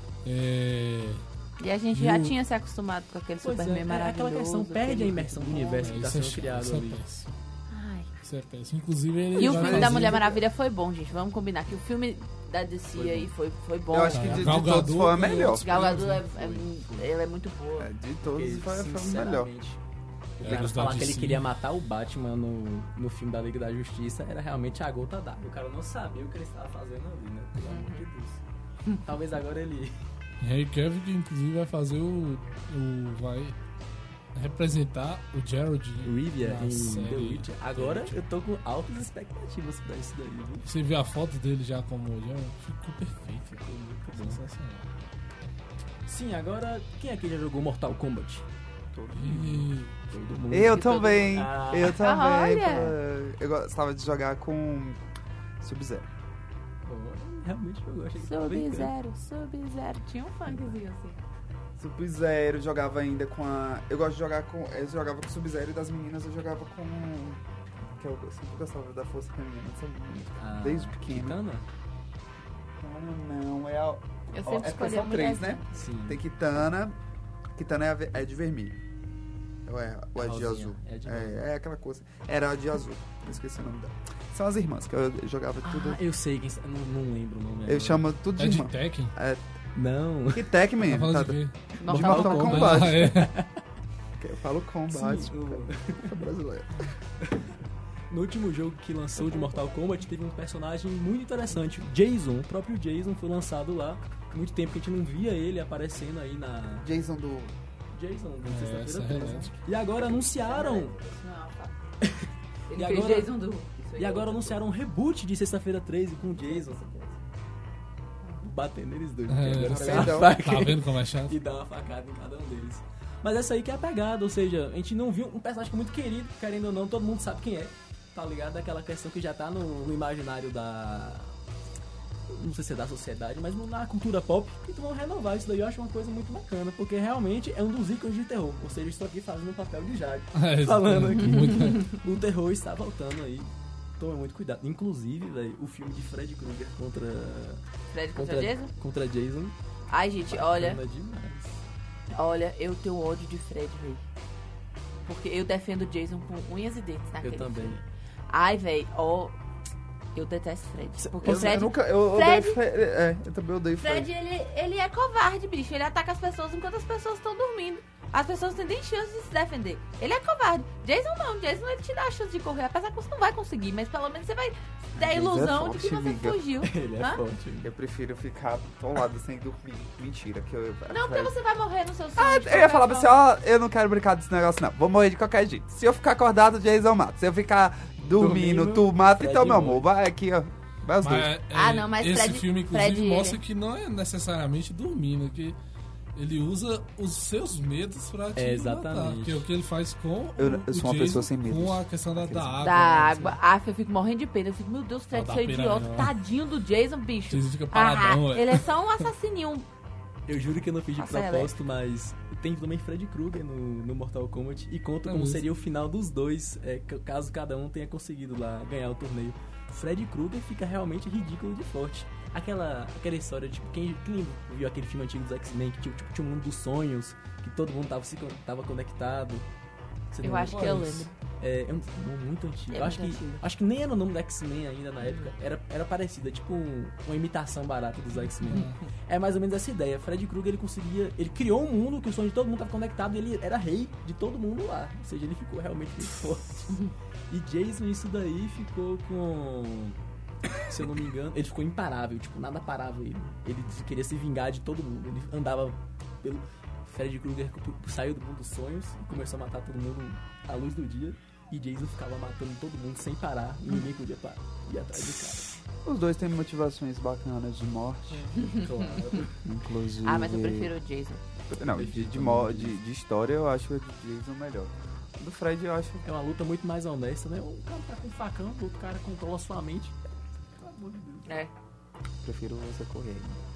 É... E a gente e já o... tinha se acostumado com aquele pois Superman é, maravilhoso. Aquela questão perde aquele... a imersão do universo é, que está é sendo criado isso ali. É péssimo. Ai. Isso é péssimo. Inclusive ele E o filme fazer... da Mulher Maravilha foi bom, gente. Vamos combinar que o filme da D C foi aí foi, foi bom. Eu acho que de, de todos foi a melhor. Gal Gadot é, é, ela é muito boa. É, de todos Porque, foi, foi a melhor. O cara falar que ele queria matar o Batman no, no filme da Liga da Justiça era realmente a gota d'água. O cara não sabia o que ele estava fazendo ali, né? Pelo amor de Deus. Talvez agora ele... Henry Cavill, que inclusive vai fazer o... o vai representar o Gerald Rivia em série The Witcher. Agora eu tô com altas expectativas pra isso daí, viu? Você viu a foto dele já como o Gerald? Ficou perfeito, ficou muito bom. Sensacional. Sim, agora quem aqui já jogou Mortal Kombat? Todo mundo. Todo mundo. Eu também. Ah. Eu também. Olha. Eu gostava de jogar com Sub-Zero. Realmente eu gosto. Sub-Zero, Sub-Zero. Tinha um funkzinho assim. Sub-Zero, jogava ainda com a... Eu gosto de jogar com... Eu jogava com Sub-Zero e das meninas eu jogava com... Que eu sempre gostava da força feminina, ah, desde pequeno. Kitana? Não, não, é a... Eu sempre é escolhi são a três, mulher. né? Sim. Tem Kitana. Kitana é, a, é de vermelho. Ou é, ou é de Rosinha, azul? é de É, é aquela coisa. Era a de azul. Eu esqueci o nome dela. São as irmãs, que eu jogava tudo. Ah, eu sei, quem, não, não lembro o nome. Eu chamo tudo de É de irmã. Tekken? É. Não. Que Tekken mesmo? Tá Tá, falando de de quê? Mortal Kombat. Ah, é. Eu falo Kombat. Sim, o- É brasileiro. No último jogo que lançou de Mortal Kombat, teve um personagem muito interessante. O Jason, o próprio Jason foi lançado lá. Muito tempo que a gente não via ele aparecendo aí na... Jason do... Jason, do É, Sexta-feira essa é treze. elétrica. E agora anunciaram... Não, tá. Ele E fez agora- Jason do... E agora anunciaram um reboot de Sexta-feira treze com o Jason. Batendo eles dois. É, porque agora tá pega uma vendo? faca Tá vendo como é chato? E dá uma facada em cada um deles. Mas essa aí que é a pegada, ou seja, a gente não viu um personagem muito querido, querendo ou não, todo mundo sabe quem é. Tá ligado? Aquela questão que já tá no, no imaginário da... Não sei se é da sociedade, mas na cultura pop. Então vão renovar isso daí, eu acho uma coisa muito bacana, porque realmente é um dos ícones de terror. Ou seja, estou aqui fazendo o papel de Jade. É, falando é, aqui. muito. O terror está voltando aí. Tome muito cuidado. Inclusive, velho, o filme de Freddy Krueger contra... Fred contra Jason? Contra Jason. Ai, gente, olha... Bacana demais. Olha, eu tenho ódio de Fred, velho. Porque eu defendo Jason com unhas e dentes naquele Eu também. filme. Ai, velho, ó... Eu detesto Fred. Porque Eu, Fred... eu nunca... Eu Fred, odeio Fred. É, eu também odeio Fred, Fred. ele, ele é covarde, bicho. Ele ataca as pessoas enquanto as pessoas estão dormindo. As pessoas têm nem chance de se defender. Ele é covarde. Jason não. Jason, ele te dá a chance de correr. Apesar que você não vai conseguir, mas pelo menos você vai ter a Jason é ilusão forte, de que você amiga. fugiu. Ele é Hã? forte. Eu prefiro ficar atolado sem dormir. Mentira, que eu... Não, porque você vai morrer no seu sonho. Ah, de eu ia qualquer falar pra você, forma. ó, eu não quero brincar desse negócio não. Vou morrer de qualquer jeito. Se eu ficar acordado, Jason mata. Se eu ficar dormindo, Dormindo, tu mata. Fred Então, meu morre. amor, vai aqui, ó. Vai os dois. Mas, é, Ah, não, mas esse Fred- filme, inclusive, Fred, mostra ele- que não é necessariamente dormindo, que ele usa os seus medos pra te É, matar. exatamente. Que é o que ele faz com Eu- o, eu sou o uma Jason, pessoa sem medos. com a questão da, da água. Da né, água. Ah, eu fico morrendo de pena. Eu fico, meu Deus, Fred, Ah, seu dá pena idiota. não. Tadinho do Jason, bicho. Jason fica Ah, paradão, velho. ele é só um assassininho. Eu juro que eu não fiz de Nossa, ela é- propósito, mas tem também Freddy Krueger no, no Mortal Kombat e conta É como mesmo. seria o final dos dois, é, c- caso cada um tenha conseguido lá ganhar o torneio. Freddy Krueger fica realmente ridículo de forte. Aquela, aquela história, tipo, quem, quem viu aquele filme antigo dos X-Men, que tipo, tipo, tinha um mundo dos sonhos, que todo mundo tava, se, con- tava conectado. Você Eu não acho que lembra? eu lembro. É, é um filme muito antigo. É eu acho que, muito antigo. acho que nem era o nome do X-Men ainda na época. Era, era parecido, é tipo um- uma imitação barata dos X-Men. É mais ou menos essa ideia. Freddy Krueger, ele conseguia... Ele criou um mundo que o sonho de todo mundo estava conectado e ele era rei de todo mundo lá. Ou seja, ele ficou realmente muito forte. E Jason, isso daí ficou com... Se eu não me engano, ele ficou imparável. Tipo, nada parava ele. Ele queria se vingar de todo mundo. Ele andava pelo... Freddy Krueger saiu do mundo dos sonhos e começou a matar todo mundo à luz do dia. E Jason ficava matando todo mundo sem parar. E ninguém podia parar. Ir atrás do cara. Os dois têm motivações bacanas de morte. Claro. Inclusive... Ah, mas eu prefiro o Jason. Não, de, de, mo- de, de história eu acho o Jason melhor. Do Fred eu acho... É uma luta muito mais honesta, né? Um cara tá com um facão, o outro cara controla sua mente. Pelo amor de Deus. É. Prefiro você correr.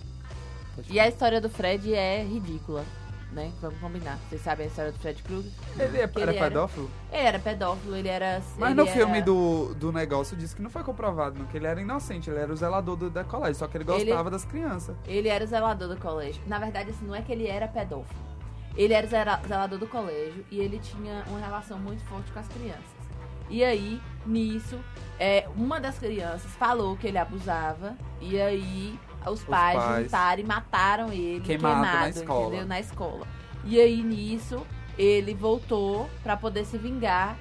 Pode E a história do Fred é ridícula, né? Vamos combinar. Vocês sabem a história do Fred Krueger? Ele é- Que era pedófilo? Ele era pedófilo, ele era... Mas ele no filme era- do, do negócio disse que não foi comprovado, não, que ele era inocente, ele era o zelador do, da colégio, só que ele gostava Ele- das crianças. Ele era o zelador do colégio. Na verdade, assim, não é que ele era pedófilo. Ele era o zera- zelador do colégio e ele tinha uma relação muito forte com as crianças. E aí, nisso, é, uma das crianças falou que ele abusava e aí os pais, pais juntaram e mataram ele Queimado queimado, na escola. entendeu? Na escola. E aí, nisso, ele voltou pra poder se vingar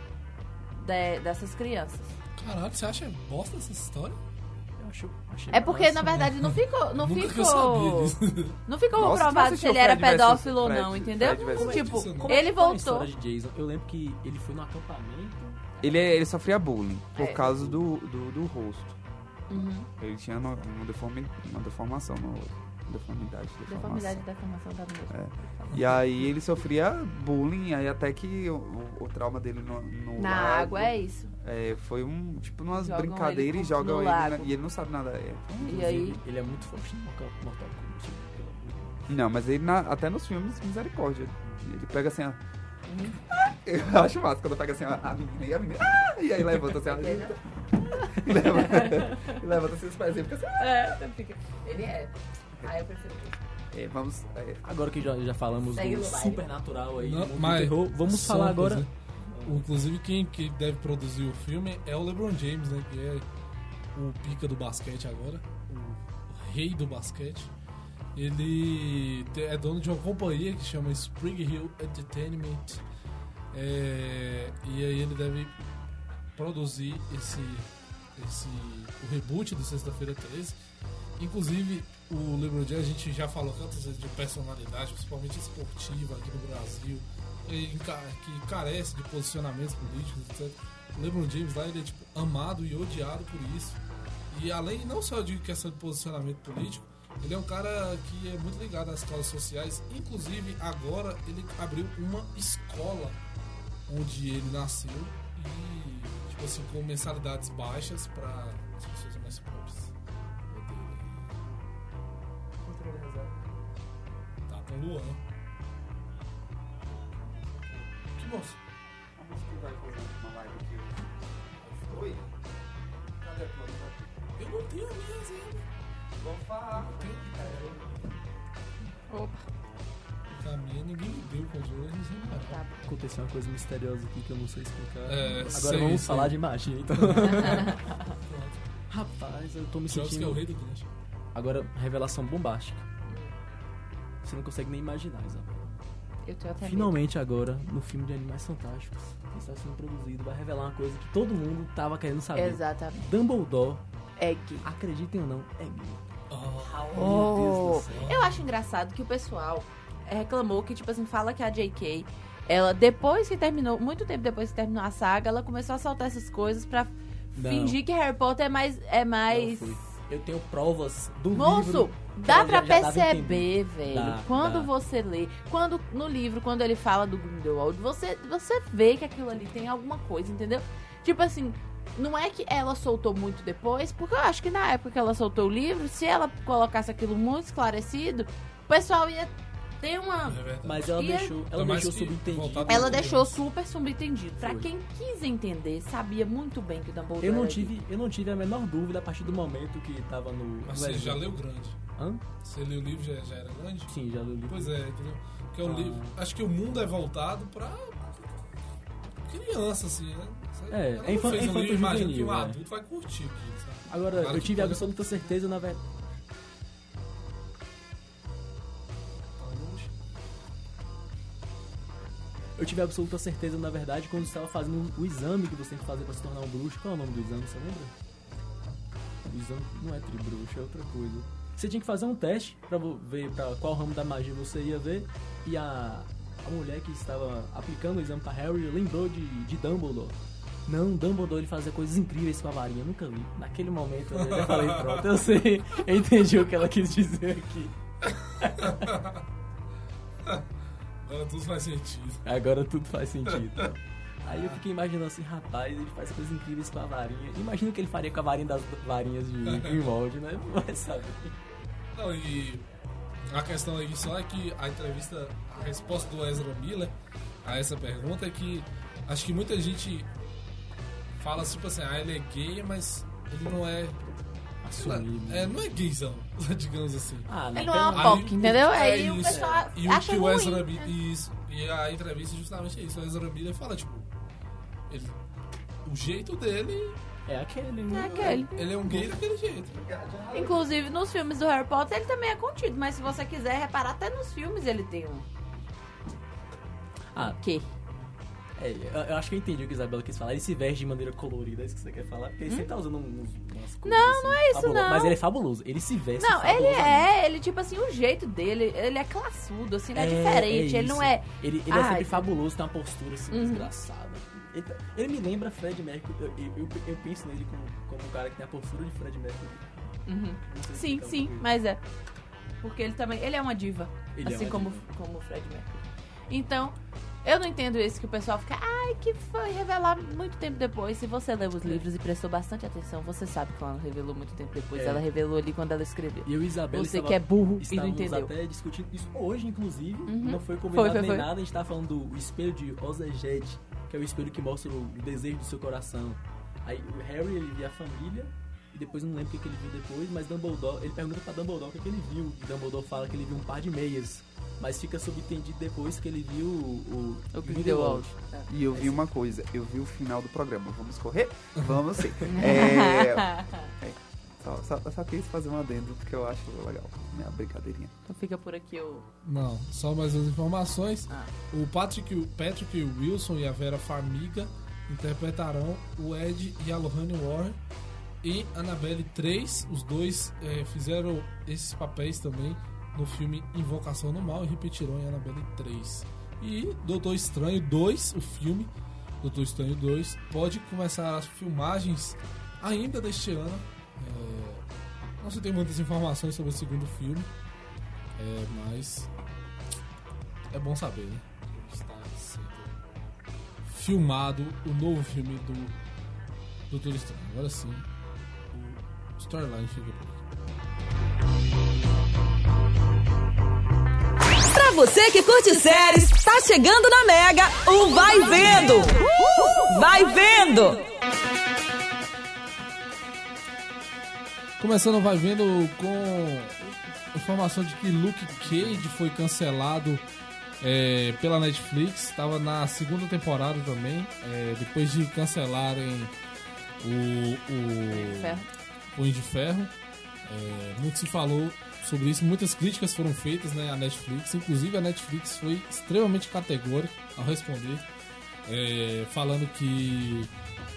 de- dessas crianças. Caralho, você acha bosta essa história? Eu acho, achei É porque, massa, na verdade, né? não ficou. Não Nunca que ficou. eu sabia disso. Não ficou Nossa, tu comprovado se assistiu ele era Fred versus pedófilo ou Fred, não, entendeu? Fred versus Tipo, Jason? Como é- ele qual é a voltou. história de Jason? Eu lembro que ele foi no acampamento. Ele, ele sofria bullying por É. causa do, do, do rosto. Uhum. Ele tinha uma, uma, deformi, uma deformação no rosto. Deformidade, deformação. Deformidade da formação da mesma. É. E aí ele sofria bullying, aí até que o, o, o trauma dele no, no Na lago, água é isso. é, foi um, tipo, umas Jogam brincadeiras ele e jogam no ele na- lago. e ele não sabe nada. É. E aí? Inclusive, ele é muito forte no Mortal Mortal Kombat. pelo amor de Deus. Não, mas ele na- até nos filmes, misericórdia. Ele pega assim, ó. Uhum. Eu acho massa quando pega assim, ó, a menina e a menina. Ah! E aí levanta assim, ó. E levanta, e levanta assim os pés e fica assim. É, fica. Ele é. Ah, eu prefiro. É, vamos. É, Agora que já, já falamos Segue do no baile. supernatural aí, Não, do mundo do mas terror, vamos só falar uma agora. coisa. Inclusive, quem que deve produzir o filme é o LeBron James, né? Que é o pica do basquete agora, o, o rei do basquete. Ele te- é dono de uma companhia que chama Spring Hill Entertainment. É, e aí ele deve produzir esse, esse o reboot do Sexta-feira treze. Inclusive, o LeBron James, a gente já falou tantas vezes de personalidade, principalmente esportiva aqui no Brasil, e ca- que carece de posicionamentos políticos, etcétera. O LeBron James lá, ele é tipo amado e odiado por isso. E além, não só de questão de posicionamento político, ele é um cara que é muito ligado às causas sociais. Inclusive, agora ele abriu uma escola onde ele nasceu e, tipo assim, com mensalidades baixas para as pessoas mais pobres. Tá com o Luan. Que moço? A moça que vai fazer uma live aqui. Oi? Cadê a planta? Eu não tenho a minha ainda. Vamos falar. Opa. A minha ninguém me deu o controle, eles não Tá. Aconteceu uma coisa misteriosa aqui que eu não sei explicar. É, Agora sei, vamos sei. falar de magia, então. Rapaz, eu tô me Jobs sentindo... que é o rei do gancho. Agora, revelação bombástica. Você não consegue nem imaginar, Isabel. Eu tenho até Finalmente agora, no filme de Animais Fantásticos, que está sendo produzido, vai revelar uma coisa que todo mundo tava querendo saber. Exatamente. Dumbledore, é gay. Acreditem ou não, é gay. Oh, Meu Deus do céu. eu acho engraçado que o pessoal reclamou que, tipo assim, fala que a J K, ela, depois que terminou, muito tempo depois que terminou a saga, ela começou a soltar essas coisas pra Não. fingir que Harry Potter é mais... É mais... Não fui. Eu tenho provas do Moço, livro. que dá ela pra já- já dava a perceber, entender. velho. Dá, Quando dá. você lê, quando no livro, quando ele fala do Grindelwald, você, você vê que aquilo ali tem alguma coisa, entendeu? Tipo assim, não é que ela soltou muito depois, porque eu acho que na época que ela soltou o livro, se ela colocasse aquilo muito esclarecido, o pessoal ia ter uma... Mas ela ia- deixou, ela deixou subentendido. Ela deixou super subentendido. Pra Foi. quem quis entender, sabia muito bem que o Dumbledore Eu não era tive, eu não tive a menor dúvida a partir do momento que tava no. Mas no você já evento. leu grande? Hã? Você leu o livro, já, já era grande? Sim, já li o livro. Pois é, entendeu? Porque é um Ah. livro... Acho que o mundo é voltado pra criança, assim, né? Você- É, ela é infan- fez é um livro, imagino que um infanto-juvenil, é. adulto vai curtir aquilo, sabe? Agora, Claro eu que tive pode- absoluta certeza na verdade. Eu tive absoluta certeza, na verdade, quando estava fazendo o exame que você tem que fazer pra se tornar um bruxo. Qual é o nome do exame, você lembra? O exame não é tribruxo, é outra coisa. Você tinha que fazer um teste pra vo- ver pra qual ramo da magia você ia ver. E a, a mulher que estava aplicando o exame pra Harry lembrou de, de Dumbledore. Não, Dumbledore ele fazia coisas incríveis com a varinha, eu nunca vi. Naquele momento eu já falei, pronto, eu sei, eu entendi o que ela quis dizer aqui. Agora tudo faz sentido. Agora tudo faz sentido. Aí eu fiquei imaginando assim, rapaz, ele faz coisas incríveis com a varinha. Imagina o que ele faria com a varinha das varinhas de Grimald, né? Vai saber. Não, e a questão aí só é que a entrevista, a resposta do Ezra Miller a essa pergunta é que acho que muita gente fala tipo assim, ah, ele é gay, mas ele não é assumido. É, não é gaysão, digamos assim. Ah, Ele não é uma P O C, entendeu? Aí o pessoal E o acha que o ruim, Ezra né? Miller, isso, e a entrevista justamente é isso. O Ezra Miller fala, tipo, ele, o jeito dele é aquele, né? É aquele. Ele é um gay daquele jeito. Inclusive, nos filmes do Harry Potter, ele também é contido. Mas se você quiser reparar, até nos filmes ele tem um... Ah, que? É, eu, eu acho que eu entendi o que a Isabela quis falar. Ele se veste de maneira colorida, é isso que você quer falar? Porque ele Hum? sempre tá usando um- uns, umas coisas Não, assim, não é isso, fabuloso. não. Mas ele é fabuloso, ele se veste Não, ele fabulosamente. é, ele tipo assim, o jeito dele, ele é classudo, assim, ele é, diferente, ele não é... Ele, ele é Ai, sempre fabuloso, tem uma postura assim, Uhum. desgraçada. Ele, tá- ele me lembra Fred Mercury, eu, eu, eu, eu penso nele como, como um cara que tem a postura de Fred Mercury. Uhum. Não sei Sim, explicar sim, por quê. mas é. Porque ele também, ele é uma diva, Ele é assim uma como, diva. como o Fred Mercury. Então, eu não entendo isso que o pessoal fica, ai, que foi revelar muito tempo depois. Se você leu os livros e prestou bastante atenção, você sabe que ela não revelou muito tempo depois. É. Ela revelou ali quando ela escreveu. E eu e Isabela Você estava- que é burro e não estávamos entendeu. até discutindo isso hoje, inclusive. Uhum. Não foi Foi, combinado foi, nem foi. nada. A gente estava falando do espelho de Ozejed, que é o espelho que mostra o desejo do seu coração. Aí o Harry, ele via a família, e depois não lembro o que, que ele viu depois, mas Dumbledore, ele pergunta pra Dumbledore o que, que ele viu, e Dumbledore fala que ele viu um par de meias, mas fica subentendido depois que ele viu o, o Grindelwald. E eu vi uma coisa, eu vi o final do programa, vamos correr? Vamos sim. é, é, só, só, só quis fazer um adendo porque eu acho legal, minha brincadeirinha. Então fica por aqui o... Não, só mais umas informações. Ah. O Patrick, Patrick Wilson e a Vera Farmiga interpretarão o Ed e a Lorraine Warren em Annabelle três. Os dois é, fizeram esses papéis também no filme Invocação do Mal e repetirão em Annabelle três. E Doutor Estranho dois, o filme Doutor Estranho dois, pode começar as filmagens ainda deste ano. É, não se tem muitas informações sobre o segundo filme, é, mas é bom saber, né? Está sendo filmado o novo filme do Doutor Estranho. Agora sim, o storyline chega por aqui. Pra você que curte séries, tá chegando na Mega o Vai Vendo! Vai Vendo! Começando, vai vendo com informação de que Luke Cage foi cancelado é, pela Netflix. Estava na segunda temporada também. É, depois de cancelarem o o Punho de Ferro. É, muito se falou sobre isso, muitas críticas foram feitas, né, à Netflix. Inclusive a Netflix foi extremamente categórica ao responder, é, falando que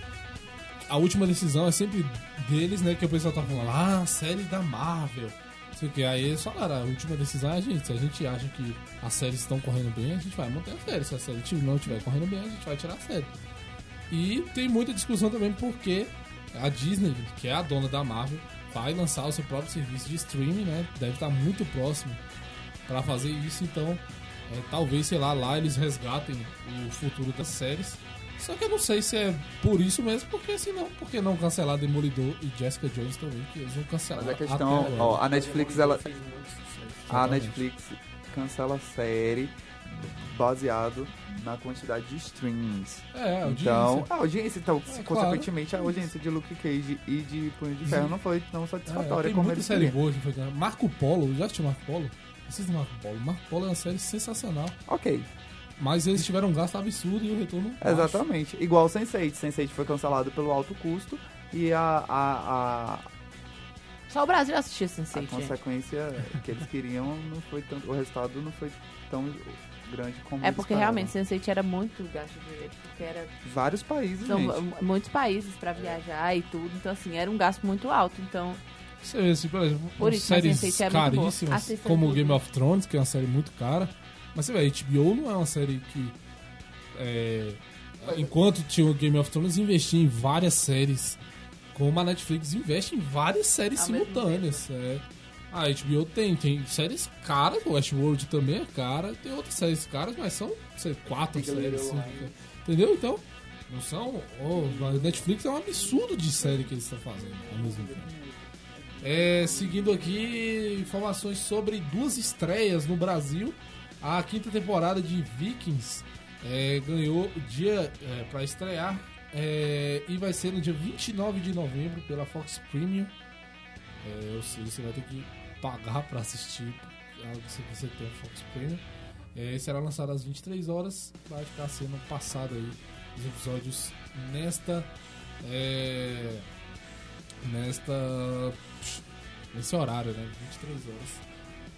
a última decisão é sempre deles, né? Que o pessoal tá falando, ah, série da Marvel, não sei o que. Aí eles falaram, a última decisão é a gente. Se a gente acha que as séries estão correndo bem, a gente vai manter a série. Se a série não estiver correndo bem, a gente vai tirar a série. E tem muita discussão também porque a Disney, que é a dona da Marvel, vai lançar o seu próprio serviço de streaming, né? Deve estar muito próximo para fazer isso. Então, é, talvez, sei lá, lá eles resgatem o futuro das séries. Só que eu não sei se é por isso mesmo, porque senão, por que não cancelar Demolidor e Jessica Jones também, que eles vão cancelar. Mas a questão, ó, a Netflix, ela... A Netflix cancela a série baseado na quantidade de streams. É, a audiência. Então, a audiência, então, é, consequentemente, claro. a audiência de Luke Cage e de Punho de Ferro não foi tão satisfatória é, tem como muita eles série queriam. boa que foi cancelada. Marco Polo, já assistiu Marco Polo? Assista Marco Polo. Marco Polo é uma série sensacional. Ok. Mas eles tiveram um gasto absurdo e o retorno baixo. Exatamente. Igual o sense eight. sense eight foi cancelado pelo alto custo e a... a, a... Só o Brasil assistia sense eight. A consequência que eles queriam não foi tanto... O resultado não foi tão grande como É porque esperavam. realmente sense eight era muito gasto de dinheiro. Porque era... Vários países, São gente. muitos países pra viajar e tudo. Então, assim, era um gasto muito alto. Então... Você vê, assim, por exemplo, por isso, séries é caríssimas, como Game of Thrones, que é uma série muito cara. Mas você vê, a H B O não é uma série que... É, enquanto tinha o Game of Thrones, investia em várias séries. Como a Netflix investe em várias séries simultâneas. É. A H B O tem, tem séries caras, o Westworld também é cara. Tem outras séries caras, mas são, sei, quatro séries. Cinco, entendeu? Então, não são... Oh, a Netflix é um absurdo de série que eles estão fazendo ao mesmo tempo. É, seguindo aqui, informações sobre duas estreias no Brasil. A quinta temporada de Vikings é, ganhou o dia é, para estrear é, e vai ser no dia vinte e nove de novembro pela Fox Premium. É, ou seja, você vai ter que pagar para assistir se você tem a Fox Premium. É, será lançado às vinte e três horas. Vai ficar sendo passado aí os episódios nesta é, nesta nesse horário, né? vinte e três horas.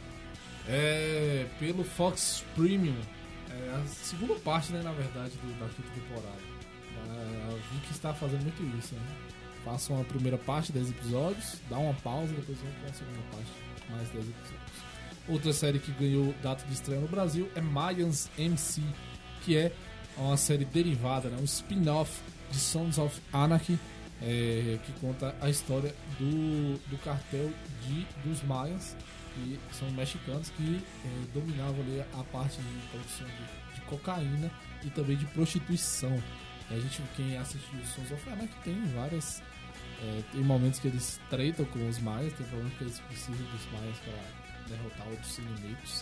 É, pelo Fox Premium, é a segunda parte, né, na verdade, do, da quinta temporada. A Vicky está fazendo muito isso, né? Faça uma primeira parte, dez episódios, dá uma pausa, depois vem para a segunda parte, mais dez episódios. Outra série que ganhou data de estreia no Brasil é Mayans M C, que é uma série derivada, né, um spin-off de Sons of Anarchy, é, que conta a história do, do cartel de, dos Mayas, que são mexicanos que é, dominavam ali a parte de produção de, de cocaína e também de prostituição. A gente, quem assistiu Sons of Anarchy, tem várias é, tem momentos que eles tretam com os maias, tem momentos que eles precisam dos maias para derrotar outros inimigos,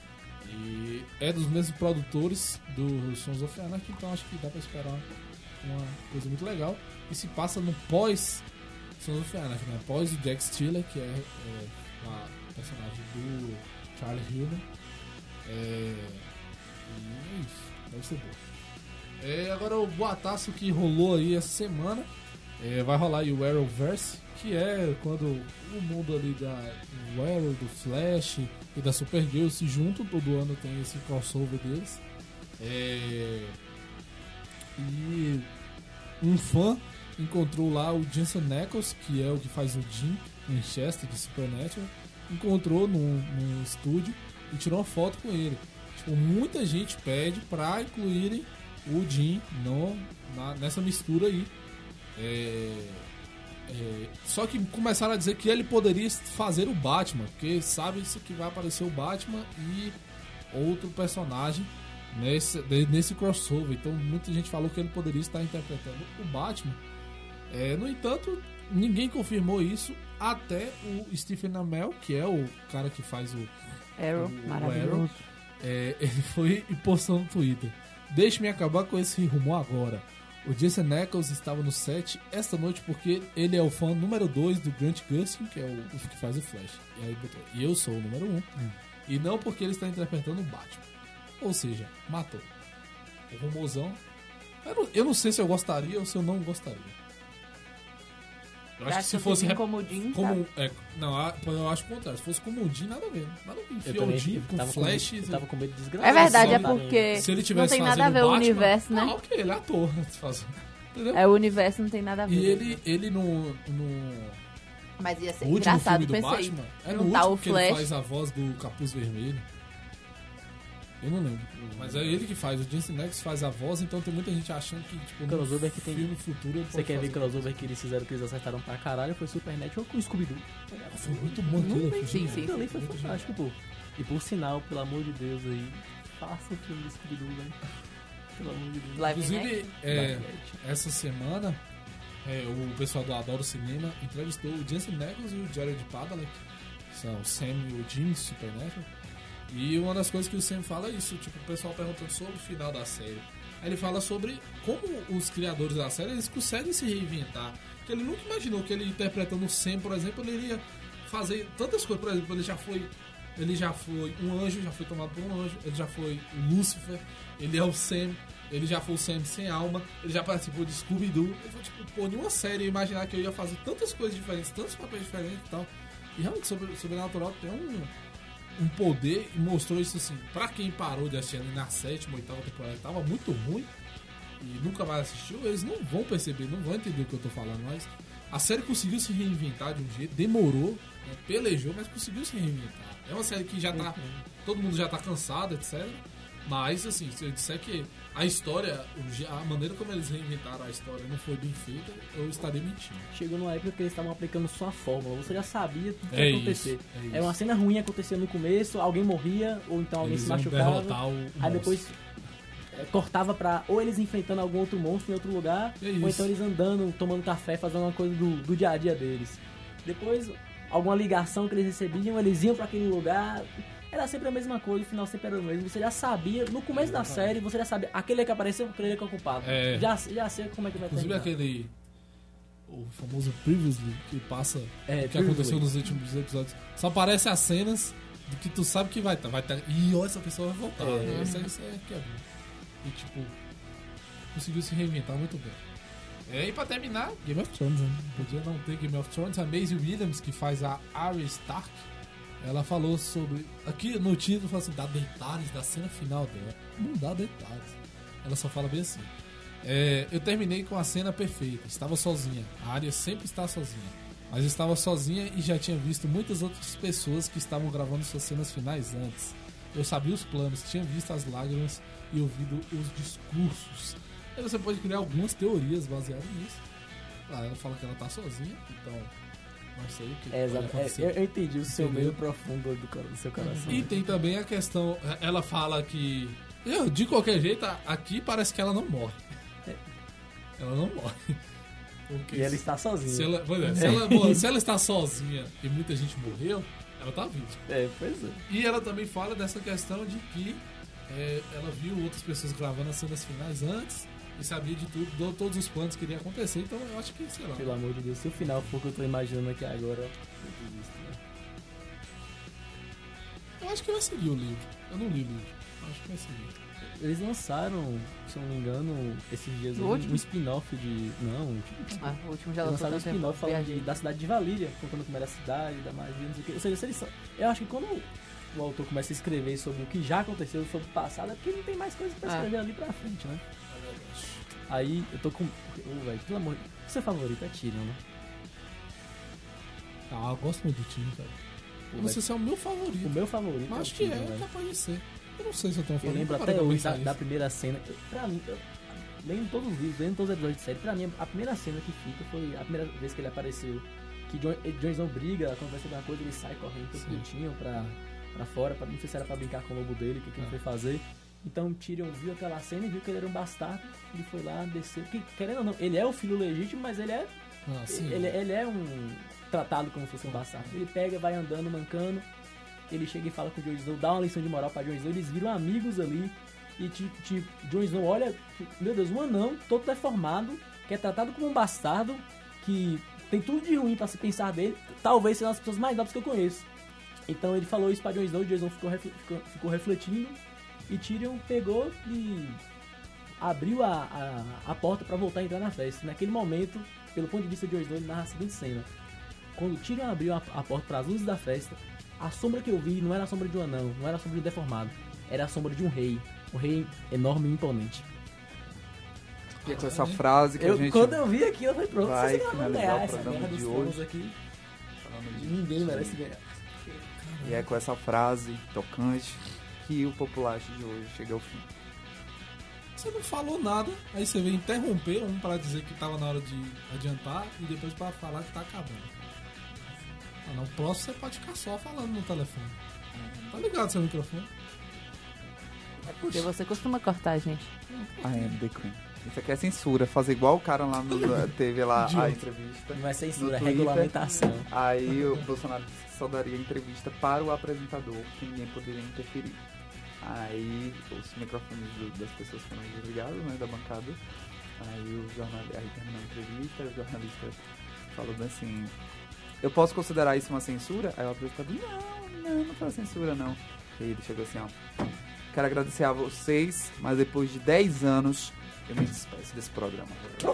e é dos mesmos produtores do Sons of Anarchy, então acho que dá para esperar uma coisa muito legal. E se passa no pós Sons of Anarchy, né? Após o Jack Stiller, que é, é a personagem do Charlie Hunnam. É, e é isso, deve ser bom. É, agora o boataço que rolou aí essa semana, é, vai rolar aí o Arrowverse, que é quando o mundo ali da do Arrow, do Flash e da Supergirl se juntam, todo ano tem esse crossover deles. É, e um fã encontrou lá o Jensen Ackles, que é o que faz o Jim Winchester de Supernatural, encontrou num, num estúdio e tirou uma foto com ele. Tipo, muita gente pede pra incluírem o Jim no, na, nessa mistura aí. É, é, só que começaram a dizer que ele poderia fazer o Batman, porque sabe-se que vai aparecer o Batman e outro personagem nesse, nesse crossover. Então muita gente falou que ele poderia estar interpretando o Batman. É, no entanto, ninguém confirmou isso até o Stephen Amell, que é o cara que faz o Arrow, o, maravilhoso. O Arrow. É, ele foi e postou no Twitter: "Deixe-me acabar com esse rumor agora. O Jensen Ackles estava no set esta noite porque ele é o fã número dois do Grant Gustin, que é o, o que faz o Flash. E, aí botou, e eu sou o número um. Hum. E não porque ele está interpretando o Batman." Ou seja, matou. O rumorzão. Eu não, eu não sei se eu gostaria ou se eu não gostaria. Eu acho que se fosse rep... como o Jim, como, é, não, eu acho o contrário. Se fosse como o Jim, nada a ver. Nada a ver. Enfia o Jim com Flash. Com medo, eu tava com medo de desgraçar. É verdade, é porque se ele tivesse não tem nada a ver o Batman, universo, né? Ah, ok, ele é ator. Entendeu? É, o universo não tem nada a ver. E ele, ele no, no... Mas ia ser o engraçado, último filme do pensei. Batman, é não no tá último o que Flash. ele faz a voz do Capuz Vermelho. Eu não lembro. Mas é ele que faz. O Jensen Ackles faz a voz, então tem muita gente achando que, tipo, no crossover que tem filme futuro ele Você pode quer ver fazer. crossover que eles fizeram, que eles acertaram pra caralho? Foi Supernatural com o Scooby-Doo. Foi muito bom aquilo. Sim, sim, sim. aquilo ali foi fantástico, pô. E por sinal, pelo amor de Deus aí, faça o filme do Scooby-Doo, velho. Pelo amor de Deus. Live Inclusive, é, Live essa semana, é, o pessoal do Adoro Cinema entrevistou o Jensen Ackles e o Jared Padalecki, que são o Sam e o Jim de Supernatural. E uma das coisas que o Sam fala é isso, tipo, o pessoal perguntando sobre o final da série. Aí ele fala sobre como os criadores da série, eles conseguem se reinventar. Que ele nunca imaginou que ele interpretando o Sam, por exemplo, ele iria fazer tantas coisas. Por exemplo, ele já foi, ele já foi um anjo, já foi tomado por um anjo, ele já foi o Lúcifer, ele é o Sam, ele já foi o Sam sem alma, ele já participou de Scooby-Doo. Ele foi tipo, pô, nenhuma série eu imaginar que eu ia fazer tantas coisas diferentes, tantos papéis diferentes e tal. E realmente, sobre, Sobrenatural tem um... um poder e mostrou isso assim. Pra quem parou de assistir ali na sétima, oitava temporada, tava muito ruim e nunca mais assistiu, eles não vão perceber, não vão entender o que eu tô falando, mas a série conseguiu se reinventar de um jeito, demorou, né, pelejou, mas conseguiu se reinventar. É uma série que já tá, todo mundo já tá cansado, etcétera. Mas assim, se eu disser que a história, a maneira como eles reinventaram a história não foi bem feita, eu estaria mentindo. Chegou numa época que eles estavam aplicando só a fórmula, você já sabia tudo que É ia acontecer. isso, é isso. Era uma cena ruim acontecia no começo, alguém morria, ou então alguém Eles se iam machucava. derrotar o Aí monstro. depois é, cortava pra ou eles enfrentando algum outro monstro em outro lugar, É ou isso. então eles andando, tomando café, fazendo uma coisa do, do dia a dia deles. Depois, alguma ligação que eles recebiam, eles iam pra aquele lugar. Era sempre a mesma coisa, o final sempre era o mesmo. Você já sabia, no começo da série, você já sabia, aquele que apareceu, aquele que é o culpado. É. Já, já sei como é que vai Inclusive terminar. aquele. O famoso Previously, que passa É, o que Previously. aconteceu nos últimos episódios. Só aparecem as cenas do que tu sabe que vai estar. Vai tá, e ó, essa pessoa vai voltar. É. Né? Isso, aí- isso aí é que é bom. E tipo, conseguiu se reinventar muito bem. É, e pra terminar, Game of Thrones, né? Podia não ter Game of Thrones. A Maisie Williams, que faz a Arya Stark, ela falou sobre. Aqui no título fala assim: dá detalhes da cena final dela. Não dá detalhes. Ela só fala bem assim. É, eu terminei com a cena perfeita. Estava sozinha. A Arya sempre está sozinha. Mas estava sozinha e já tinha visto muitas outras pessoas que estavam gravando suas cenas finais antes. Eu sabia os planos, tinha visto as lágrimas e ouvido os discursos. Aí você pode criar algumas teorias baseadas nisso. Ah, ela fala que ela tá sozinha, então não sei o que É, pode exato. É, acontecer. eu, eu entendi o seu Entendeu? meio profundo do, cor- do seu coração. E tem também a questão, ela fala que eu, de qualquer jeito, a- aqui parece que ela não morre. Ela não morre. Porque E ela está sozinha. Se ela, pois é, se, ela, bom, se ela está sozinha e muita gente morreu, ela tá viva. É, pois é. E ela também fala dessa questão de que é, ela viu outras pessoas gravando as cenas finais antes e sabia de tudo, deu todos os planos que iria acontecer, então eu acho que, sei lá. Pelo amor de Deus, se o final for o que eu tô imaginando aqui agora, eu desisto, né? Eu acho que vai seguir o livro. Eu não li o livro. Eu acho que vai seguir. Eles lançaram, se eu não me engano, esses dias O um, último? um spin-off de. Não, o último. Ah, o último já Eles lançou lançaram um tanto tempo. spin-off falando de, Viajei. da cidade de Valíria, contando como era a cidade, da magia, não sei o que. Ou seja, se eles são- eu acho que quando o autor começa a escrever sobre o que já aconteceu, sobre o passado, é porque não tem mais coisa pra Ah. escrever ali pra frente, né? Aí eu tô com. Ô, velho, pelo amor de Deus. Seu favorito é Tyrion, né? Ah, eu gosto muito do time, cara. Pô, Eu não sei velho, se é o meu favorito. O meu favorito Mas é acho o que Tyrion, é, velho. capaz de ser. Eu não sei se eu tenho um Eu favorito. lembro não até parei pra hoje da, pensar da isso. primeira cena. Eu- Pra mim, eu, lendo todos os livros, lendo todos os episódios de série, pra mim, a primeira cena que fica foi a primeira vez que ele apareceu. Que Jon Jon Snow briga, quando vai ser alguma coisa, ele sai correndo todo bonitinho pra, pra fora. Pra, não sei se era pra brincar com o lobo dele, o que, que ele Ah. foi fazer. Então Tyrion viu aquela cena e viu que ele era um bastardo. Ele foi lá, desceu. Que, querendo ou não, ele é o filho legítimo, mas ele é. Ah, sim. ele, ele é um. Tratado como se fosse um bastardo. Ele pega, vai andando, mancando. Ele chega e fala com o Jon Snow, dá uma lição de moral pra Jon Snow. Eles viram amigos ali. E tipo, tipo, Jon Snow olha, meu Deus, um anão todo deformado, que é tratado como um bastardo, que tem tudo de ruim pra se pensar dele. Talvez seja uma das pessoas mais nobres que eu conheço. Então ele falou isso pra Jon Snow, Jon Snow ficou, refl- ficou, ficou refletindo. E Tyrion pegou e abriu a, a, a porta pra voltar a entrar na festa. Naquele momento, pelo ponto de vista de Jon Snow, ele narra a seguinte cena. Quando Tyrion abriu a, a porta para as luzes da festa, a sombra que eu vi não era a sombra de um anão, não era a sombra de um deformado, era a sombra de um rei. Um rei enorme e imponente. E é com essa frase que Eu- a gente quando eu vi aquilo, eu falei, pronto, vai vocês não vão finalizar ganhar o essa programa guerra de dos hoje. tronos aqui. Falando de Ninguém merece ganhar. E é com essa frase tocante que o populacho de hoje chega ao fim. Você não falou nada, aí você veio interromper um pra dizer que tava na hora de adiantar e depois pra falar que tá acabando. Ah, não, o próximo você pode ficar só falando no telefone. Tá ligado seu microfone? É porque você costuma cortar, gente. I am the queen. Isso aqui é censura, fazer igual o cara lá no teve lá a Idiota. entrevista. Não é censura, no é Twitter. regulamentação. Aí o Bolsonaro disse que só daria entrevista para o apresentador, que ninguém poderia interferir. Aí os microfones do- das pessoas foram desligados, né, da bancada. Aí o jornalista, aí terminou a entrevista, o jornalista falou bem assim, eu posso considerar isso uma censura? Aí o apresentador, não, não, não foi censura não. E ele chegou assim, ó, quero agradecer a vocês, mas depois de dez anos eu me despeço desse programa.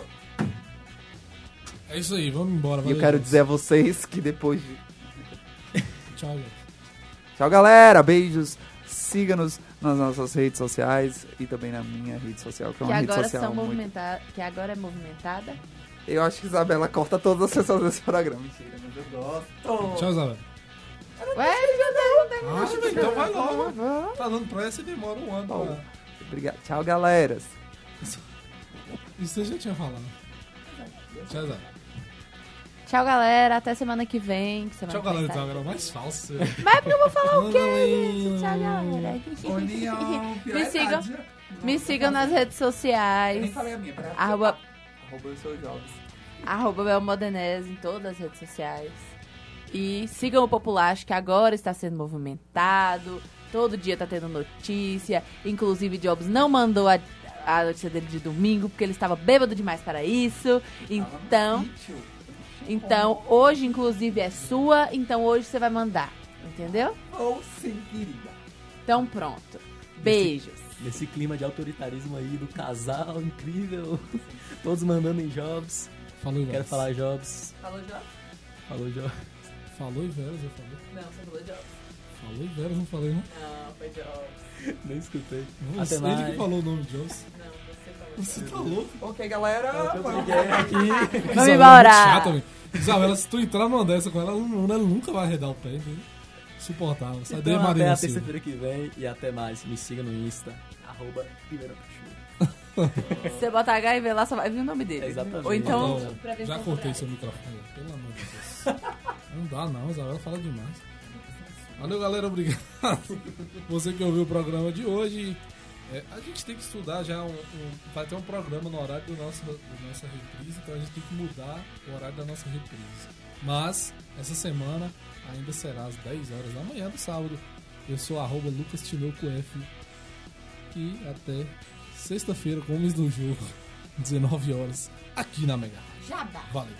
É isso aí, vamos embora. E eu valeu, quero gente. dizer a vocês que depois de... Tchau, gente. Tchau, galera, beijos. Siga-nos nas nossas redes sociais e também na minha rede social, que é Que uma rede agora, social são muito... movimenta... que agora é movimentada. Eu acho que Isabela corta todas as pessoas desse programa. Mentira, mas eu gosto. Tchau, Isabela. Ué, ele já não terminou. Acho que então vai logo. Tá dando pressa e demora um ano. Bom, pra- obrigado. Tchau, galeras. Isso você já tinha falado. Tchau, Isabela. Tchau, galera. Até semana que vem. Que semana Tchau, que galera. vem Então, sai. agora é o mais falso. Mas é porque eu vou falar o quê, Galerinha. gente? Tchau, galera. União, pior Me é sigam, idade. me sigam nas redes sociais. Eu nem falei a minha, peraí. Arroba, Arroba eu sou Jobs. arroba Belmodenese em todas as redes sociais. E sigam o Populacho, que agora está sendo movimentado. Todo dia tá tendo notícia. Inclusive, Jobs não mandou a, a notícia dele de domingo, porque ele estava bêbado demais para isso. Então, então hoje, inclusive, é sua. Então, hoje você vai mandar. Entendeu? Ou sim, querida. Então, pronto. Beijos. Nesse clima de autoritarismo aí, do casal incrível. Todos mandando em Jobs. Falou, Quero Jobs. falar Jobs. Falou, Jobs? Falou Jobs. Falou e Veras, eu falei. Não, você falou Jobs. Falou e Veras, não falei, não? Não, foi Jobs. Nem escutei. Não, Até ele mais. que falou o nome de Jobs. Não, você falou. Você tá louco? Ok, galera. Eu peguei aqui. Vamos Isabela é embora. muito chata, velho. Isabela, se tu entrar numa dessa com ela, ela, ela nunca vai arredar o pé, entendeu? Suportável. Sai daí, Então, até Marina a Silva. terça-feira que vem e até mais. Me siga no Insta, arroba Ribeirão Se você botar H I V lá, só vai vir o nome dele. É exatamente. Ou então, Não, prevenção já cortei funerária. seu microfone, pelo amor de Deus. Não dá não, Isabela fala demais. Valeu, galera, obrigado. Você que ouviu o programa de hoje. É, a gente tem que estudar já um, um- vai ter um programa no horário do nosso, da nossa reprise, então a gente tem que mudar o horário da nossa reprise. Mas essa semana ainda será às dez horas da manhã do sábado. Eu sou arroba Lucas Tinoco F. E até sexta-feira com o Homens do Jogo. dezenove horas, aqui na Mega. Jabá. Valeu.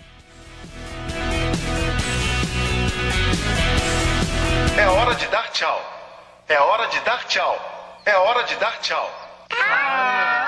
É hora de dar tchau. É hora de dar tchau. É hora de dar tchau. Ah!